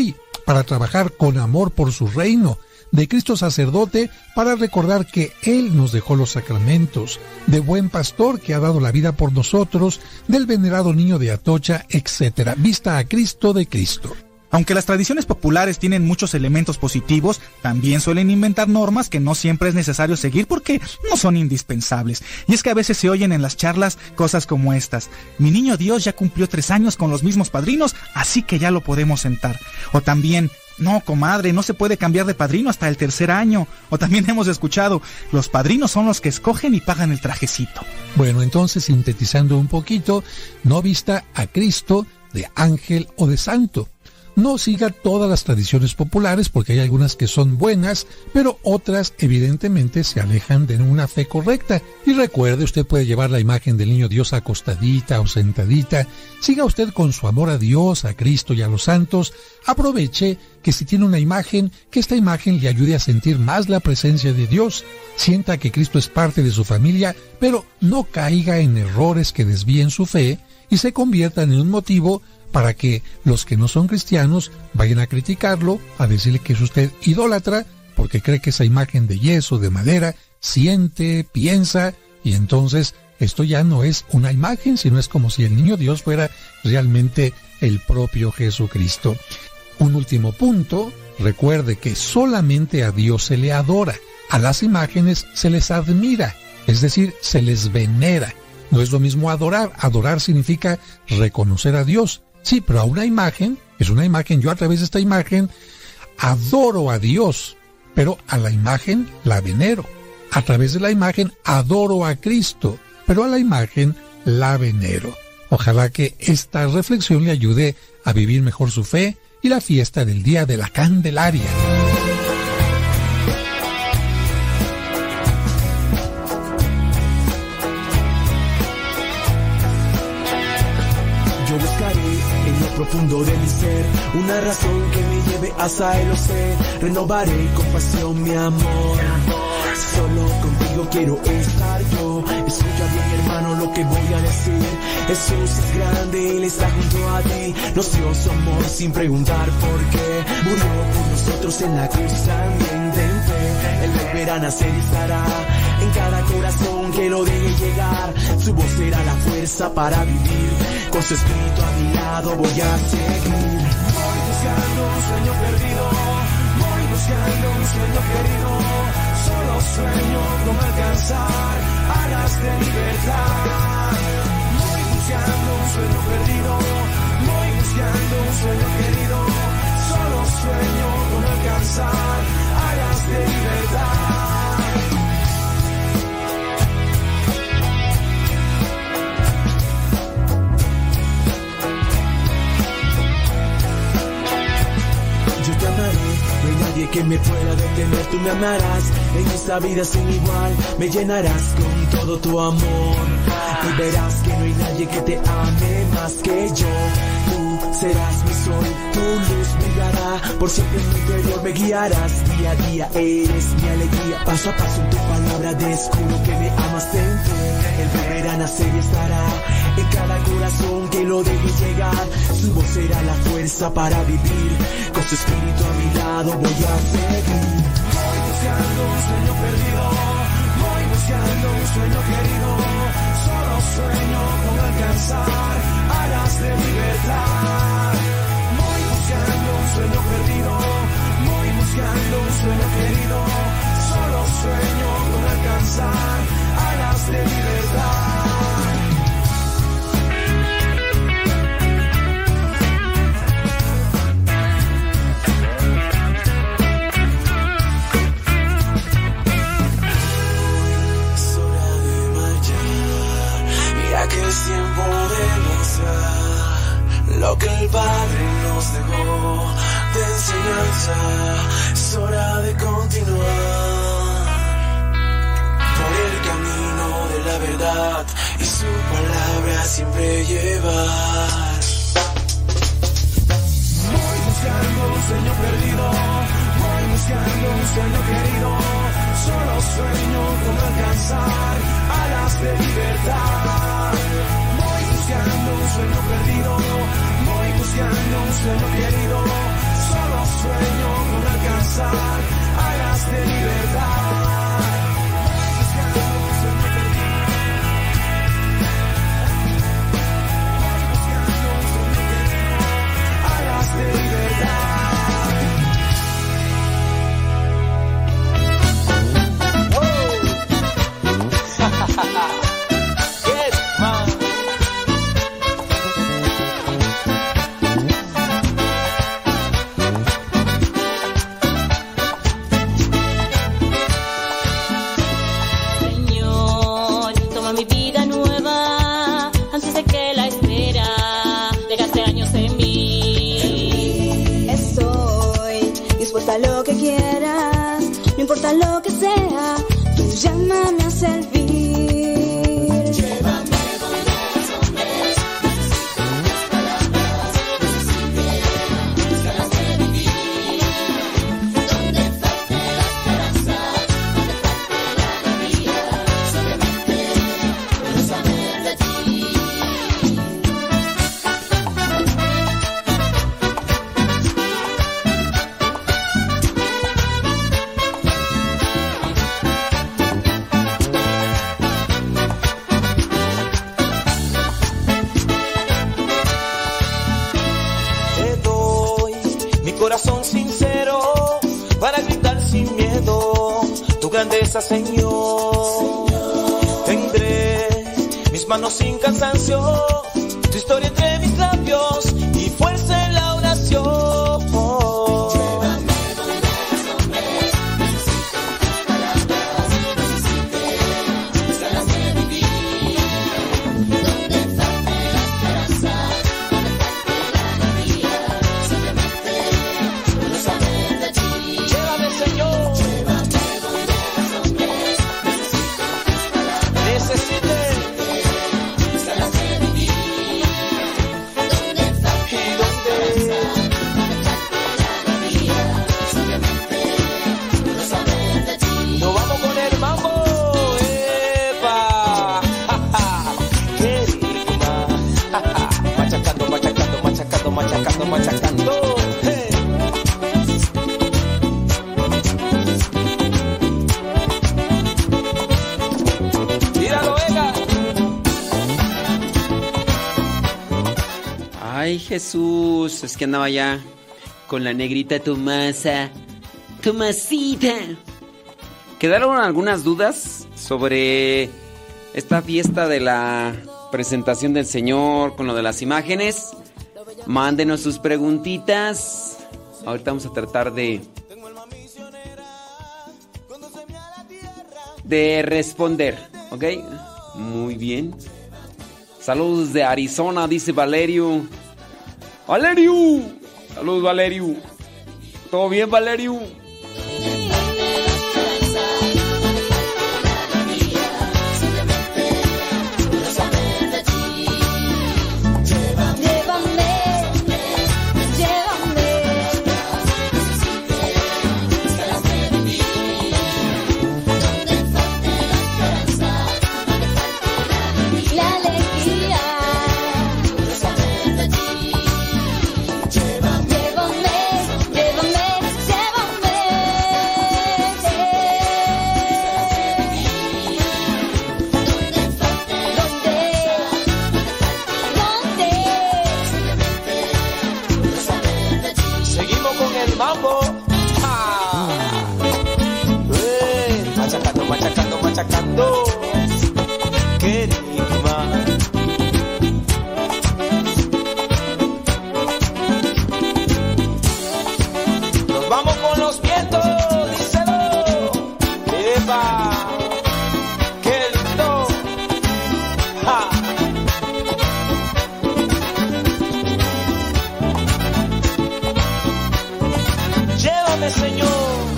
S: para trabajar con amor por su reino, de Cristo sacerdote para recordar que Él nos dejó los sacramentos, de buen pastor que ha dado la vida por nosotros, del venerado niño de Atocha, etcétera. Vista a Cristo de Cristo.
U: Aunque las tradiciones populares tienen muchos elementos positivos, también suelen inventar normas que no siempre es necesario seguir porque no son indispensables. Y es que a veces se oyen en las charlas cosas como estas: mi niño Dios ya cumplió tres años con los mismos padrinos, así que ya lo podemos sentar. O también: no, comadre, no se puede cambiar de padrino hasta el tercer año. O también hemos escuchado: los padrinos son los que escogen y pagan el trajecito.
S: Bueno, entonces, sintetizando un poquito, no vista a Cristo de ángel o de santo. No siga todas las tradiciones populares porque hay algunas que son buenas, pero otras evidentemente se alejan de una fe correcta. Y recuerde, usted puede llevar la imagen del niño Dios acostadita o sentadita. Siga usted con su amor a Dios, a Cristo y a los santos. Aproveche que si tiene una imagen, que esta imagen le ayude a sentir más la presencia de Dios. Sienta que Cristo es parte de su familia, pero no caiga en errores que desvíen su fe y se conviertan en un motivo para que los que no son cristianos vayan a criticarlo, a decirle que es usted idólatra, porque cree que esa imagen de yeso, de madera, siente, piensa, y entonces esto ya no es una imagen, sino es como si el niño Dios fuera realmente el propio Jesucristo. Un último punto: recuerde que solamente a Dios se le adora, a las imágenes se les admira, es decir, se les venera. No es lo mismo adorar. Adorar significa reconocer a Dios. Sí, pero a una imagen, es una imagen, yo a través de esta imagen adoro a Dios, pero a la imagen la venero. A través de la imagen adoro a Cristo, pero a la imagen la venero. Ojalá que esta reflexión le ayude a vivir mejor su fe y la fiesta del Día de la Candelaria.
B: Profundo de mi ser, una razón que me lleve hasta el océano. Renovaré con pasión mi amor. Solo contigo quiero estar yo. Escucha bien, hermano, lo que voy a decir. Jesús es grande, Él está junto a ti. Nos dio su amor sin preguntar por qué. Murió por nosotros en la cruz también. Ten fe, Él volverá a nacer y estará en cada corazón que lo deje llegar. Su voz será la fuerza para vivir. Con su espíritu a mi lado voy a seguir. Voy buscando un sueño perdido. Voy buscando un sueño querido. Solo sueño con alcanzar alas de libertad. Voy buscando un sueño perdido. Voy buscando un sueño querido. Solo sueño con alcanzar alas de libertad. Que me pueda detener, tú me amarás en esta vida sin igual, me llenarás con todo tu amor y verás que no hay nadie que te ame más que yo. Tú serás mi sol, tu luz brillará por siempre en mi interior, me guiarás día a día, eres mi alegría. Paso a paso en tu palabra descubro que me amas dentro. Él volverá a nacer y estará en cada corazón que lo deje llegar. Su voz será la fuerza para vivir. Con su espíritu a mi lado voy a seguir. Voy buscando un sueño perdido. Voy buscando un sueño querido. Solo sueño con alcanzar alas de libertad. Voy buscando un sueño perdido. Voy buscando un sueño querido. Solo sueño con alcanzar alas de libertad. Que es tiempo de mostrar lo que el Padre nos dejó de enseñanza. Es hora de continuar por el camino de la verdad y su palabra siempre llevar. Voy buscando un sueño perdido, voy buscando un sueño querido. Solo sueño con alcanzar alas de libertad. Voy buscando un sueño perdido, voy buscando un sueño querido. Solo sueño con alcanzar alas de libertad. Alas de libertad.
D: Lo que quieras, no importa lo que sea, tú llámame a servir. Llévame donde los hombres necesiten las palabras, necesiten las ganas de vivir. Donde falte la esperanza, donde falte la alegría, solamente quiero saber de ti.
B: Corazón sincero para gritar sin miedo tu grandeza, Señor. Tendré mis manos sin cansancio, tu historia entre mis labios y fuerza en la oración. Machacando, machacando, hey. Tíralo, venga.
F: Ay, Jesús, es que andaba ya con la negrita Tomasa. Tomasita. ¿Quedaron algunas dudas sobre esta fiesta de la presentación del Señor con lo de las imágenes? Mándenos sus preguntitas. Ahorita vamos a tratar de de responder, ¿ok? Muy bien. Saludos de Arizona, dice Valerio. Valerio. Saludos, Valerio. ¿Todo bien, Valerio?
B: Machacando, machacando, qué enigma. Nos vamos con los vientos, díselo. ¡Epa! ¡Qué lindo! ¡Ja! Llévame, Señor.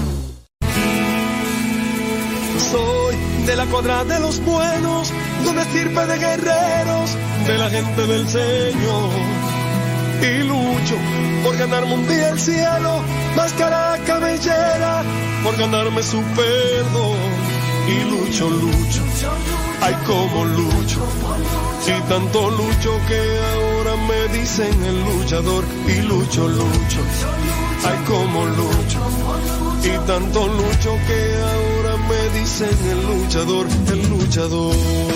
B: De la cuadra de los buenos, de una estirpe de guerreros, de la gente del Señor. Y lucho por ganarme un día el cielo, máscara cabellera, por ganarme su perdón. Y lucho, lucho, ay como lucho, y tanto lucho que ahora me dicen el luchador. Y lucho, lucho,
C: Ay, cómo lucho, y tanto lucho que ahora me dicen el luchador, el luchador.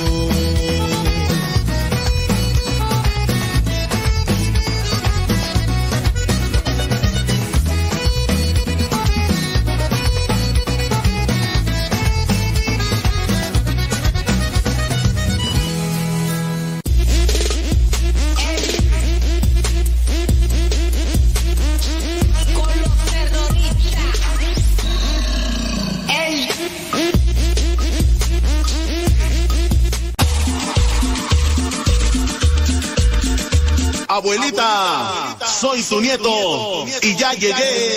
V: Abuelita, soy tu nieto y ya llegué.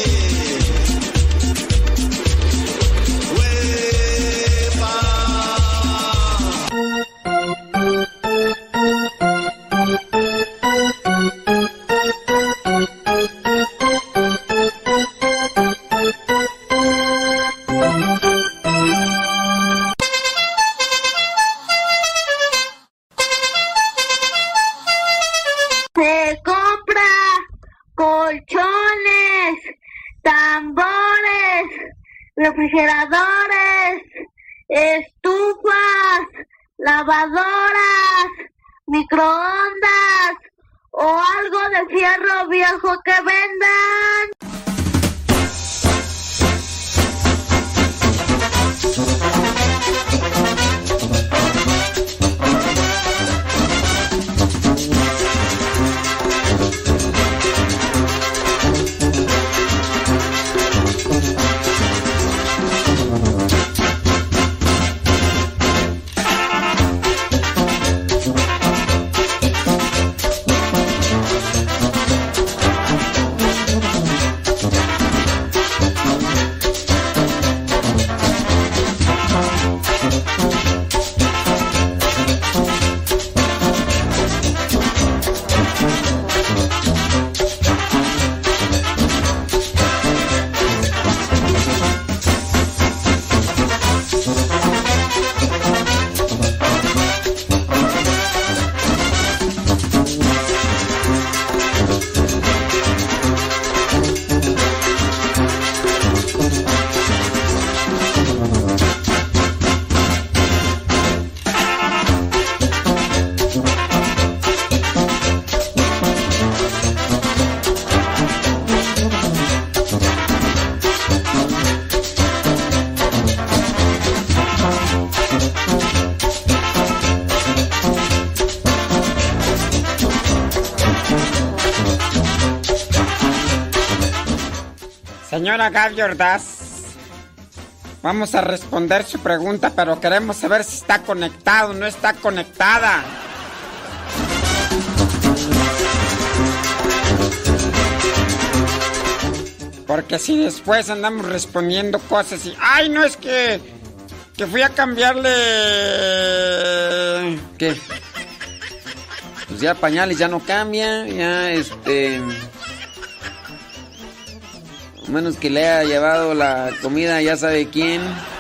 W: Se compra colchones, tambores, refrigeradores, estufas, lavadoras, microondas o algo de fierro viejo que vendan.
F: Señora Gaby Ordaz, vamos a responder su pregunta, pero queremos saber si está conectado o no está conectada. Porque si después andamos respondiendo cosas y... ¡Ay, no, es que... que fui a cambiarle... ¿Qué? Pues ya pañales ya no cambia, ya este... a menos que le haya llevado la comida ya sabe quién.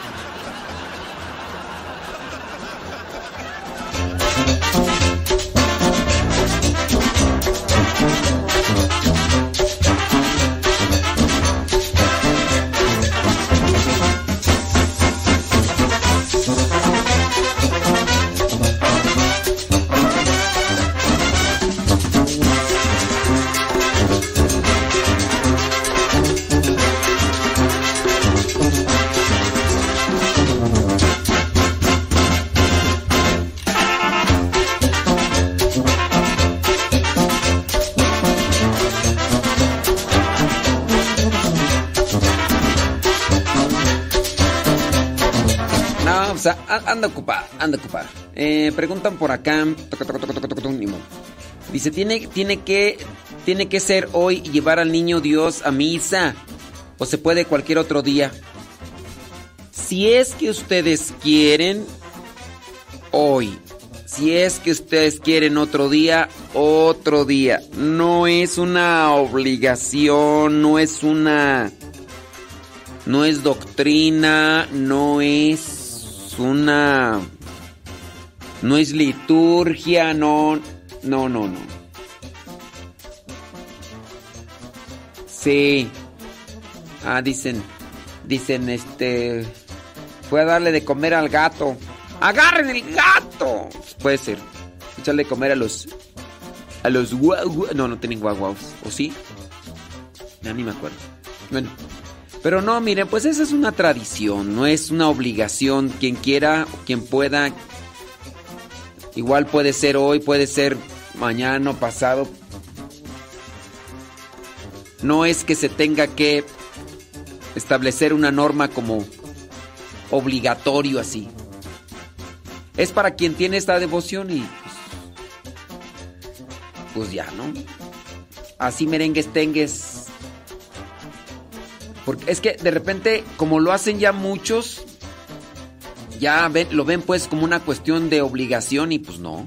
F: Anda ocupada, anda ocupada. Eh, preguntan por acá. Dice, ¿tiene, tiene, que, ¿tiene que ser hoy y llevar al niño Dios a misa? ¿O se puede cualquier otro día? Si es que ustedes quieren, hoy. Si es que ustedes quieren otro día, otro día. No es una obligación, no es una... no es doctrina, no es... una... no es liturgia, no, no, no, no. Sí, Ah, dicen, dicen, este, fue a darle de comer al gato. ¡Agarren el gato! Puede ser. Echarle de comer a los, a los guau, guau. No, no tienen guau guau. ¿O sí? Ya ni me acuerdo. Bueno, pero no, miren, pues esa es una tradición, no es una obligación. Quien quiera o quien pueda, igual puede ser hoy, puede ser mañana o pasado. No es que se tenga que establecer una norma como obligatorio así. Es para quien tiene esta devoción y pues, pues ya, ¿no? Así merengues tengues. Porque es que de repente, como lo hacen ya muchos, ya ven, lo ven pues como una cuestión de obligación y pues no.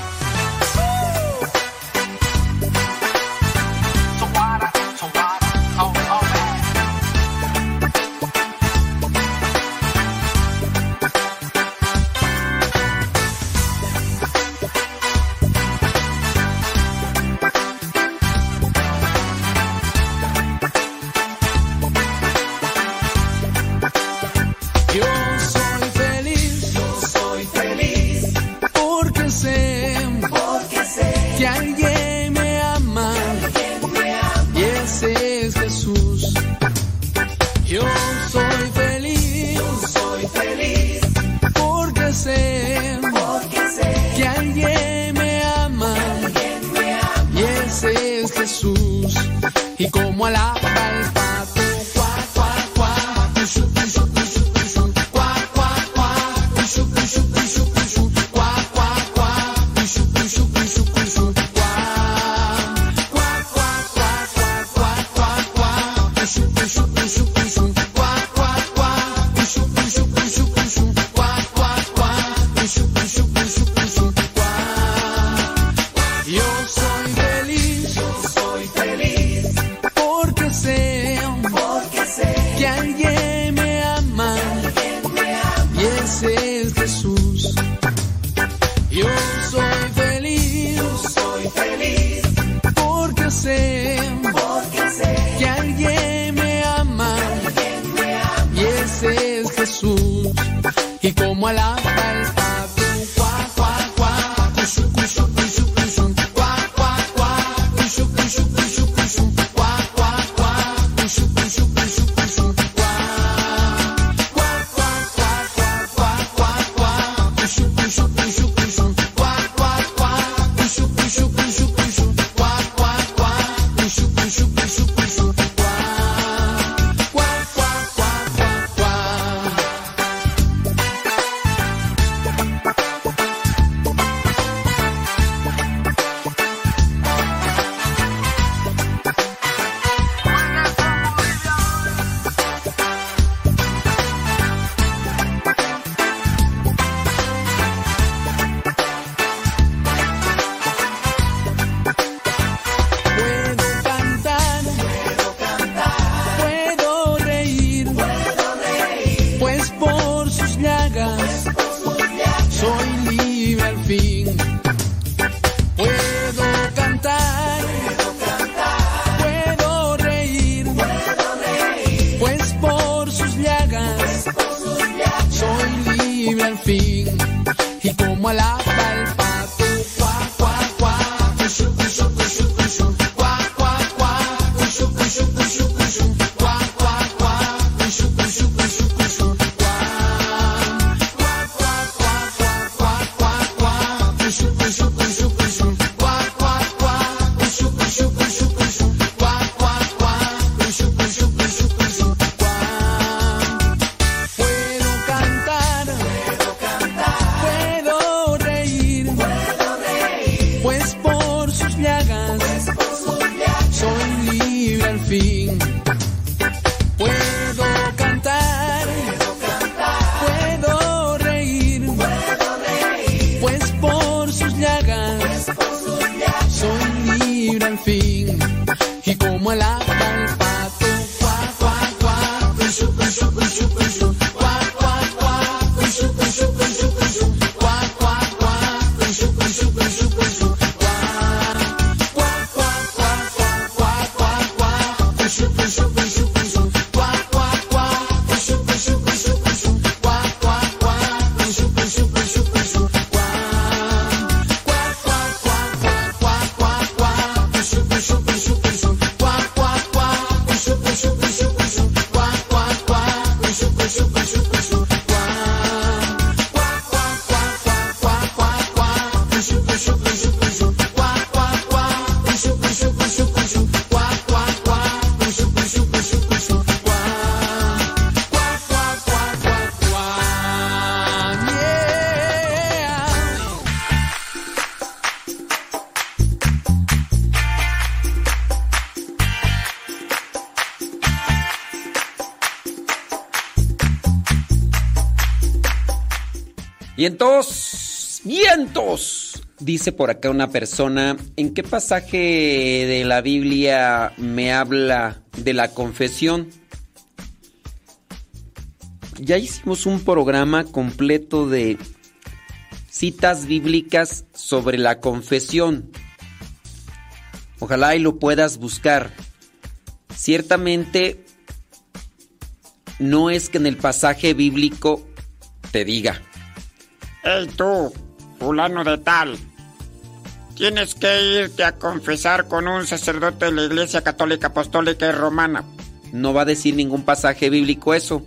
E: Y como alaba el pato, cuá, cuá, cuá, cushu, cushu, cushu, cushu, cuá, cuá, cuá, cushu, cushu, cushu, cushu, cuá, cuá, cuá, cushu, cushu, cushu, cushu, cuá, cuá, cuá, cuá, cuá, cuá, cuá, cuá, cushu, cushu, cushu, cushu, cuá, cuá, cuá, cushu, cushu, cushu, cushu, cuá, cuá, cuá, cushu, cushu, cushu, cushu, cuá. Yo soy feliz, yo soy feliz. Porque sé, porque sé que alguien me ama, alguien me ama y ese es Jesús. Yo soy feliz, yo soy feliz. Porque sé, porque sé que alguien me ama, alguien me ama y ese es Jesús. Y como alaba el pato, cuá, cuá, cuá, cushu, cushu, cushu, cushu, cuá, cuá, cuá, cushu, cushu, cushu, cushu. Puedo cantar
F: Y entonces, vientos, dice por acá una persona, ¿en qué pasaje de la Biblia me habla de la confesión? Ya hicimos un programa completo de citas bíblicas sobre la confesión. Ojalá y lo puedas buscar. Ciertamente no es que en el pasaje bíblico te diga:
H: hey tú, fulano de tal, tienes que irte a confesar con un sacerdote de la Iglesia Católica Apostólica y Romana.
F: No va a decir ningún pasaje bíblico eso.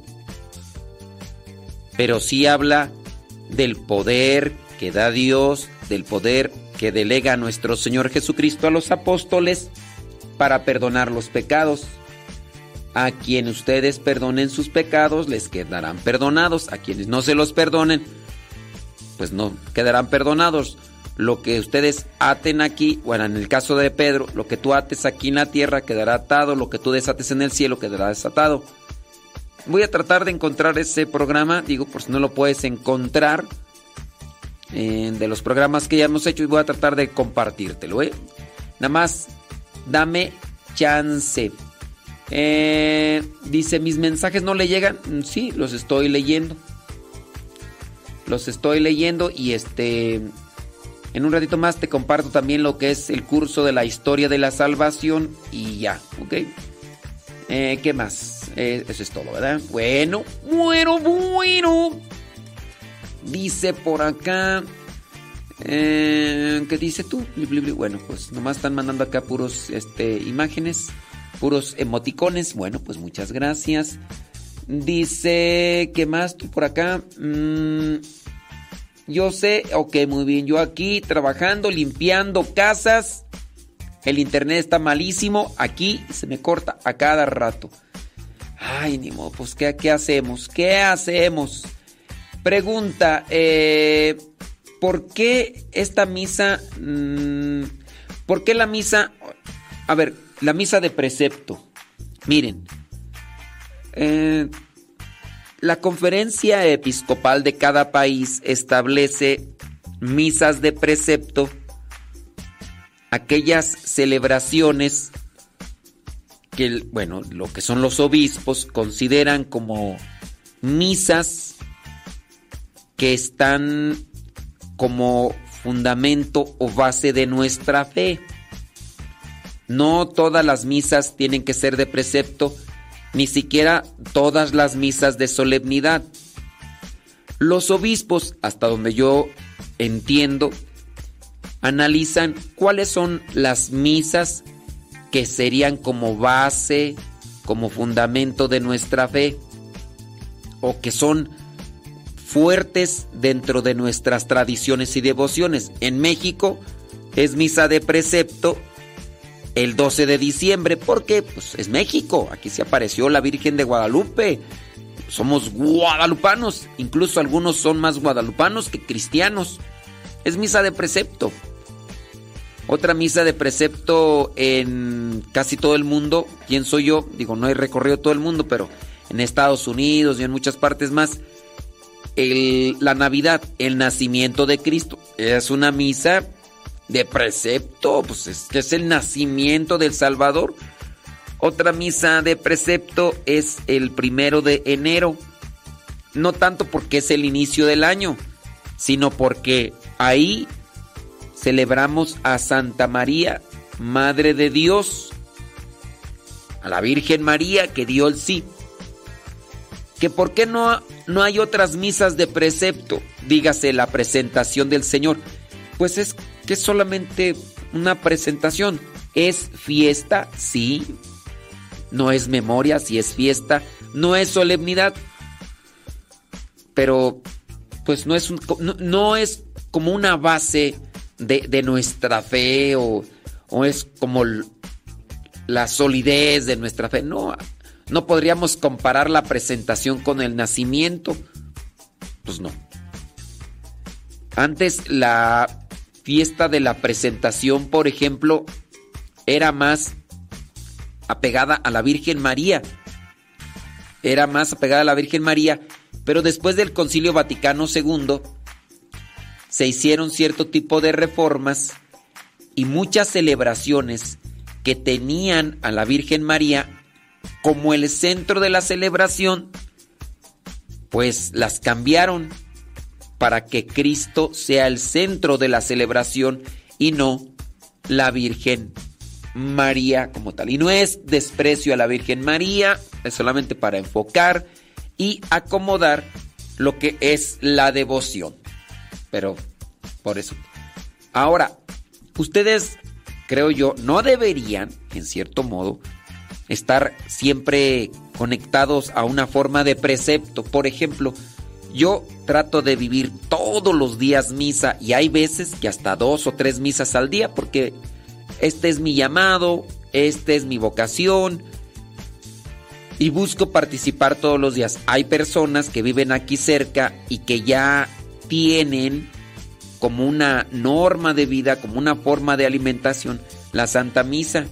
F: Pero sí habla del poder que da Dios, del poder que delega a nuestro Señor Jesucristo a los apóstoles para perdonar los pecados. A quien ustedes perdonen sus pecados, les quedarán perdonados. A quienes no se los perdonen, pues no quedarán perdonados. Lo que ustedes aten aquí, bueno, en el caso de Pedro, lo que tú ates aquí en la tierra quedará atado, lo que tú desates en el cielo quedará desatado. Voy a tratar de encontrar ese programa, digo, por si no lo puedes encontrar, eh, de los programas que ya hemos hecho, y voy a tratar de compartírtelo, ¿eh? Nada más, dame chance. Eh, dice, ¿mis mensajes no le llegan? Sí, los estoy leyendo. Los estoy leyendo y este... En un ratito más te comparto también lo que es el curso de la historia de la salvación y ya, ¿ok? Eh, ¿Qué más? Eh, eso es todo, ¿verdad? Bueno, bueno, bueno. Dice por acá... Eh, ¿Qué dice tú? Bueno, pues nomás están mandando acá puros este, imágenes, puros emoticones. Bueno, pues muchas gracias. Dice, ¿qué más tú por acá? Mm, yo sé, ok, muy bien. Yo aquí trabajando, limpiando casas. El internet está malísimo. Aquí se me corta a cada rato. Ay, ni modo, pues ¿qué, qué hacemos? ¿Qué hacemos? Pregunta, eh, ¿por qué esta misa? Mmm, ¿Por qué la misa? A ver, la misa de precepto. Miren, eh, la conferencia episcopal de cada país establece misas de precepto, aquellas celebraciones que, bueno, lo que son los obispos consideran como misas que están como fundamento o base de nuestra fe. No todas las misas tienen que ser de precepto, ni siquiera todas las misas de solemnidad. Los obispos, hasta donde yo entiendo, analizan cuáles son las misas que serían como base, como fundamento de nuestra fe, o que son fuertes dentro de nuestras tradiciones y devociones. En México es misa de precepto el doce de diciembre, porque pues es México, aquí se apareció la Virgen de Guadalupe, somos guadalupanos, incluso algunos son más guadalupanos que cristianos. Es misa de precepto. Otra misa de precepto en casi todo el mundo, ¿quién soy yo? Digo, no he recorrido todo el mundo, pero en Estados Unidos y en muchas partes más, el, la Navidad, el nacimiento de Cristo, es una misa de precepto, pues es que es el nacimiento del Salvador. Otra misa de precepto es el primero de enero, no tanto porque es el inicio del año, sino porque ahí celebramos a Santa María, Madre de Dios, a la Virgen María que dio el sí. ¿Que por qué no, no hay otras misas de precepto? Dígase la presentación del Señor. Pues es que es solamente una presentación. ¿Es fiesta? Sí. No es memoria, sí es fiesta. No es solemnidad. Pero pues no es, un, no, no es como una base de, de nuestra fe o, o es como la solidez de nuestra fe. No, no podríamos comparar la presentación con el nacimiento. Pues no. Antes la fiesta de la presentación, por ejemplo, era más apegada a la Virgen María. Era más apegada a la Virgen María, pero después del Concilio Vaticano segundo se hicieron cierto tipo de reformas y muchas celebraciones que tenían a la Virgen María como el centro de la celebración, pues las cambiaron para que Cristo sea el centro de la celebración y no la Virgen María como tal. Y no es desprecio a la Virgen María, es solamente para enfocar y acomodar lo que es la devoción. Pero por eso. Ahora, ustedes, creo yo, no deberían, en cierto modo, estar siempre conectados a una forma de precepto. Por ejemplo, yo trato de vivir todos los días misa y hay veces que hasta dos o tres misas al día porque este es mi llamado, esta es mi vocación y busco participar todos los días. Hay personas que viven aquí cerca y que ya tienen como una norma de vida, como una forma de alimentación, la Santa Misa.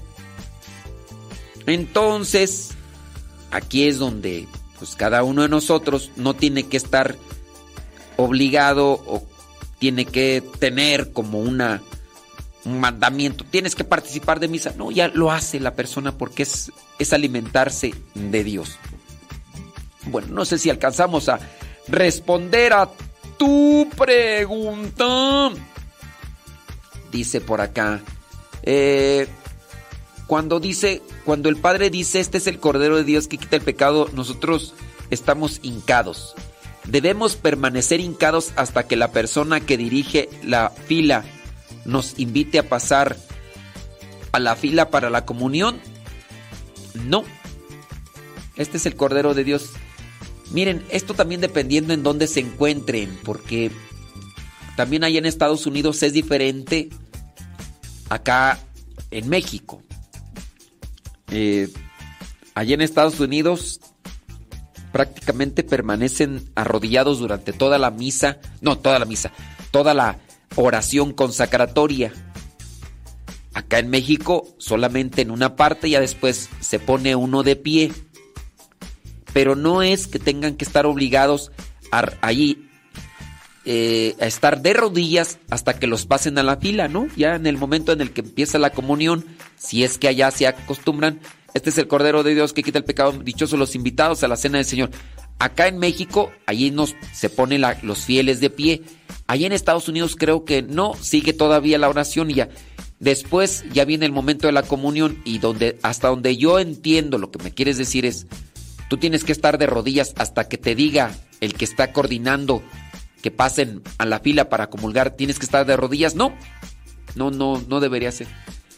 F: Entonces, aquí es donde pues cada uno de nosotros no tiene que estar obligado o tiene que tener como una un mandamiento, tienes que participar de misa. No, ya lo hace la persona porque es, es alimentarse de Dios. Bueno, no sé si alcanzamos a responder a tu pregunta. Dice por acá, eh, cuando dice, cuando el Padre dice, este es el Cordero de Dios que quita el pecado, nosotros estamos hincados. Debemos permanecer hincados hasta que la persona que dirige la fila nos invite a pasar a la fila para la comunión. No. Este es el Cordero de Dios. Miren, esto también dependiendo en dónde se encuentren, porque también allá en Estados Unidos es diferente acá en México. Eh, allá en Estados Unidos prácticamente permanecen arrodillados durante toda la misa, no toda la misa, toda la oración consacratoria. Acá en México solamente en una parte, ya después se pone uno de pie. Pero no es que tengan que estar obligados a, allí eh, a estar de rodillas hasta que los pasen a la fila, ¿no? Ya en el momento en el que empieza la comunión, si es que allá se acostumbran, este es el Cordero de Dios que quita el pecado, dichosos los invitados a la cena del Señor. Acá en México, allí nos, se ponen la, los fieles de pie. Allá en Estados Unidos creo que no, sigue todavía la oración y ya. Después ya viene el momento de la comunión y donde hasta donde yo entiendo lo que me quieres decir es, tú tienes que estar de rodillas hasta que te diga el que está coordinando que pasen a la fila para comulgar, tienes que estar de rodillas. No, no, no, no debería ser.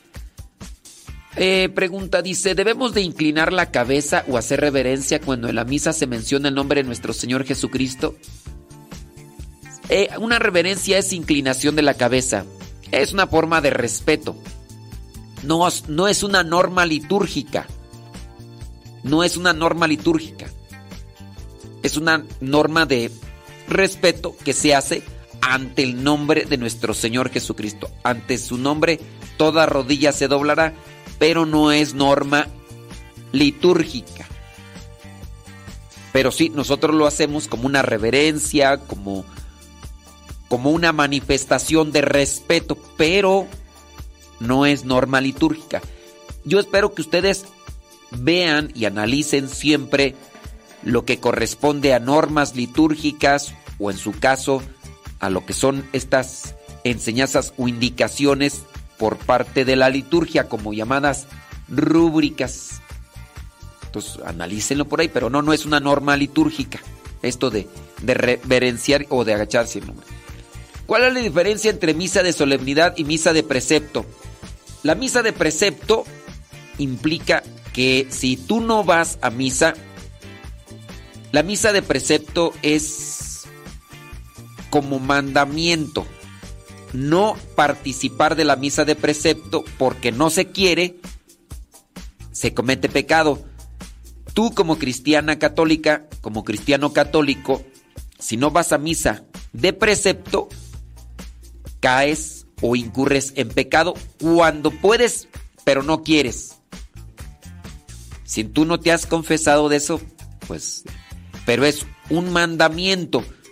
F: Eh, pregunta, dice, ¿debemos de inclinar la cabeza o hacer reverencia cuando en la misa se menciona el nombre de nuestro Señor Jesucristo? Eh, una reverencia es inclinación de la cabeza. Es una forma de respeto. No, no es una norma litúrgica. No es una norma litúrgica. Es una norma de respeto que se hace ante el nombre de nuestro Señor Jesucristo. Ante su nombre toda rodilla se doblará, pero no es norma litúrgica. Pero sí, nosotros lo hacemos como una reverencia, como, como una manifestación de respeto, pero no es norma litúrgica. Yo espero que ustedes vean y analicen siempre lo que corresponde a normas litúrgicas o en su caso a lo que son estas enseñanzas o indicaciones por parte de la liturgia como llamadas rúbricas. Entonces analícenlo por ahí, pero no, no es una norma litúrgica esto de, de reverenciar o de agacharse. ¿Cuál es la diferencia entre misa de solemnidad y misa de precepto? La misa de precepto implica que si tú no vas a misa, la misa de precepto es como mandamiento. No participar de la misa de precepto porque no se quiere, se comete pecado. Tú como cristiana católica, como cristiano católico, si no vas a misa de precepto, caes o incurres en pecado cuando puedes, pero no quieres. Si tú no te has confesado de eso, pues, pero es un mandamiento.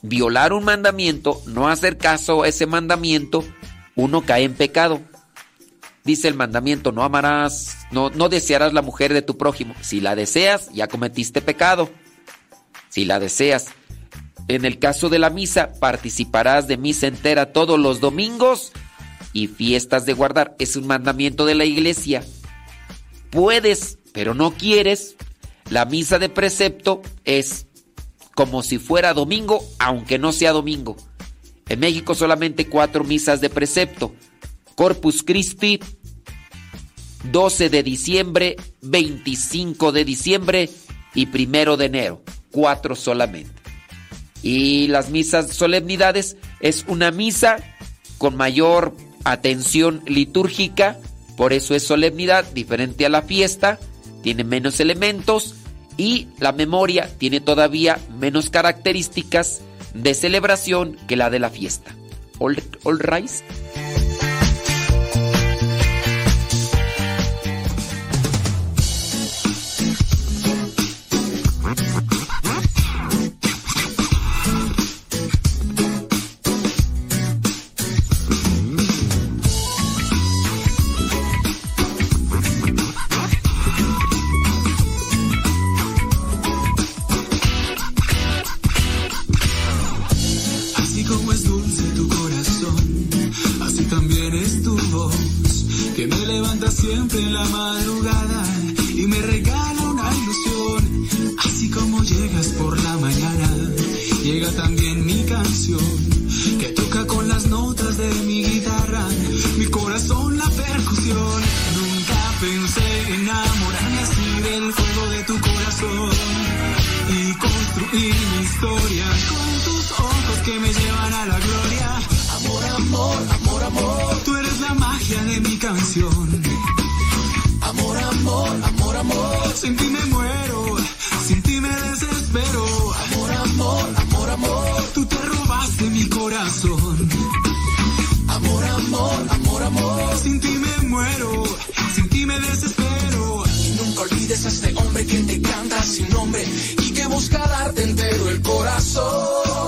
F: violar un mandamiento, no hacer caso a ese mandamiento, uno cae en pecado. Dice el mandamiento, no amarás, no, no desearás la mujer de tu prójimo. Si la deseas, ya cometiste pecado. Si la deseas. En el caso de la misa, participarás de misa entera todos los domingos y fiestas de guardar. Es un mandamiento de la iglesia. Puedes, pero no quieres. La misa de precepto es como si fuera domingo, aunque no sea domingo. En México solamente cuatro misas de precepto. Corpus Christi, doce de diciembre, veinticinco de diciembre y primero de enero. Cuatro solamente. Y las misas solemnidades es una misa con mayor atención litúrgica, por eso es solemnidad, diferente a la fiesta, tiene menos elementos y la memoria tiene todavía menos características de celebración que la de la fiesta. All, all rise.
G: Siempre en la madrugada y me regala una ilusión. Así como llegas por la mañana, llega también mi canción, que toca con las notas de mi guitarra, mi corazón la percusión. Nunca pensé enamorarme así del fuego de tu corazón y construir mi historia con tus ojos que me llevan a la gloria. Amor, amor, amor, amor, tú eres la magia de mi canción. Amor, amor, amor, amor, sin ti me muero, sin ti me desespero. Amor, amor, amor, amor, tú te robaste mi corazón. Amor, amor, amor, amor, sin ti me muero, sin ti me desespero. Y nunca olvides a este hombre que te canta sin nombre y que busca darte entero el corazón.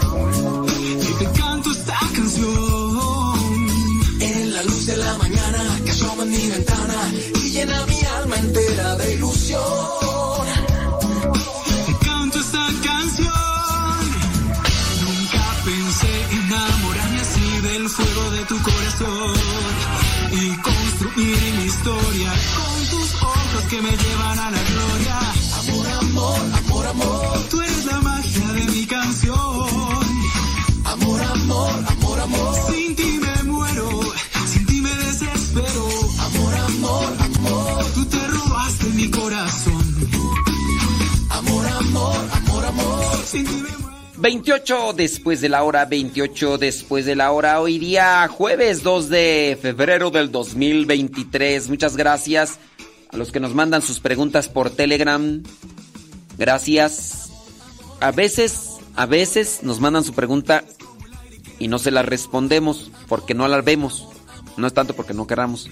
G: Y te canto esta canción en la luz de la mañana que asoma en mi ventana y llena mi alma entera de ilusión. Te canto esta canción. Nunca pensé enamorarme así del fuego de tu corazón y construir mi historia con tus ojos que me llevan a la gloria. Amor, amor, amor, amor, tú eres la magia de mi canción. Amor, amor, amor, amor, sin ti me muero, sin ti me desespero. Amor, amor, amor, tú te robaste mi corazón. Amor, amor, amor, amor, sin ti me muero.
F: veintiocho después de la hora, veintiocho después de la hora, hoy día jueves dos de febrero del dos mil veintitrés. Muchas gracias a los que nos mandan sus preguntas por Telegram. Gracias. A veces, a veces nos mandan su pregunta y no se la respondemos porque no la vemos. No es tanto porque no queramos.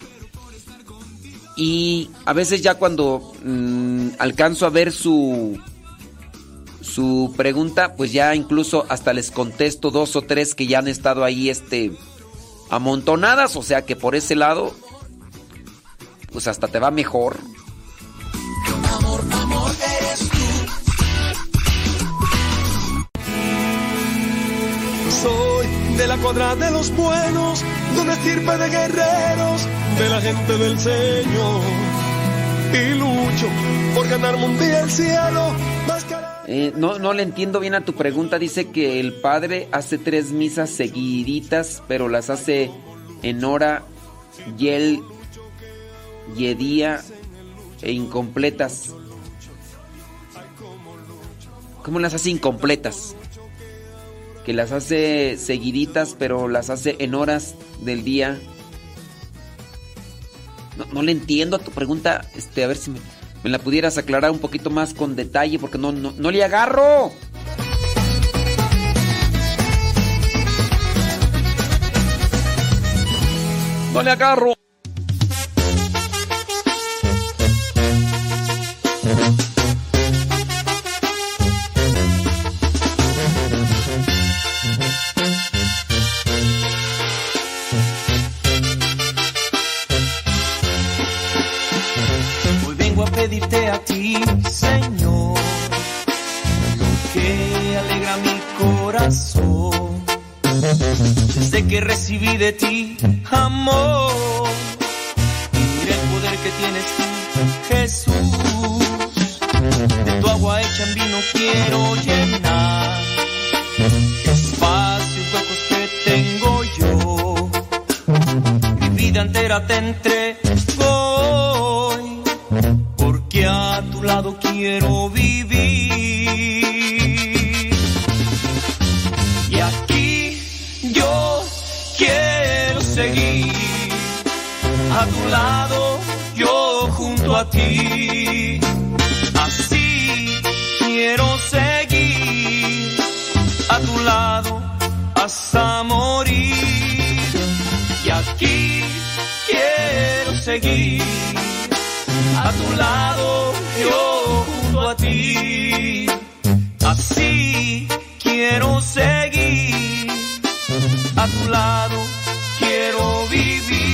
F: Y a veces ya cuando mmm, alcanzo a ver su su pregunta, pues ya incluso hasta les contesto dos o tres que ya han estado ahí este amontonadas, o sea que por ese lado pues hasta te va mejor.
G: Amor, amor, eres tú.
C: Soy de la cuadra de los buenos, de una estirpe de guerreros, de la gente del Señor. Y lucho por ganarme un día el cielo.
F: Eh, no, no le entiendo bien a tu pregunta. Dice que el padre hace tres misas seguiditas, pero las hace en hora y el y día e incompletas. ¿Cómo las hace incompletas? Que las hace seguiditas, pero las hace en horas del día. No, no le entiendo a tu pregunta. Este, a ver si me, me la pudieras aclarar un poquito más con detalle, porque no, no, no le agarro. No le agarro.
I: ti, Señor, lo que alegra mi corazón. Desde que recibí de ti amor, y el poder que tienes tú, Jesús, de tu agua hecha en vino quiero llenar espacios huecos que tengo yo. Mi vida entera te entrego hoy, porque a tu lado quiero vivir. Y aquí yo quiero seguir, a tu lado, yo junto a ti. Así quiero seguir, a tu lado hasta morir. Y aquí quiero seguir, a tu lado, yo junto a ti. Así quiero seguir, a tu lado quiero vivir.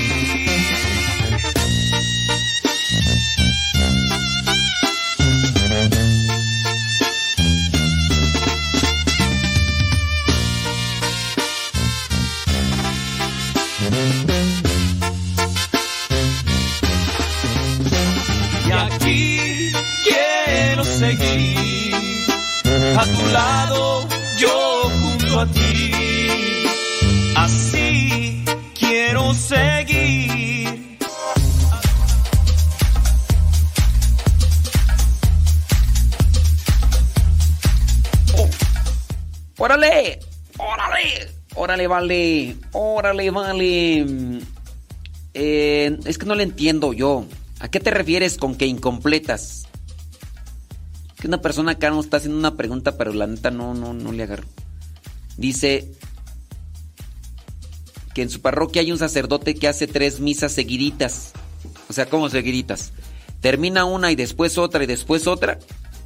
I: Y aquí quiero seguir, a tu lado, yo junto a ti. Así quiero seguir.
F: Oh. ¡Órale! ¡Órale! ¡Órale, vale! ¡Órale, vale! Eh, es que no le entiendo yo. ¿A qué te refieres con que incompletas? Que una persona acá nos está haciendo una pregunta, pero la neta no, no, no le agarro. Dice que en su parroquia hay un sacerdote que hace tres misas seguiditas. O sea, ¿cómo seguiditas? Termina una y después otra y después otra.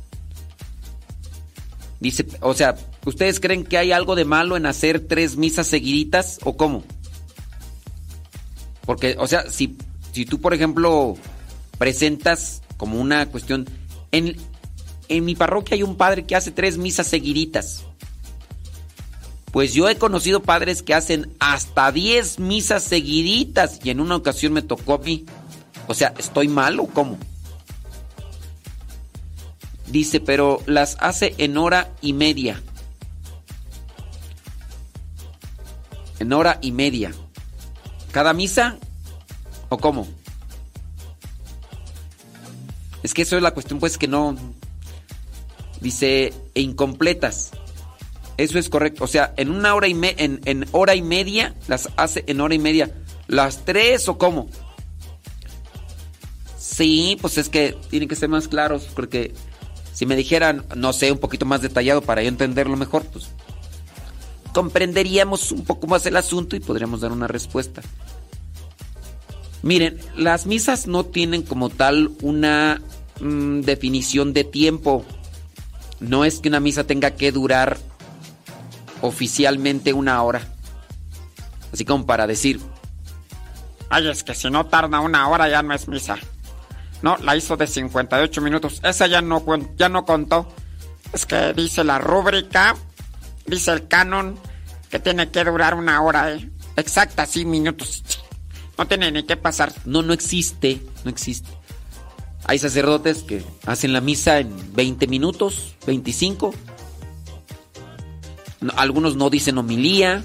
F: Dice, o sea, ¿ustedes creen que hay algo de malo en hacer tres misas seguiditas o cómo? Porque, o sea, si, si tú, por ejemplo, presentas como una cuestión... En, en mi parroquia hay un padre que hace tres misas seguiditas. Pues yo he conocido padres que hacen hasta diez misas seguiditas y en una ocasión me tocó a mí. O sea, ¿estoy mal o cómo? Dice, pero las hace en hora y media. En hora y media. ¿Cada misa? ¿O cómo? Es que eso es la cuestión, pues, que no... Dice, e incompletas. Eso es correcto. O sea, en una hora y me... en, en hora y media, las hace en hora y media. ¿Las tres o cómo? Sí, pues es que tienen que ser más claros, porque si me dijeran, no sé, un poquito más detallado para yo entenderlo mejor, pues comprenderíamos un poco más el asunto y podríamos dar una respuesta. Miren, las misas no tienen como tal una mmm, definición de tiempo. No es que una misa tenga que durar oficialmente una hora. Así como para decir,
H: ay, es que si no tarda una hora ya no es misa. No, la hizo de cincuenta y ocho minutos. Esa ya no, ya no contó. Es que dice la rúbrica, dice el canon, que tiene que durar una hora, ¿eh? Exacta, sí, minutos. No tiene ni qué pasar.
F: No, no existe, no existe. Hay sacerdotes que hacen la misa en veinte minutos, veinticinco. No, algunos no dicen homilía.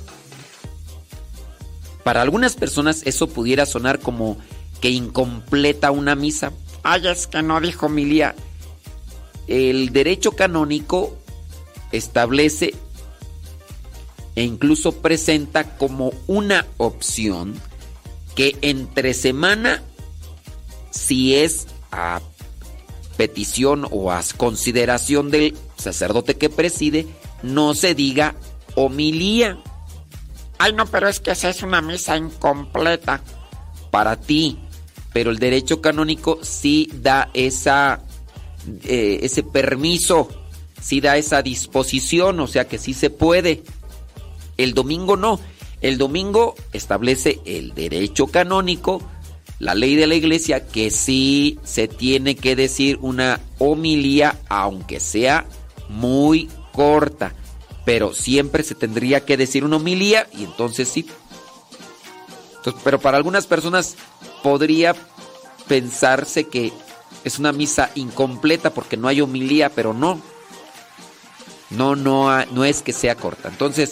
F: Para algunas personas eso pudiera sonar como que incompleta una misa.
H: Ay, es que no dijo homilía.
F: El derecho canónico establece e incluso presenta como una opción que entre semana, si es a petición o a consideración del sacerdote que preside, no se diga homilía.
H: Ay, no, pero es que esa es una misa incompleta.
F: Para ti, pero el derecho canónico sí da esa, eh, ese permiso, sí da esa disposición, o sea que sí se puede. El domingo no. El domingo establece el derecho canónico la ley de la iglesia que sí se tiene que decir una homilía, aunque sea muy corta, pero siempre se tendría que decir una homilía y entonces sí. Entonces, pero para algunas personas podría pensarse que es una misa incompleta porque no hay homilía, pero no. No, no, no es que sea corta. Entonces,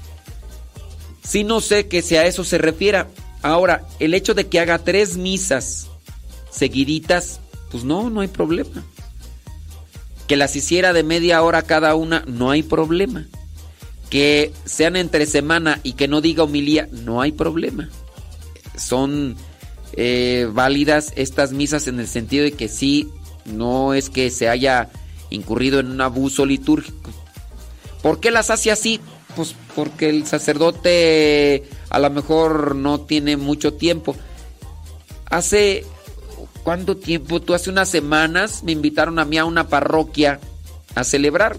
F: sí, no sé que si a eso se refiera. Ahora, el hecho de que haga tres misas seguiditas, pues no, no hay problema. Que las hiciera de media hora cada una, no hay problema. Que sean entre semana y que no diga homilía, no hay problema. Son eh, válidas estas misas en el sentido de que sí, no es que se haya incurrido en un abuso litúrgico. ¿Por qué las hace así? Pues porque el sacerdote a lo mejor no tiene mucho tiempo. Hace... ¿Cuánto tiempo? Tú hace unas semanas me invitaron a mí a una parroquia a celebrar.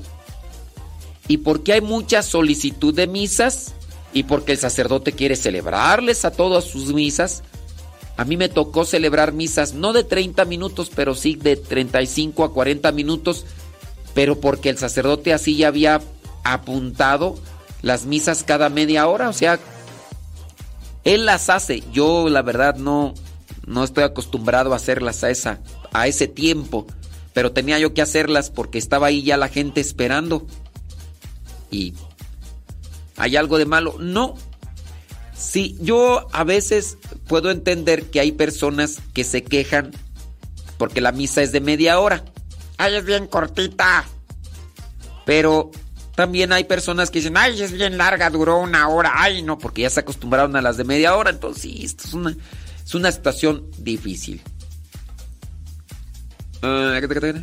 F: Y porque hay mucha solicitud de misas y porque el sacerdote quiere celebrarles a todas sus misas, a mí me tocó celebrar misas no de treinta minutos, pero sí de treinta y cinco a cuarenta minutos, pero porque el sacerdote así ya había apuntado las misas cada media hora, o sea, él las hace. Yo la verdad no... No estoy acostumbrado a hacerlas a, esa, a ese tiempo, pero tenía yo que hacerlas porque estaba ahí ya la gente esperando. ¿Y hay algo de malo? No. Sí, yo a veces puedo entender que hay personas que se quejan porque la misa es de media hora.
H: Ay, es bien cortita.
F: Pero también hay personas que dicen, ay, es bien larga, duró una hora. Ay, no, porque ya se acostumbraron a las de media hora. Entonces, sí, esto es una... Es una situación difícil. Uh,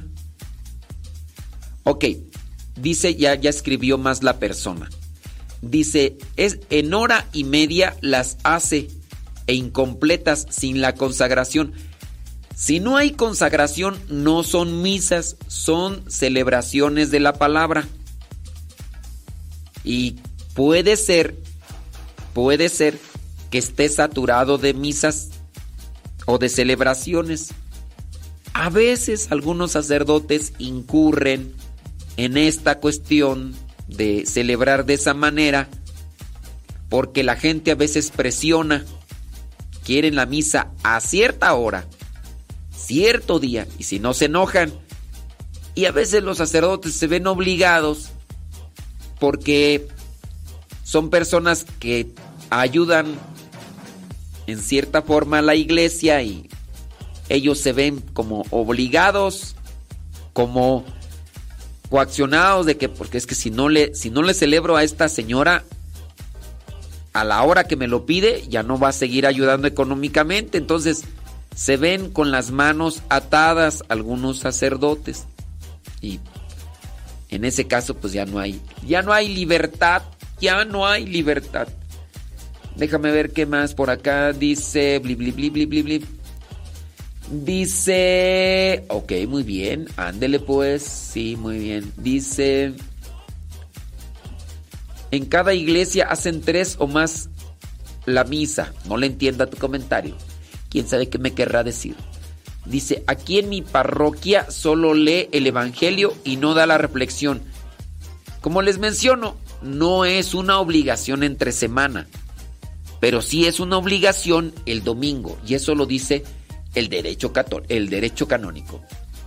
F: ok, dice, ya, ya escribió más la persona. Dice, es en hora y media las hace e incompletas sin la consagración. Si no hay consagración, no son misas, son celebraciones de la palabra. Y puede ser, puede ser que esté saturado de misas o de celebraciones. A veces algunos sacerdotes incurren en esta cuestión de celebrar de esa manera porque la gente a veces presiona, quieren la misa a cierta hora, cierto día, y si no se enojan. Y a veces los sacerdotes se ven obligados porque son personas que ayudan en cierta forma a la iglesia y ellos se ven como obligados, como coaccionados de que, porque es que si no le, si no le celebro a esta señora a la hora que me lo pide, ya no va a seguir ayudando económicamente. Entonces se ven con las manos atadas algunos sacerdotes y en ese caso pues ya no hay, ya no hay libertad, ya no hay libertad. Déjame ver qué más por acá. Dice... Bli, bli, bli, bli, bli, bli. Dice... Ok, muy bien. Ándele pues. Sí, muy bien. Dice... En cada iglesia hacen tres o más la misa. No le entienda tu comentario. ¿Quién sabe qué me querrá decir? Dice... Aquí en mi parroquia solo lee el evangelio y no da la reflexión. Como les menciono, no es una obligación entre semana. Pero sí es una obligación el domingo, y eso lo dice el derecho, cató- el derecho canónico.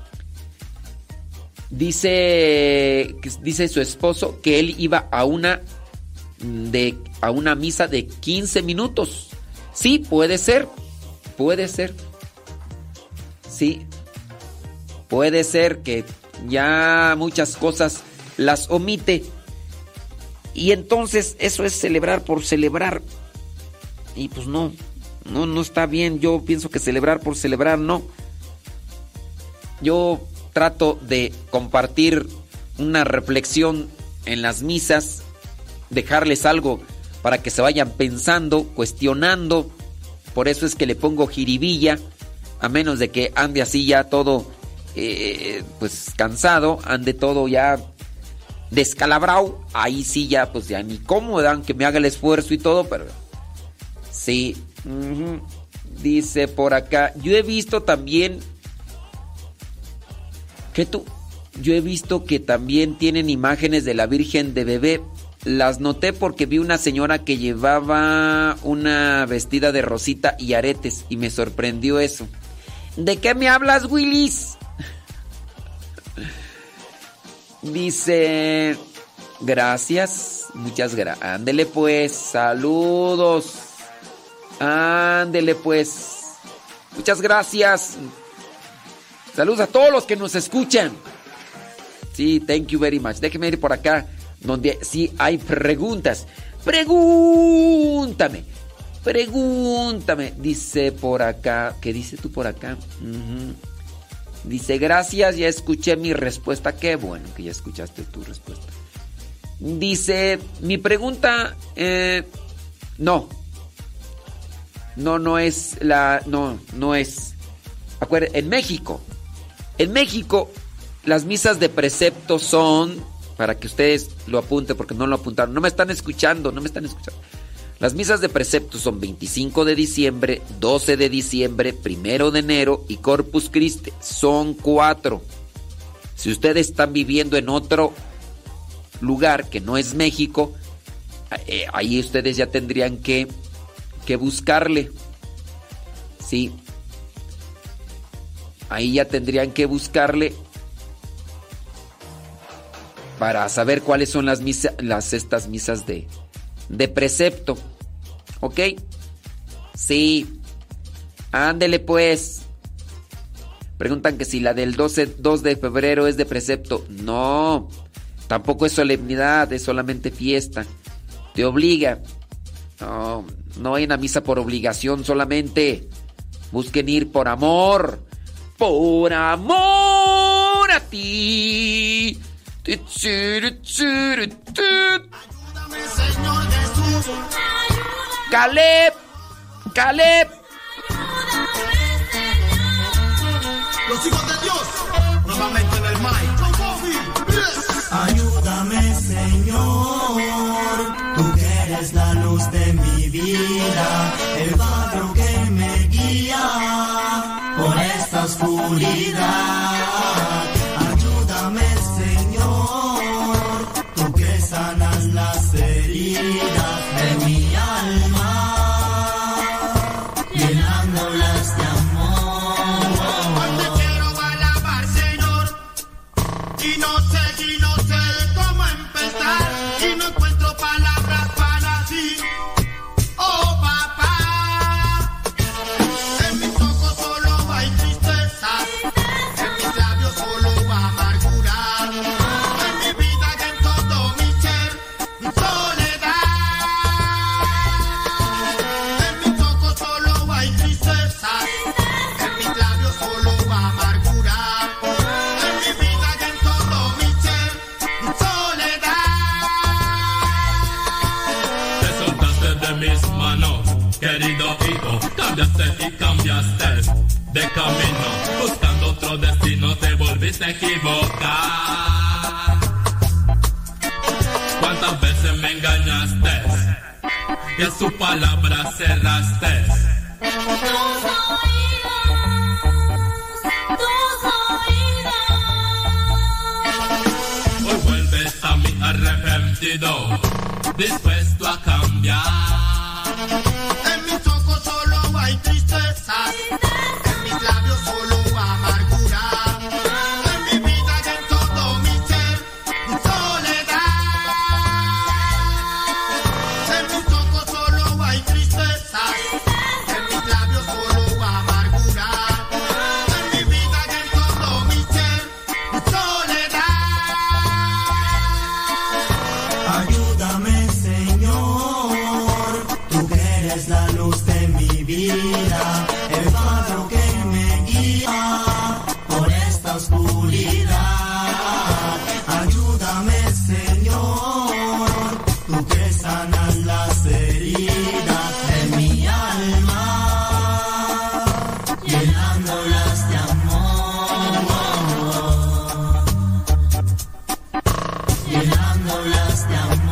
F: Dice, dice su esposo que él iba a una, de, a una misa de quince minutos. Sí, puede ser, puede ser. Sí, puede ser que ya muchas cosas las omite. Y entonces eso es celebrar por celebrar. Y pues no, no, no está bien. Yo pienso que celebrar por celebrar, no. Yo trato de compartir una reflexión en las misas, dejarles algo para que se vayan pensando, cuestionando. Por eso es que le pongo jiribilla, a menos de que ande así ya todo, eh, pues cansado, ande todo ya descalabrado. Ahí sí ya, pues ya ni cómo dan que me haga el esfuerzo y todo, pero... Sí, uh-huh. Dice por acá, yo he visto también que tú, yo he visto que también tienen imágenes de la Virgen de bebé. Las noté porque vi una señora que llevaba una vestida de rosita y aretes y me sorprendió eso. ¿De qué me hablas, Willis? Dice, gracias, muchas gracias. Ándele pues, saludos. Ándele pues. Muchas gracias. Saludos a todos los que nos escuchan. Sí, thank you very much. Déjeme ir por acá, donde sí hay preguntas. Pregúntame. Pregúntame. Dice por acá. ¿Qué dice tú por acá? Uh-huh. Dice, gracias, ya escuché mi respuesta. Qué bueno que ya escuchaste tu respuesta. Dice, mi pregunta... Eh, no. No, no es la... No, no es... Acuérdense, en México. En México, las misas de precepto son... Para que ustedes lo apunten, porque no lo apuntaron. No me están escuchando, no me están escuchando. Las misas de precepto son veinticinco de diciembre, doce de diciembre, primero de enero y Corpus Christi. Son cuatro. Si ustedes están viviendo en otro lugar que no es México, eh, ahí ustedes ya tendrían que, que buscarle. Sí. Ahí ya tendrían que buscarle para saber cuáles son las misas, las estas misas de, de precepto. ¿Ok? Sí. Ándele pues. Preguntan que si la del doce, dos de febrero es de precepto. No. Tampoco es solemnidad, es solamente fiesta. Te obliga. No, no vayan a misa por obligación solamente. Busquen ir por amor. Por amor a ti. Caleb, Caleb.
L: Los hijos de Dios, nuevamente en el mic. Ayúdame, Señor, tú que eres la luz de mi vida, el faro que me guía por esta oscuridad. Ayúdame, Señor, tú que sanas las heridas de mi alma, llenándolas de amor. Hoy te quiero alabar, Señor, y no sé, y no sé cómo empezar, y no encuentro palabras para ti. Oh, papá, en mis ojos solo hay tristeza, en mis labios solo va amargura, en mi vida y en todo mi ser, soledad. En mis ojos solo hay tristeza, en mis labios solo va amargura, en mi vida y en todo mi ser, soledad.
G: Te soltaste de mis manos, querido hijo, cambiaste y cambiaste de camino, buscando otro destino te volviste a equivocar. ¿Cuántas veces me engañaste y a su palabra cerraste?
A: Tus oídos, tus oídos.
G: Hoy vuelves a mí arrepentido, dispuesto a cambiar.
L: En mis ojos solo hay tristeza, en mis labios solo amargura, en mi vida y en todo mi ser, soledad. En mis ojos solo hay tristeza, en mis labios solo amargura, en mi vida y en todo mi ser, soledad. Ayúdame, Señor, tú que eres la luz de mi vida, el faro que me guía por esta oscuridad. Ayúdame, Señor, tú que sanas las heridas de mi alma, llenándolas de amor, llenándolas de amor.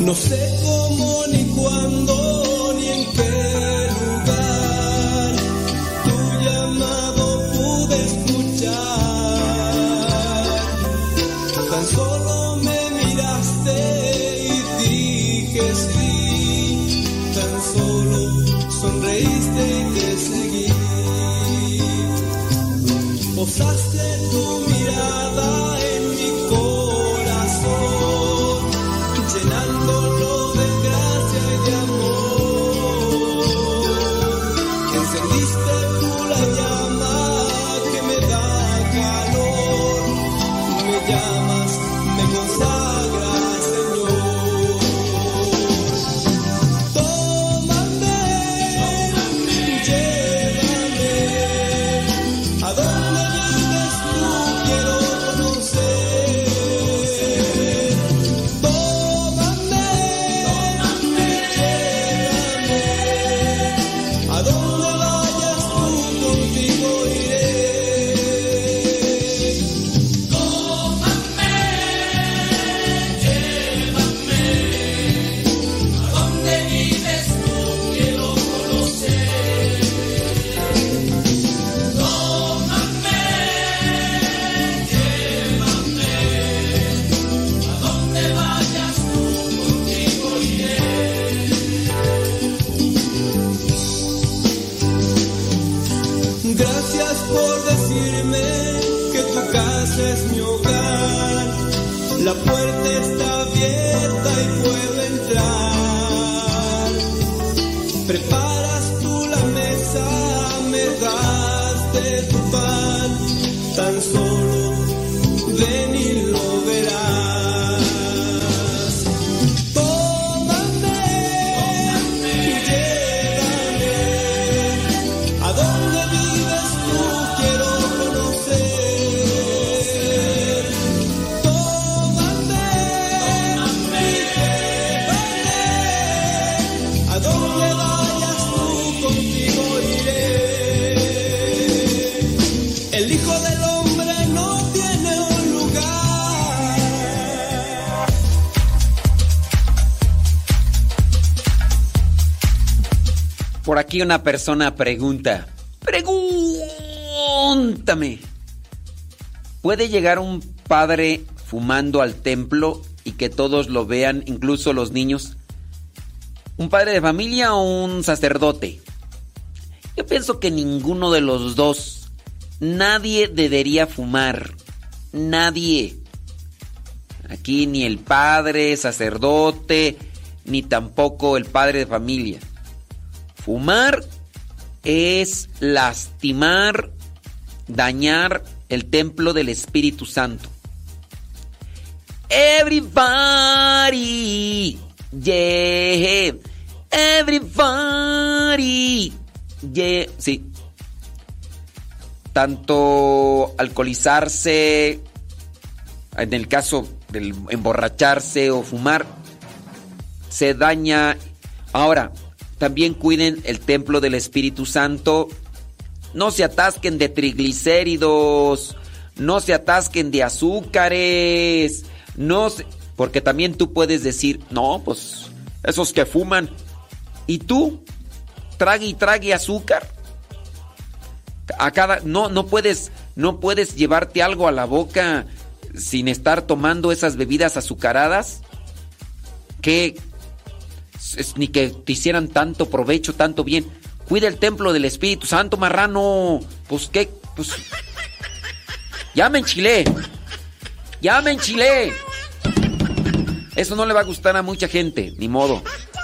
J: No sé cómo ni cuándo ni en qué lugar tu llamado pude escuchar. Tan solo me miraste y dije sí. Tan solo sonreíste y te seguí. Posaste tu mirada en mi corazón, llenándolo de gracia y de amor. Encendiste tú la llama que me da calor. Me llamas, me consagras, Señor. Tómame, llévame a donde vives tú, quiero conocer. Tómame, llévame a donde vayas tú, contigo iré. Tómame, llévame a donde vives tú, quiero conocer. Tómame, llévame a donde vayas tú, contigo iré. Gracias por decirme que tu casa es mi hogar. La puerta está abierta y puedo entrar. Preparas tú la mesa, me das de tu pan. Tan solo ven y lo verás. Tómame, llévame a donde vives tú, quiero conocer. Tómame, llévame a donde vayas tú, contigo iré. El Hijo del Hombre no tiene un lugar.
F: Por aquí una persona pregunta. Pregúntame. ¿Puede llegar un padre fumando al templo y que todos lo vean, incluso los niños? ¿Un padre de familia o un sacerdote? Yo pienso que ninguno de los dos. Nadie debería fumar. Nadie. Aquí ni el padre, sacerdote, ni tampoco el padre de familia. Fumar es lastimar, dañar el templo del Espíritu Santo. Everybody, yeah, everybody, yeah, sí. Tanto alcoholizarse, en el caso del emborracharse o fumar, se daña. Ahora, también cuiden el templo del Espíritu Santo. No se atasquen de triglicéridos, no se atasquen de azúcares, no se... porque también tú puedes decir, no, pues esos que fuman. ¿Y tú? Trague y trague azúcar. A cada no no puedes no puedes llevarte algo a la boca sin estar tomando esas bebidas azucaradas. Que es, ni que te hicieran tanto provecho, tanto bien. Cuida el templo del Espíritu Santo, marrano. Pues qué, pues ya me enchilé. Ya me enchilé. Eso no le va a gustar a mucha gente, ni modo.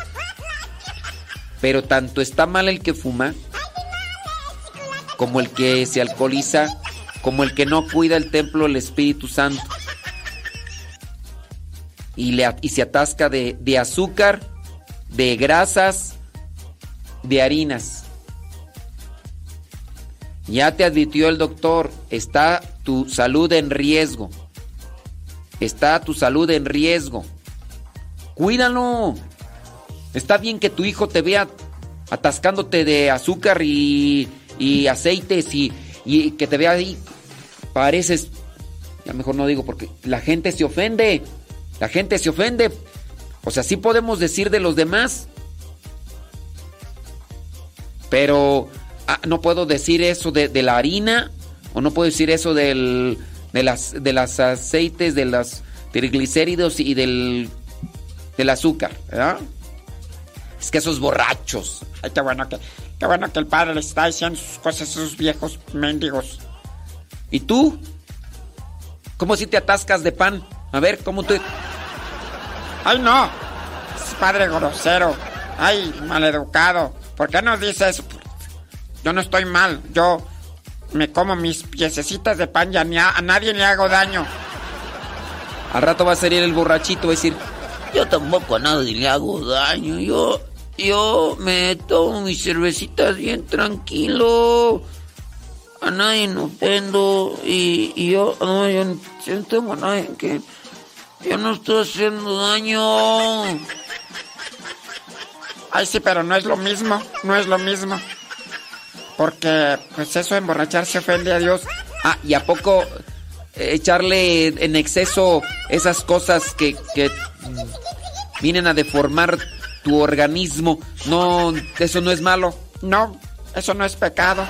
F: Pero tanto está mal el que fuma, como el que se alcoholiza, como el que no cuida el templo del Espíritu Santo. Y, le, y se atasca de, de azúcar, de grasas, de harinas. Ya te advirtió el doctor, está tu salud en riesgo. Está tu salud en riesgo. Cuídalo. Está bien que tu hijo te vea atascándote de azúcar y, y aceites y, y que te vea ahí. Pareces... Ya mejor no digo porque la gente se ofende. La gente se ofende O sea, sí podemos decir de los demás, pero ah, no puedo decir eso de, de la harina, o no puedo decir eso del, de las de los aceites, de los triglicéridos y del, del azúcar, ¿verdad? Es que esos borrachos.
H: Ay, qué bueno que, qué bueno que el padre les está diciendo sus cosas a esos viejos mendigos.
F: ¿Y tú? ¿Cómo si te atascas de pan? A ver, ¿cómo tú...?
H: ¡Ay, no! Es padre grosero. ¡Ay, maleducado! ¿Por qué nos dice eso? Yo no estoy mal. Yo me como mis piececitas de pan y a, ni a, a nadie le hago daño.
F: Al rato va a salir el borrachito, va a decir...
K: Yo tampoco a nadie le hago daño. Yo, yo me tomo mis cervecitas bien tranquilo. A nadie me ofendo. Y, y yo, no, yo no, yo no tengo a nadie que... Yo no estoy haciendo daño.
H: Ay, sí, pero no es lo mismo. No es lo mismo. Porque, pues eso, emborracharse ofende a Dios.
F: Ah, ¿y a poco echarle en exceso esas cosas que, que vienen a deformar tu organismo? No, eso no es malo.
H: No, eso no es pecado.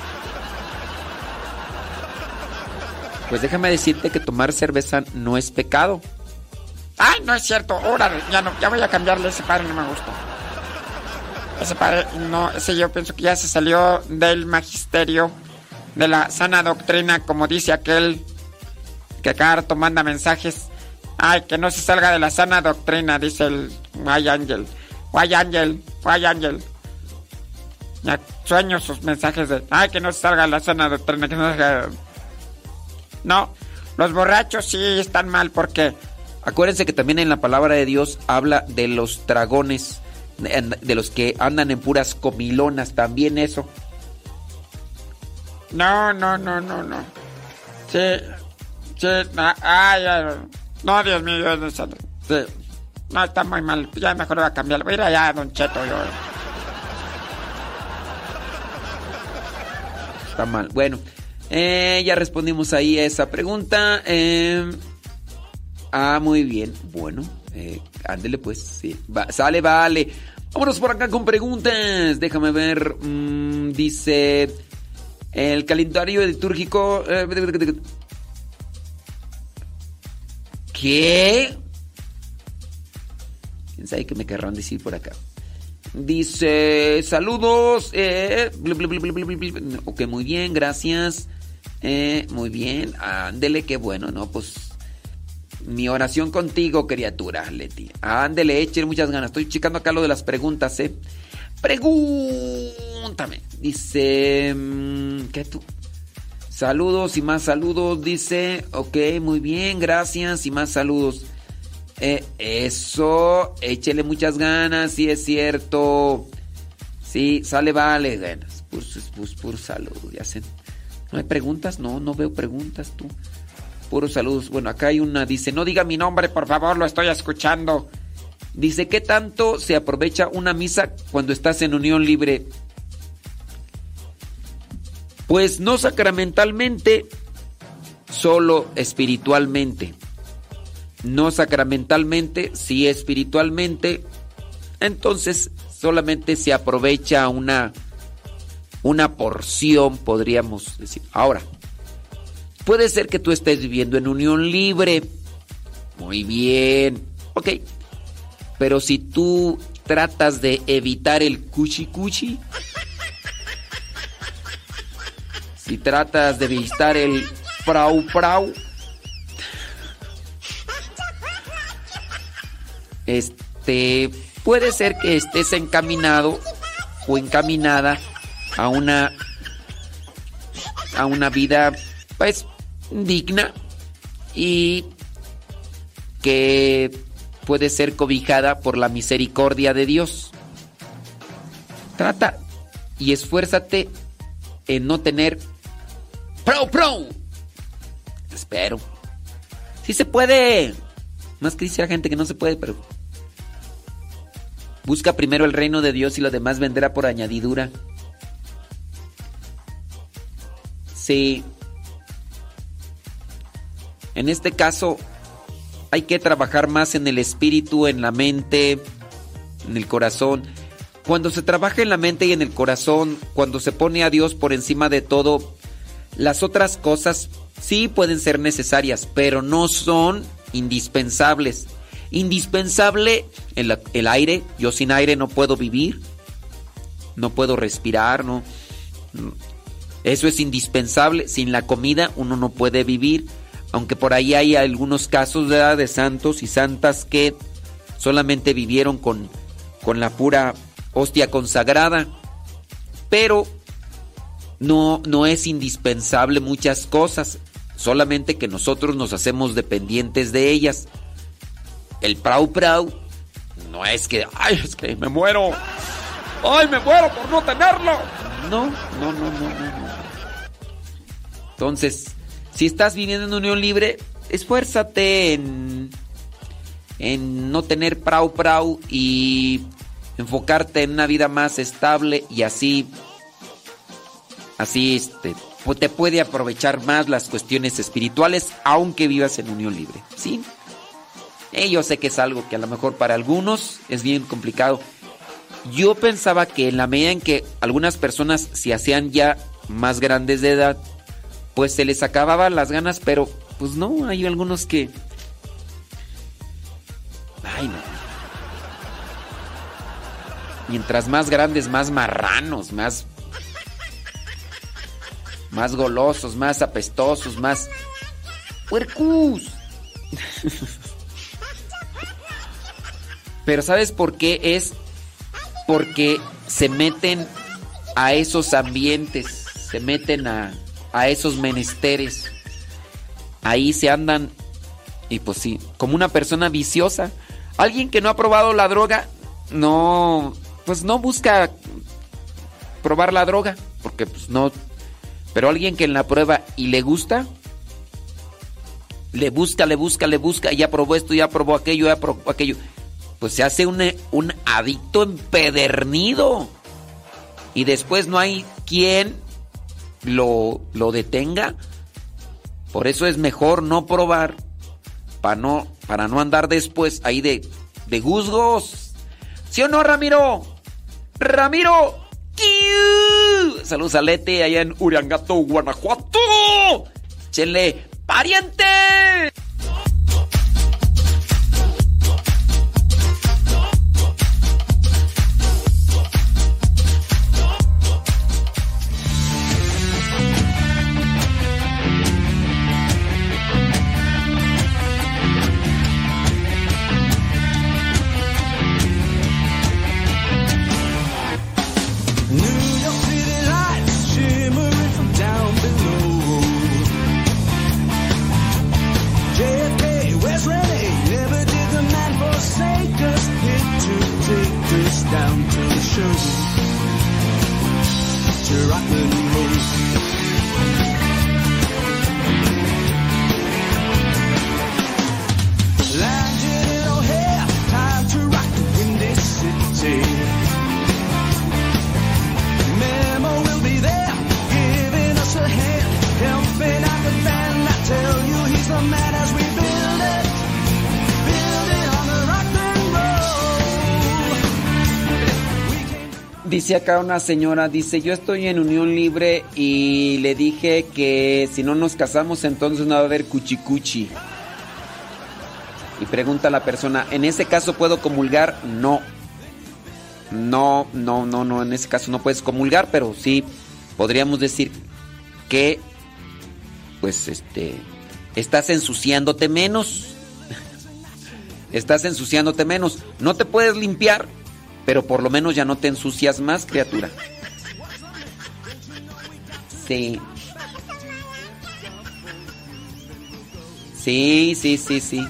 F: Pues déjame decirte que tomar cerveza no es pecado.
H: Ay, no es cierto. Órale, ya no, ya voy a cambiarle. Ese padre no me gusta. Ese padre, no, ese yo pienso que ya se salió del magisterio, de la sana doctrina, como dice aquel que cada rato manda mensajes. Ay, que no se salga de la sana doctrina, dice el Guay Ángel. Guay Ángel, Guay Ángel. Ya sueño sus mensajes de, ay, que no se salga de la sana doctrina, que no se salga. No, los borrachos sí están mal porque...
F: Acuérdense que también en la palabra de Dios habla de los dragones, de los que andan en puras comilonas, también eso.
H: No, no, no, no, no. Sí, sí, ah, ay, ay, no, Dios mío, Dios mío, sí. No, está muy mal, ya mejor voy a cambiarlo. Voy a ir allá a Don Cheto, yo.
F: Está mal, bueno. Eh, ya respondimos ahí a esa pregunta. Eh, ah, muy bien. Bueno, eh, ándele pues. Sí. Va, sale, vale. Vámonos por acá con preguntas. Déjame ver. Mmm, dice el calendario litúrgico. Eh, ¿Qué? ¿Quién sabe qué me querrán decir por acá? Dice, saludos. Eh, bla, bla, bla, bla, bla, bla. Ok, muy bien, gracias. Eh, muy bien, ándele, qué bueno, ¿no? Pues mi oración contigo, criatura, Leti. Ándele, echen muchas ganas. Estoy checando acá lo de las preguntas, ¿eh? Pregúntame. Dice, ¿qué tú? Saludos y más saludos, dice. Ok, muy bien, gracias y más saludos. Eh, eso, échele muchas ganas, sí es cierto. Sí, sale, vale. Bueno, pues, pues, puro saludo, ya sé. ¿No hay preguntas? No, no veo preguntas, tú. Puros saludos. Bueno, acá hay una, dice, no diga mi nombre, por favor, lo estoy escuchando. Dice, ¿qué tanto se aprovecha una misa cuando estás en unión libre? Pues no sacramentalmente, solo espiritualmente. No sacramentalmente, sí espiritualmente. Entonces, solamente se aprovecha una... una porción, podríamos decir. Ahora, puede ser que tú estés viviendo en unión libre. Muy bien. Ok. Pero si tú tratas de evitar el cuchi cuchi, si tratas de evitar el prau prau, este, puede ser que estés encaminado o encaminada a una a una vida pues digna y que puede ser cobijada por la misericordia de Dios. Trata y esfuérzate en no tener pro pro. Espero. Sí se puede. Más que dice la gente que no se puede, pero busca primero el reino de Dios y lo demás vendrá por añadidura. Sí. En este caso, hay que trabajar más en el espíritu, en la mente, en el corazón. Cuando se trabaja en la mente y en el corazón, cuando se pone a Dios por encima de todo, las otras cosas sí pueden ser necesarias, pero no son indispensables. Indispensable el, el aire. Yo sin aire no puedo vivir, no puedo respirar, no. Eso es indispensable. Sin la comida uno no puede vivir, aunque por ahí hay algunos casos, ¿verdad?, de santos y santas que solamente vivieron con, con la pura hostia consagrada, pero no, no es indispensable muchas cosas, solamente que nosotros nos hacemos dependientes de ellas. El prau prau no es que, ay, es que me muero, ay, me muero por no tenerlo. No, no, no, no, no, no. Entonces, si estás viviendo en unión libre, esfuérzate en, en no tener prau prau y enfocarte en una vida más estable, y así, así este, te puede aprovechar más las cuestiones espirituales, aunque vivas en unión libre. Sí, eh, yo sé que es algo que a lo mejor para algunos es bien complicado. Yo pensaba que en la medida en que algunas personas se hacían ya más grandes de edad, pues se les acababan las ganas, pero pues no, hay algunos que... Ay, no. Mientras más grandes, más marranos, más... Más golosos, más apestosos, más... ¡Puercus! Pero ¿sabes por qué? Es porque se meten a esos ambientes, se meten a, a esos menesteres. Ahí se andan, y pues sí, como una persona viciosa. Alguien que no ha probado la droga, no, pues no busca probar la droga, porque pues no. Pero alguien que la prueba y le gusta, le busca, le busca, le busca, ya probó esto, ya probó aquello, ya probó aquello. Pues se hace un, un adicto empedernido. Y después no hay quien lo, lo detenga. Por eso es mejor no probar, para no, para no andar después ahí de, de juzgos. ¿Sí o no, Ramiro? ¡Ramiro! ¡Kiu! Saludos a Lete allá en Uriangato, Guanajuato. ¡Chenle, pariente!
J: Down to the show to rock and roll. Landed in O'Hare, time to rock the Windy City. Memo will be there, giving us a hand, helping out the band. I tell you, he's the man as we build it, build it on the rock and roll.
F: Dice acá una señora, dice, yo estoy en unión libre y le dije que si no nos casamos entonces no va a haber cuchicuchi. Y pregunta a la persona, ¿en ese caso puedo comulgar? No. No, no, no, no, en ese caso no puedes comulgar, pero sí podríamos decir que, pues, este, estás ensuciándote menos. Estás ensuciándote menos. No te puedes limpiar, pero por lo menos ya no te ensucias más, criatura. Sí. Sí, sí, sí, sí.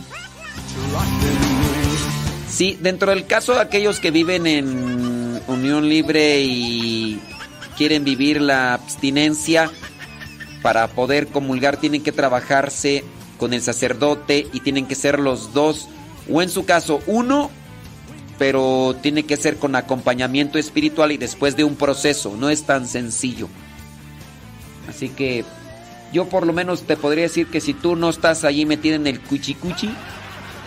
F: Sí, dentro del caso de aquellos que viven en unión libre y quieren vivir la abstinencia, para poder comulgar tienen que trabajarse con el sacerdote y tienen que ser los dos, o en su caso uno, pero tiene que ser con acompañamiento espiritual y después de un proceso. No es tan sencillo. Así que yo por lo menos te podría decir que si tú no estás allí metido en el cuchicuchi,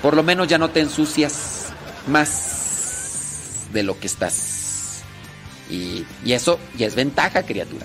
F: por lo menos ya no te ensucias más de lo que estás. Y, y eso ya es ventaja, criatura.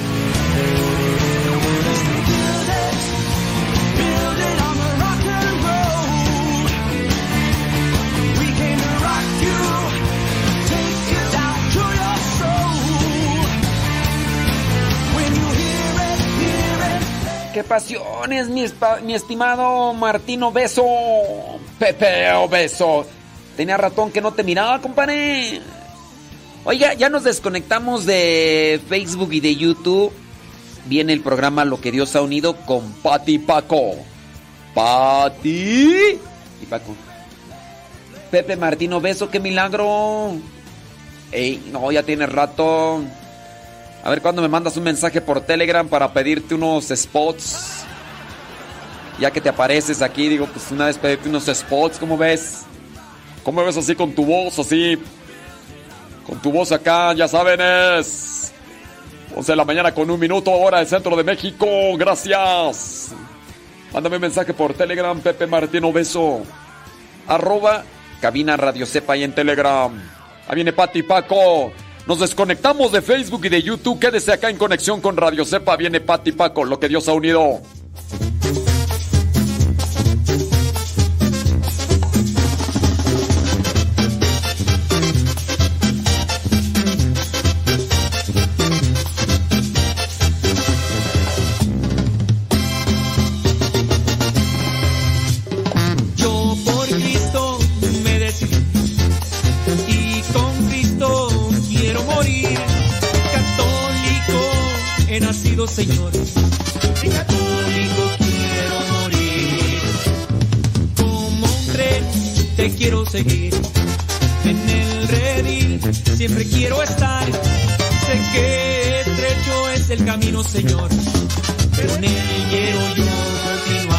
F: ¡Qué pasiones, mi, espa- mi estimado Martín Obeso! Pepe Obeso. Tenía ratón que no te miraba, compadre. Oiga, ya nos desconectamos de Facebook y de YouTube. Viene el programa Lo que Dios ha unido con Pati y Paco. Pati y Paco. Pepe Martín Obeso, qué milagro. Ey, no, ya tiene rato. A ver cuándo me mandas un mensaje por Telegram para pedirte unos spots. Ya que te apareces aquí, digo, pues una vez pedirte unos spots, ¿cómo ves? ¿Cómo ves así con tu voz, así? Con tu voz acá, ya saben, es once de la mañana con un minuto, hora del centro de México. Gracias. Mándame un mensaje por Telegram, Pepe Martín Obeso. Arroba Cabina Radio Cepa ahí en Telegram. Ahí viene Pati y Paco. Nos desconectamos de Facebook y de YouTube. Quédese acá en conexión con Radio Cepa. Viene Pati y Paco, Lo que Dios ha unido.
I: Yo por Cristo me decidí y con Cristo quiero morir. Católico he nacido, Señor, y católico quiero morir. Como un rey te quiero seguir, en el redil siempre quiero estar. Sé que estrecho es el camino, Señor, pero en él quiero yo continuar.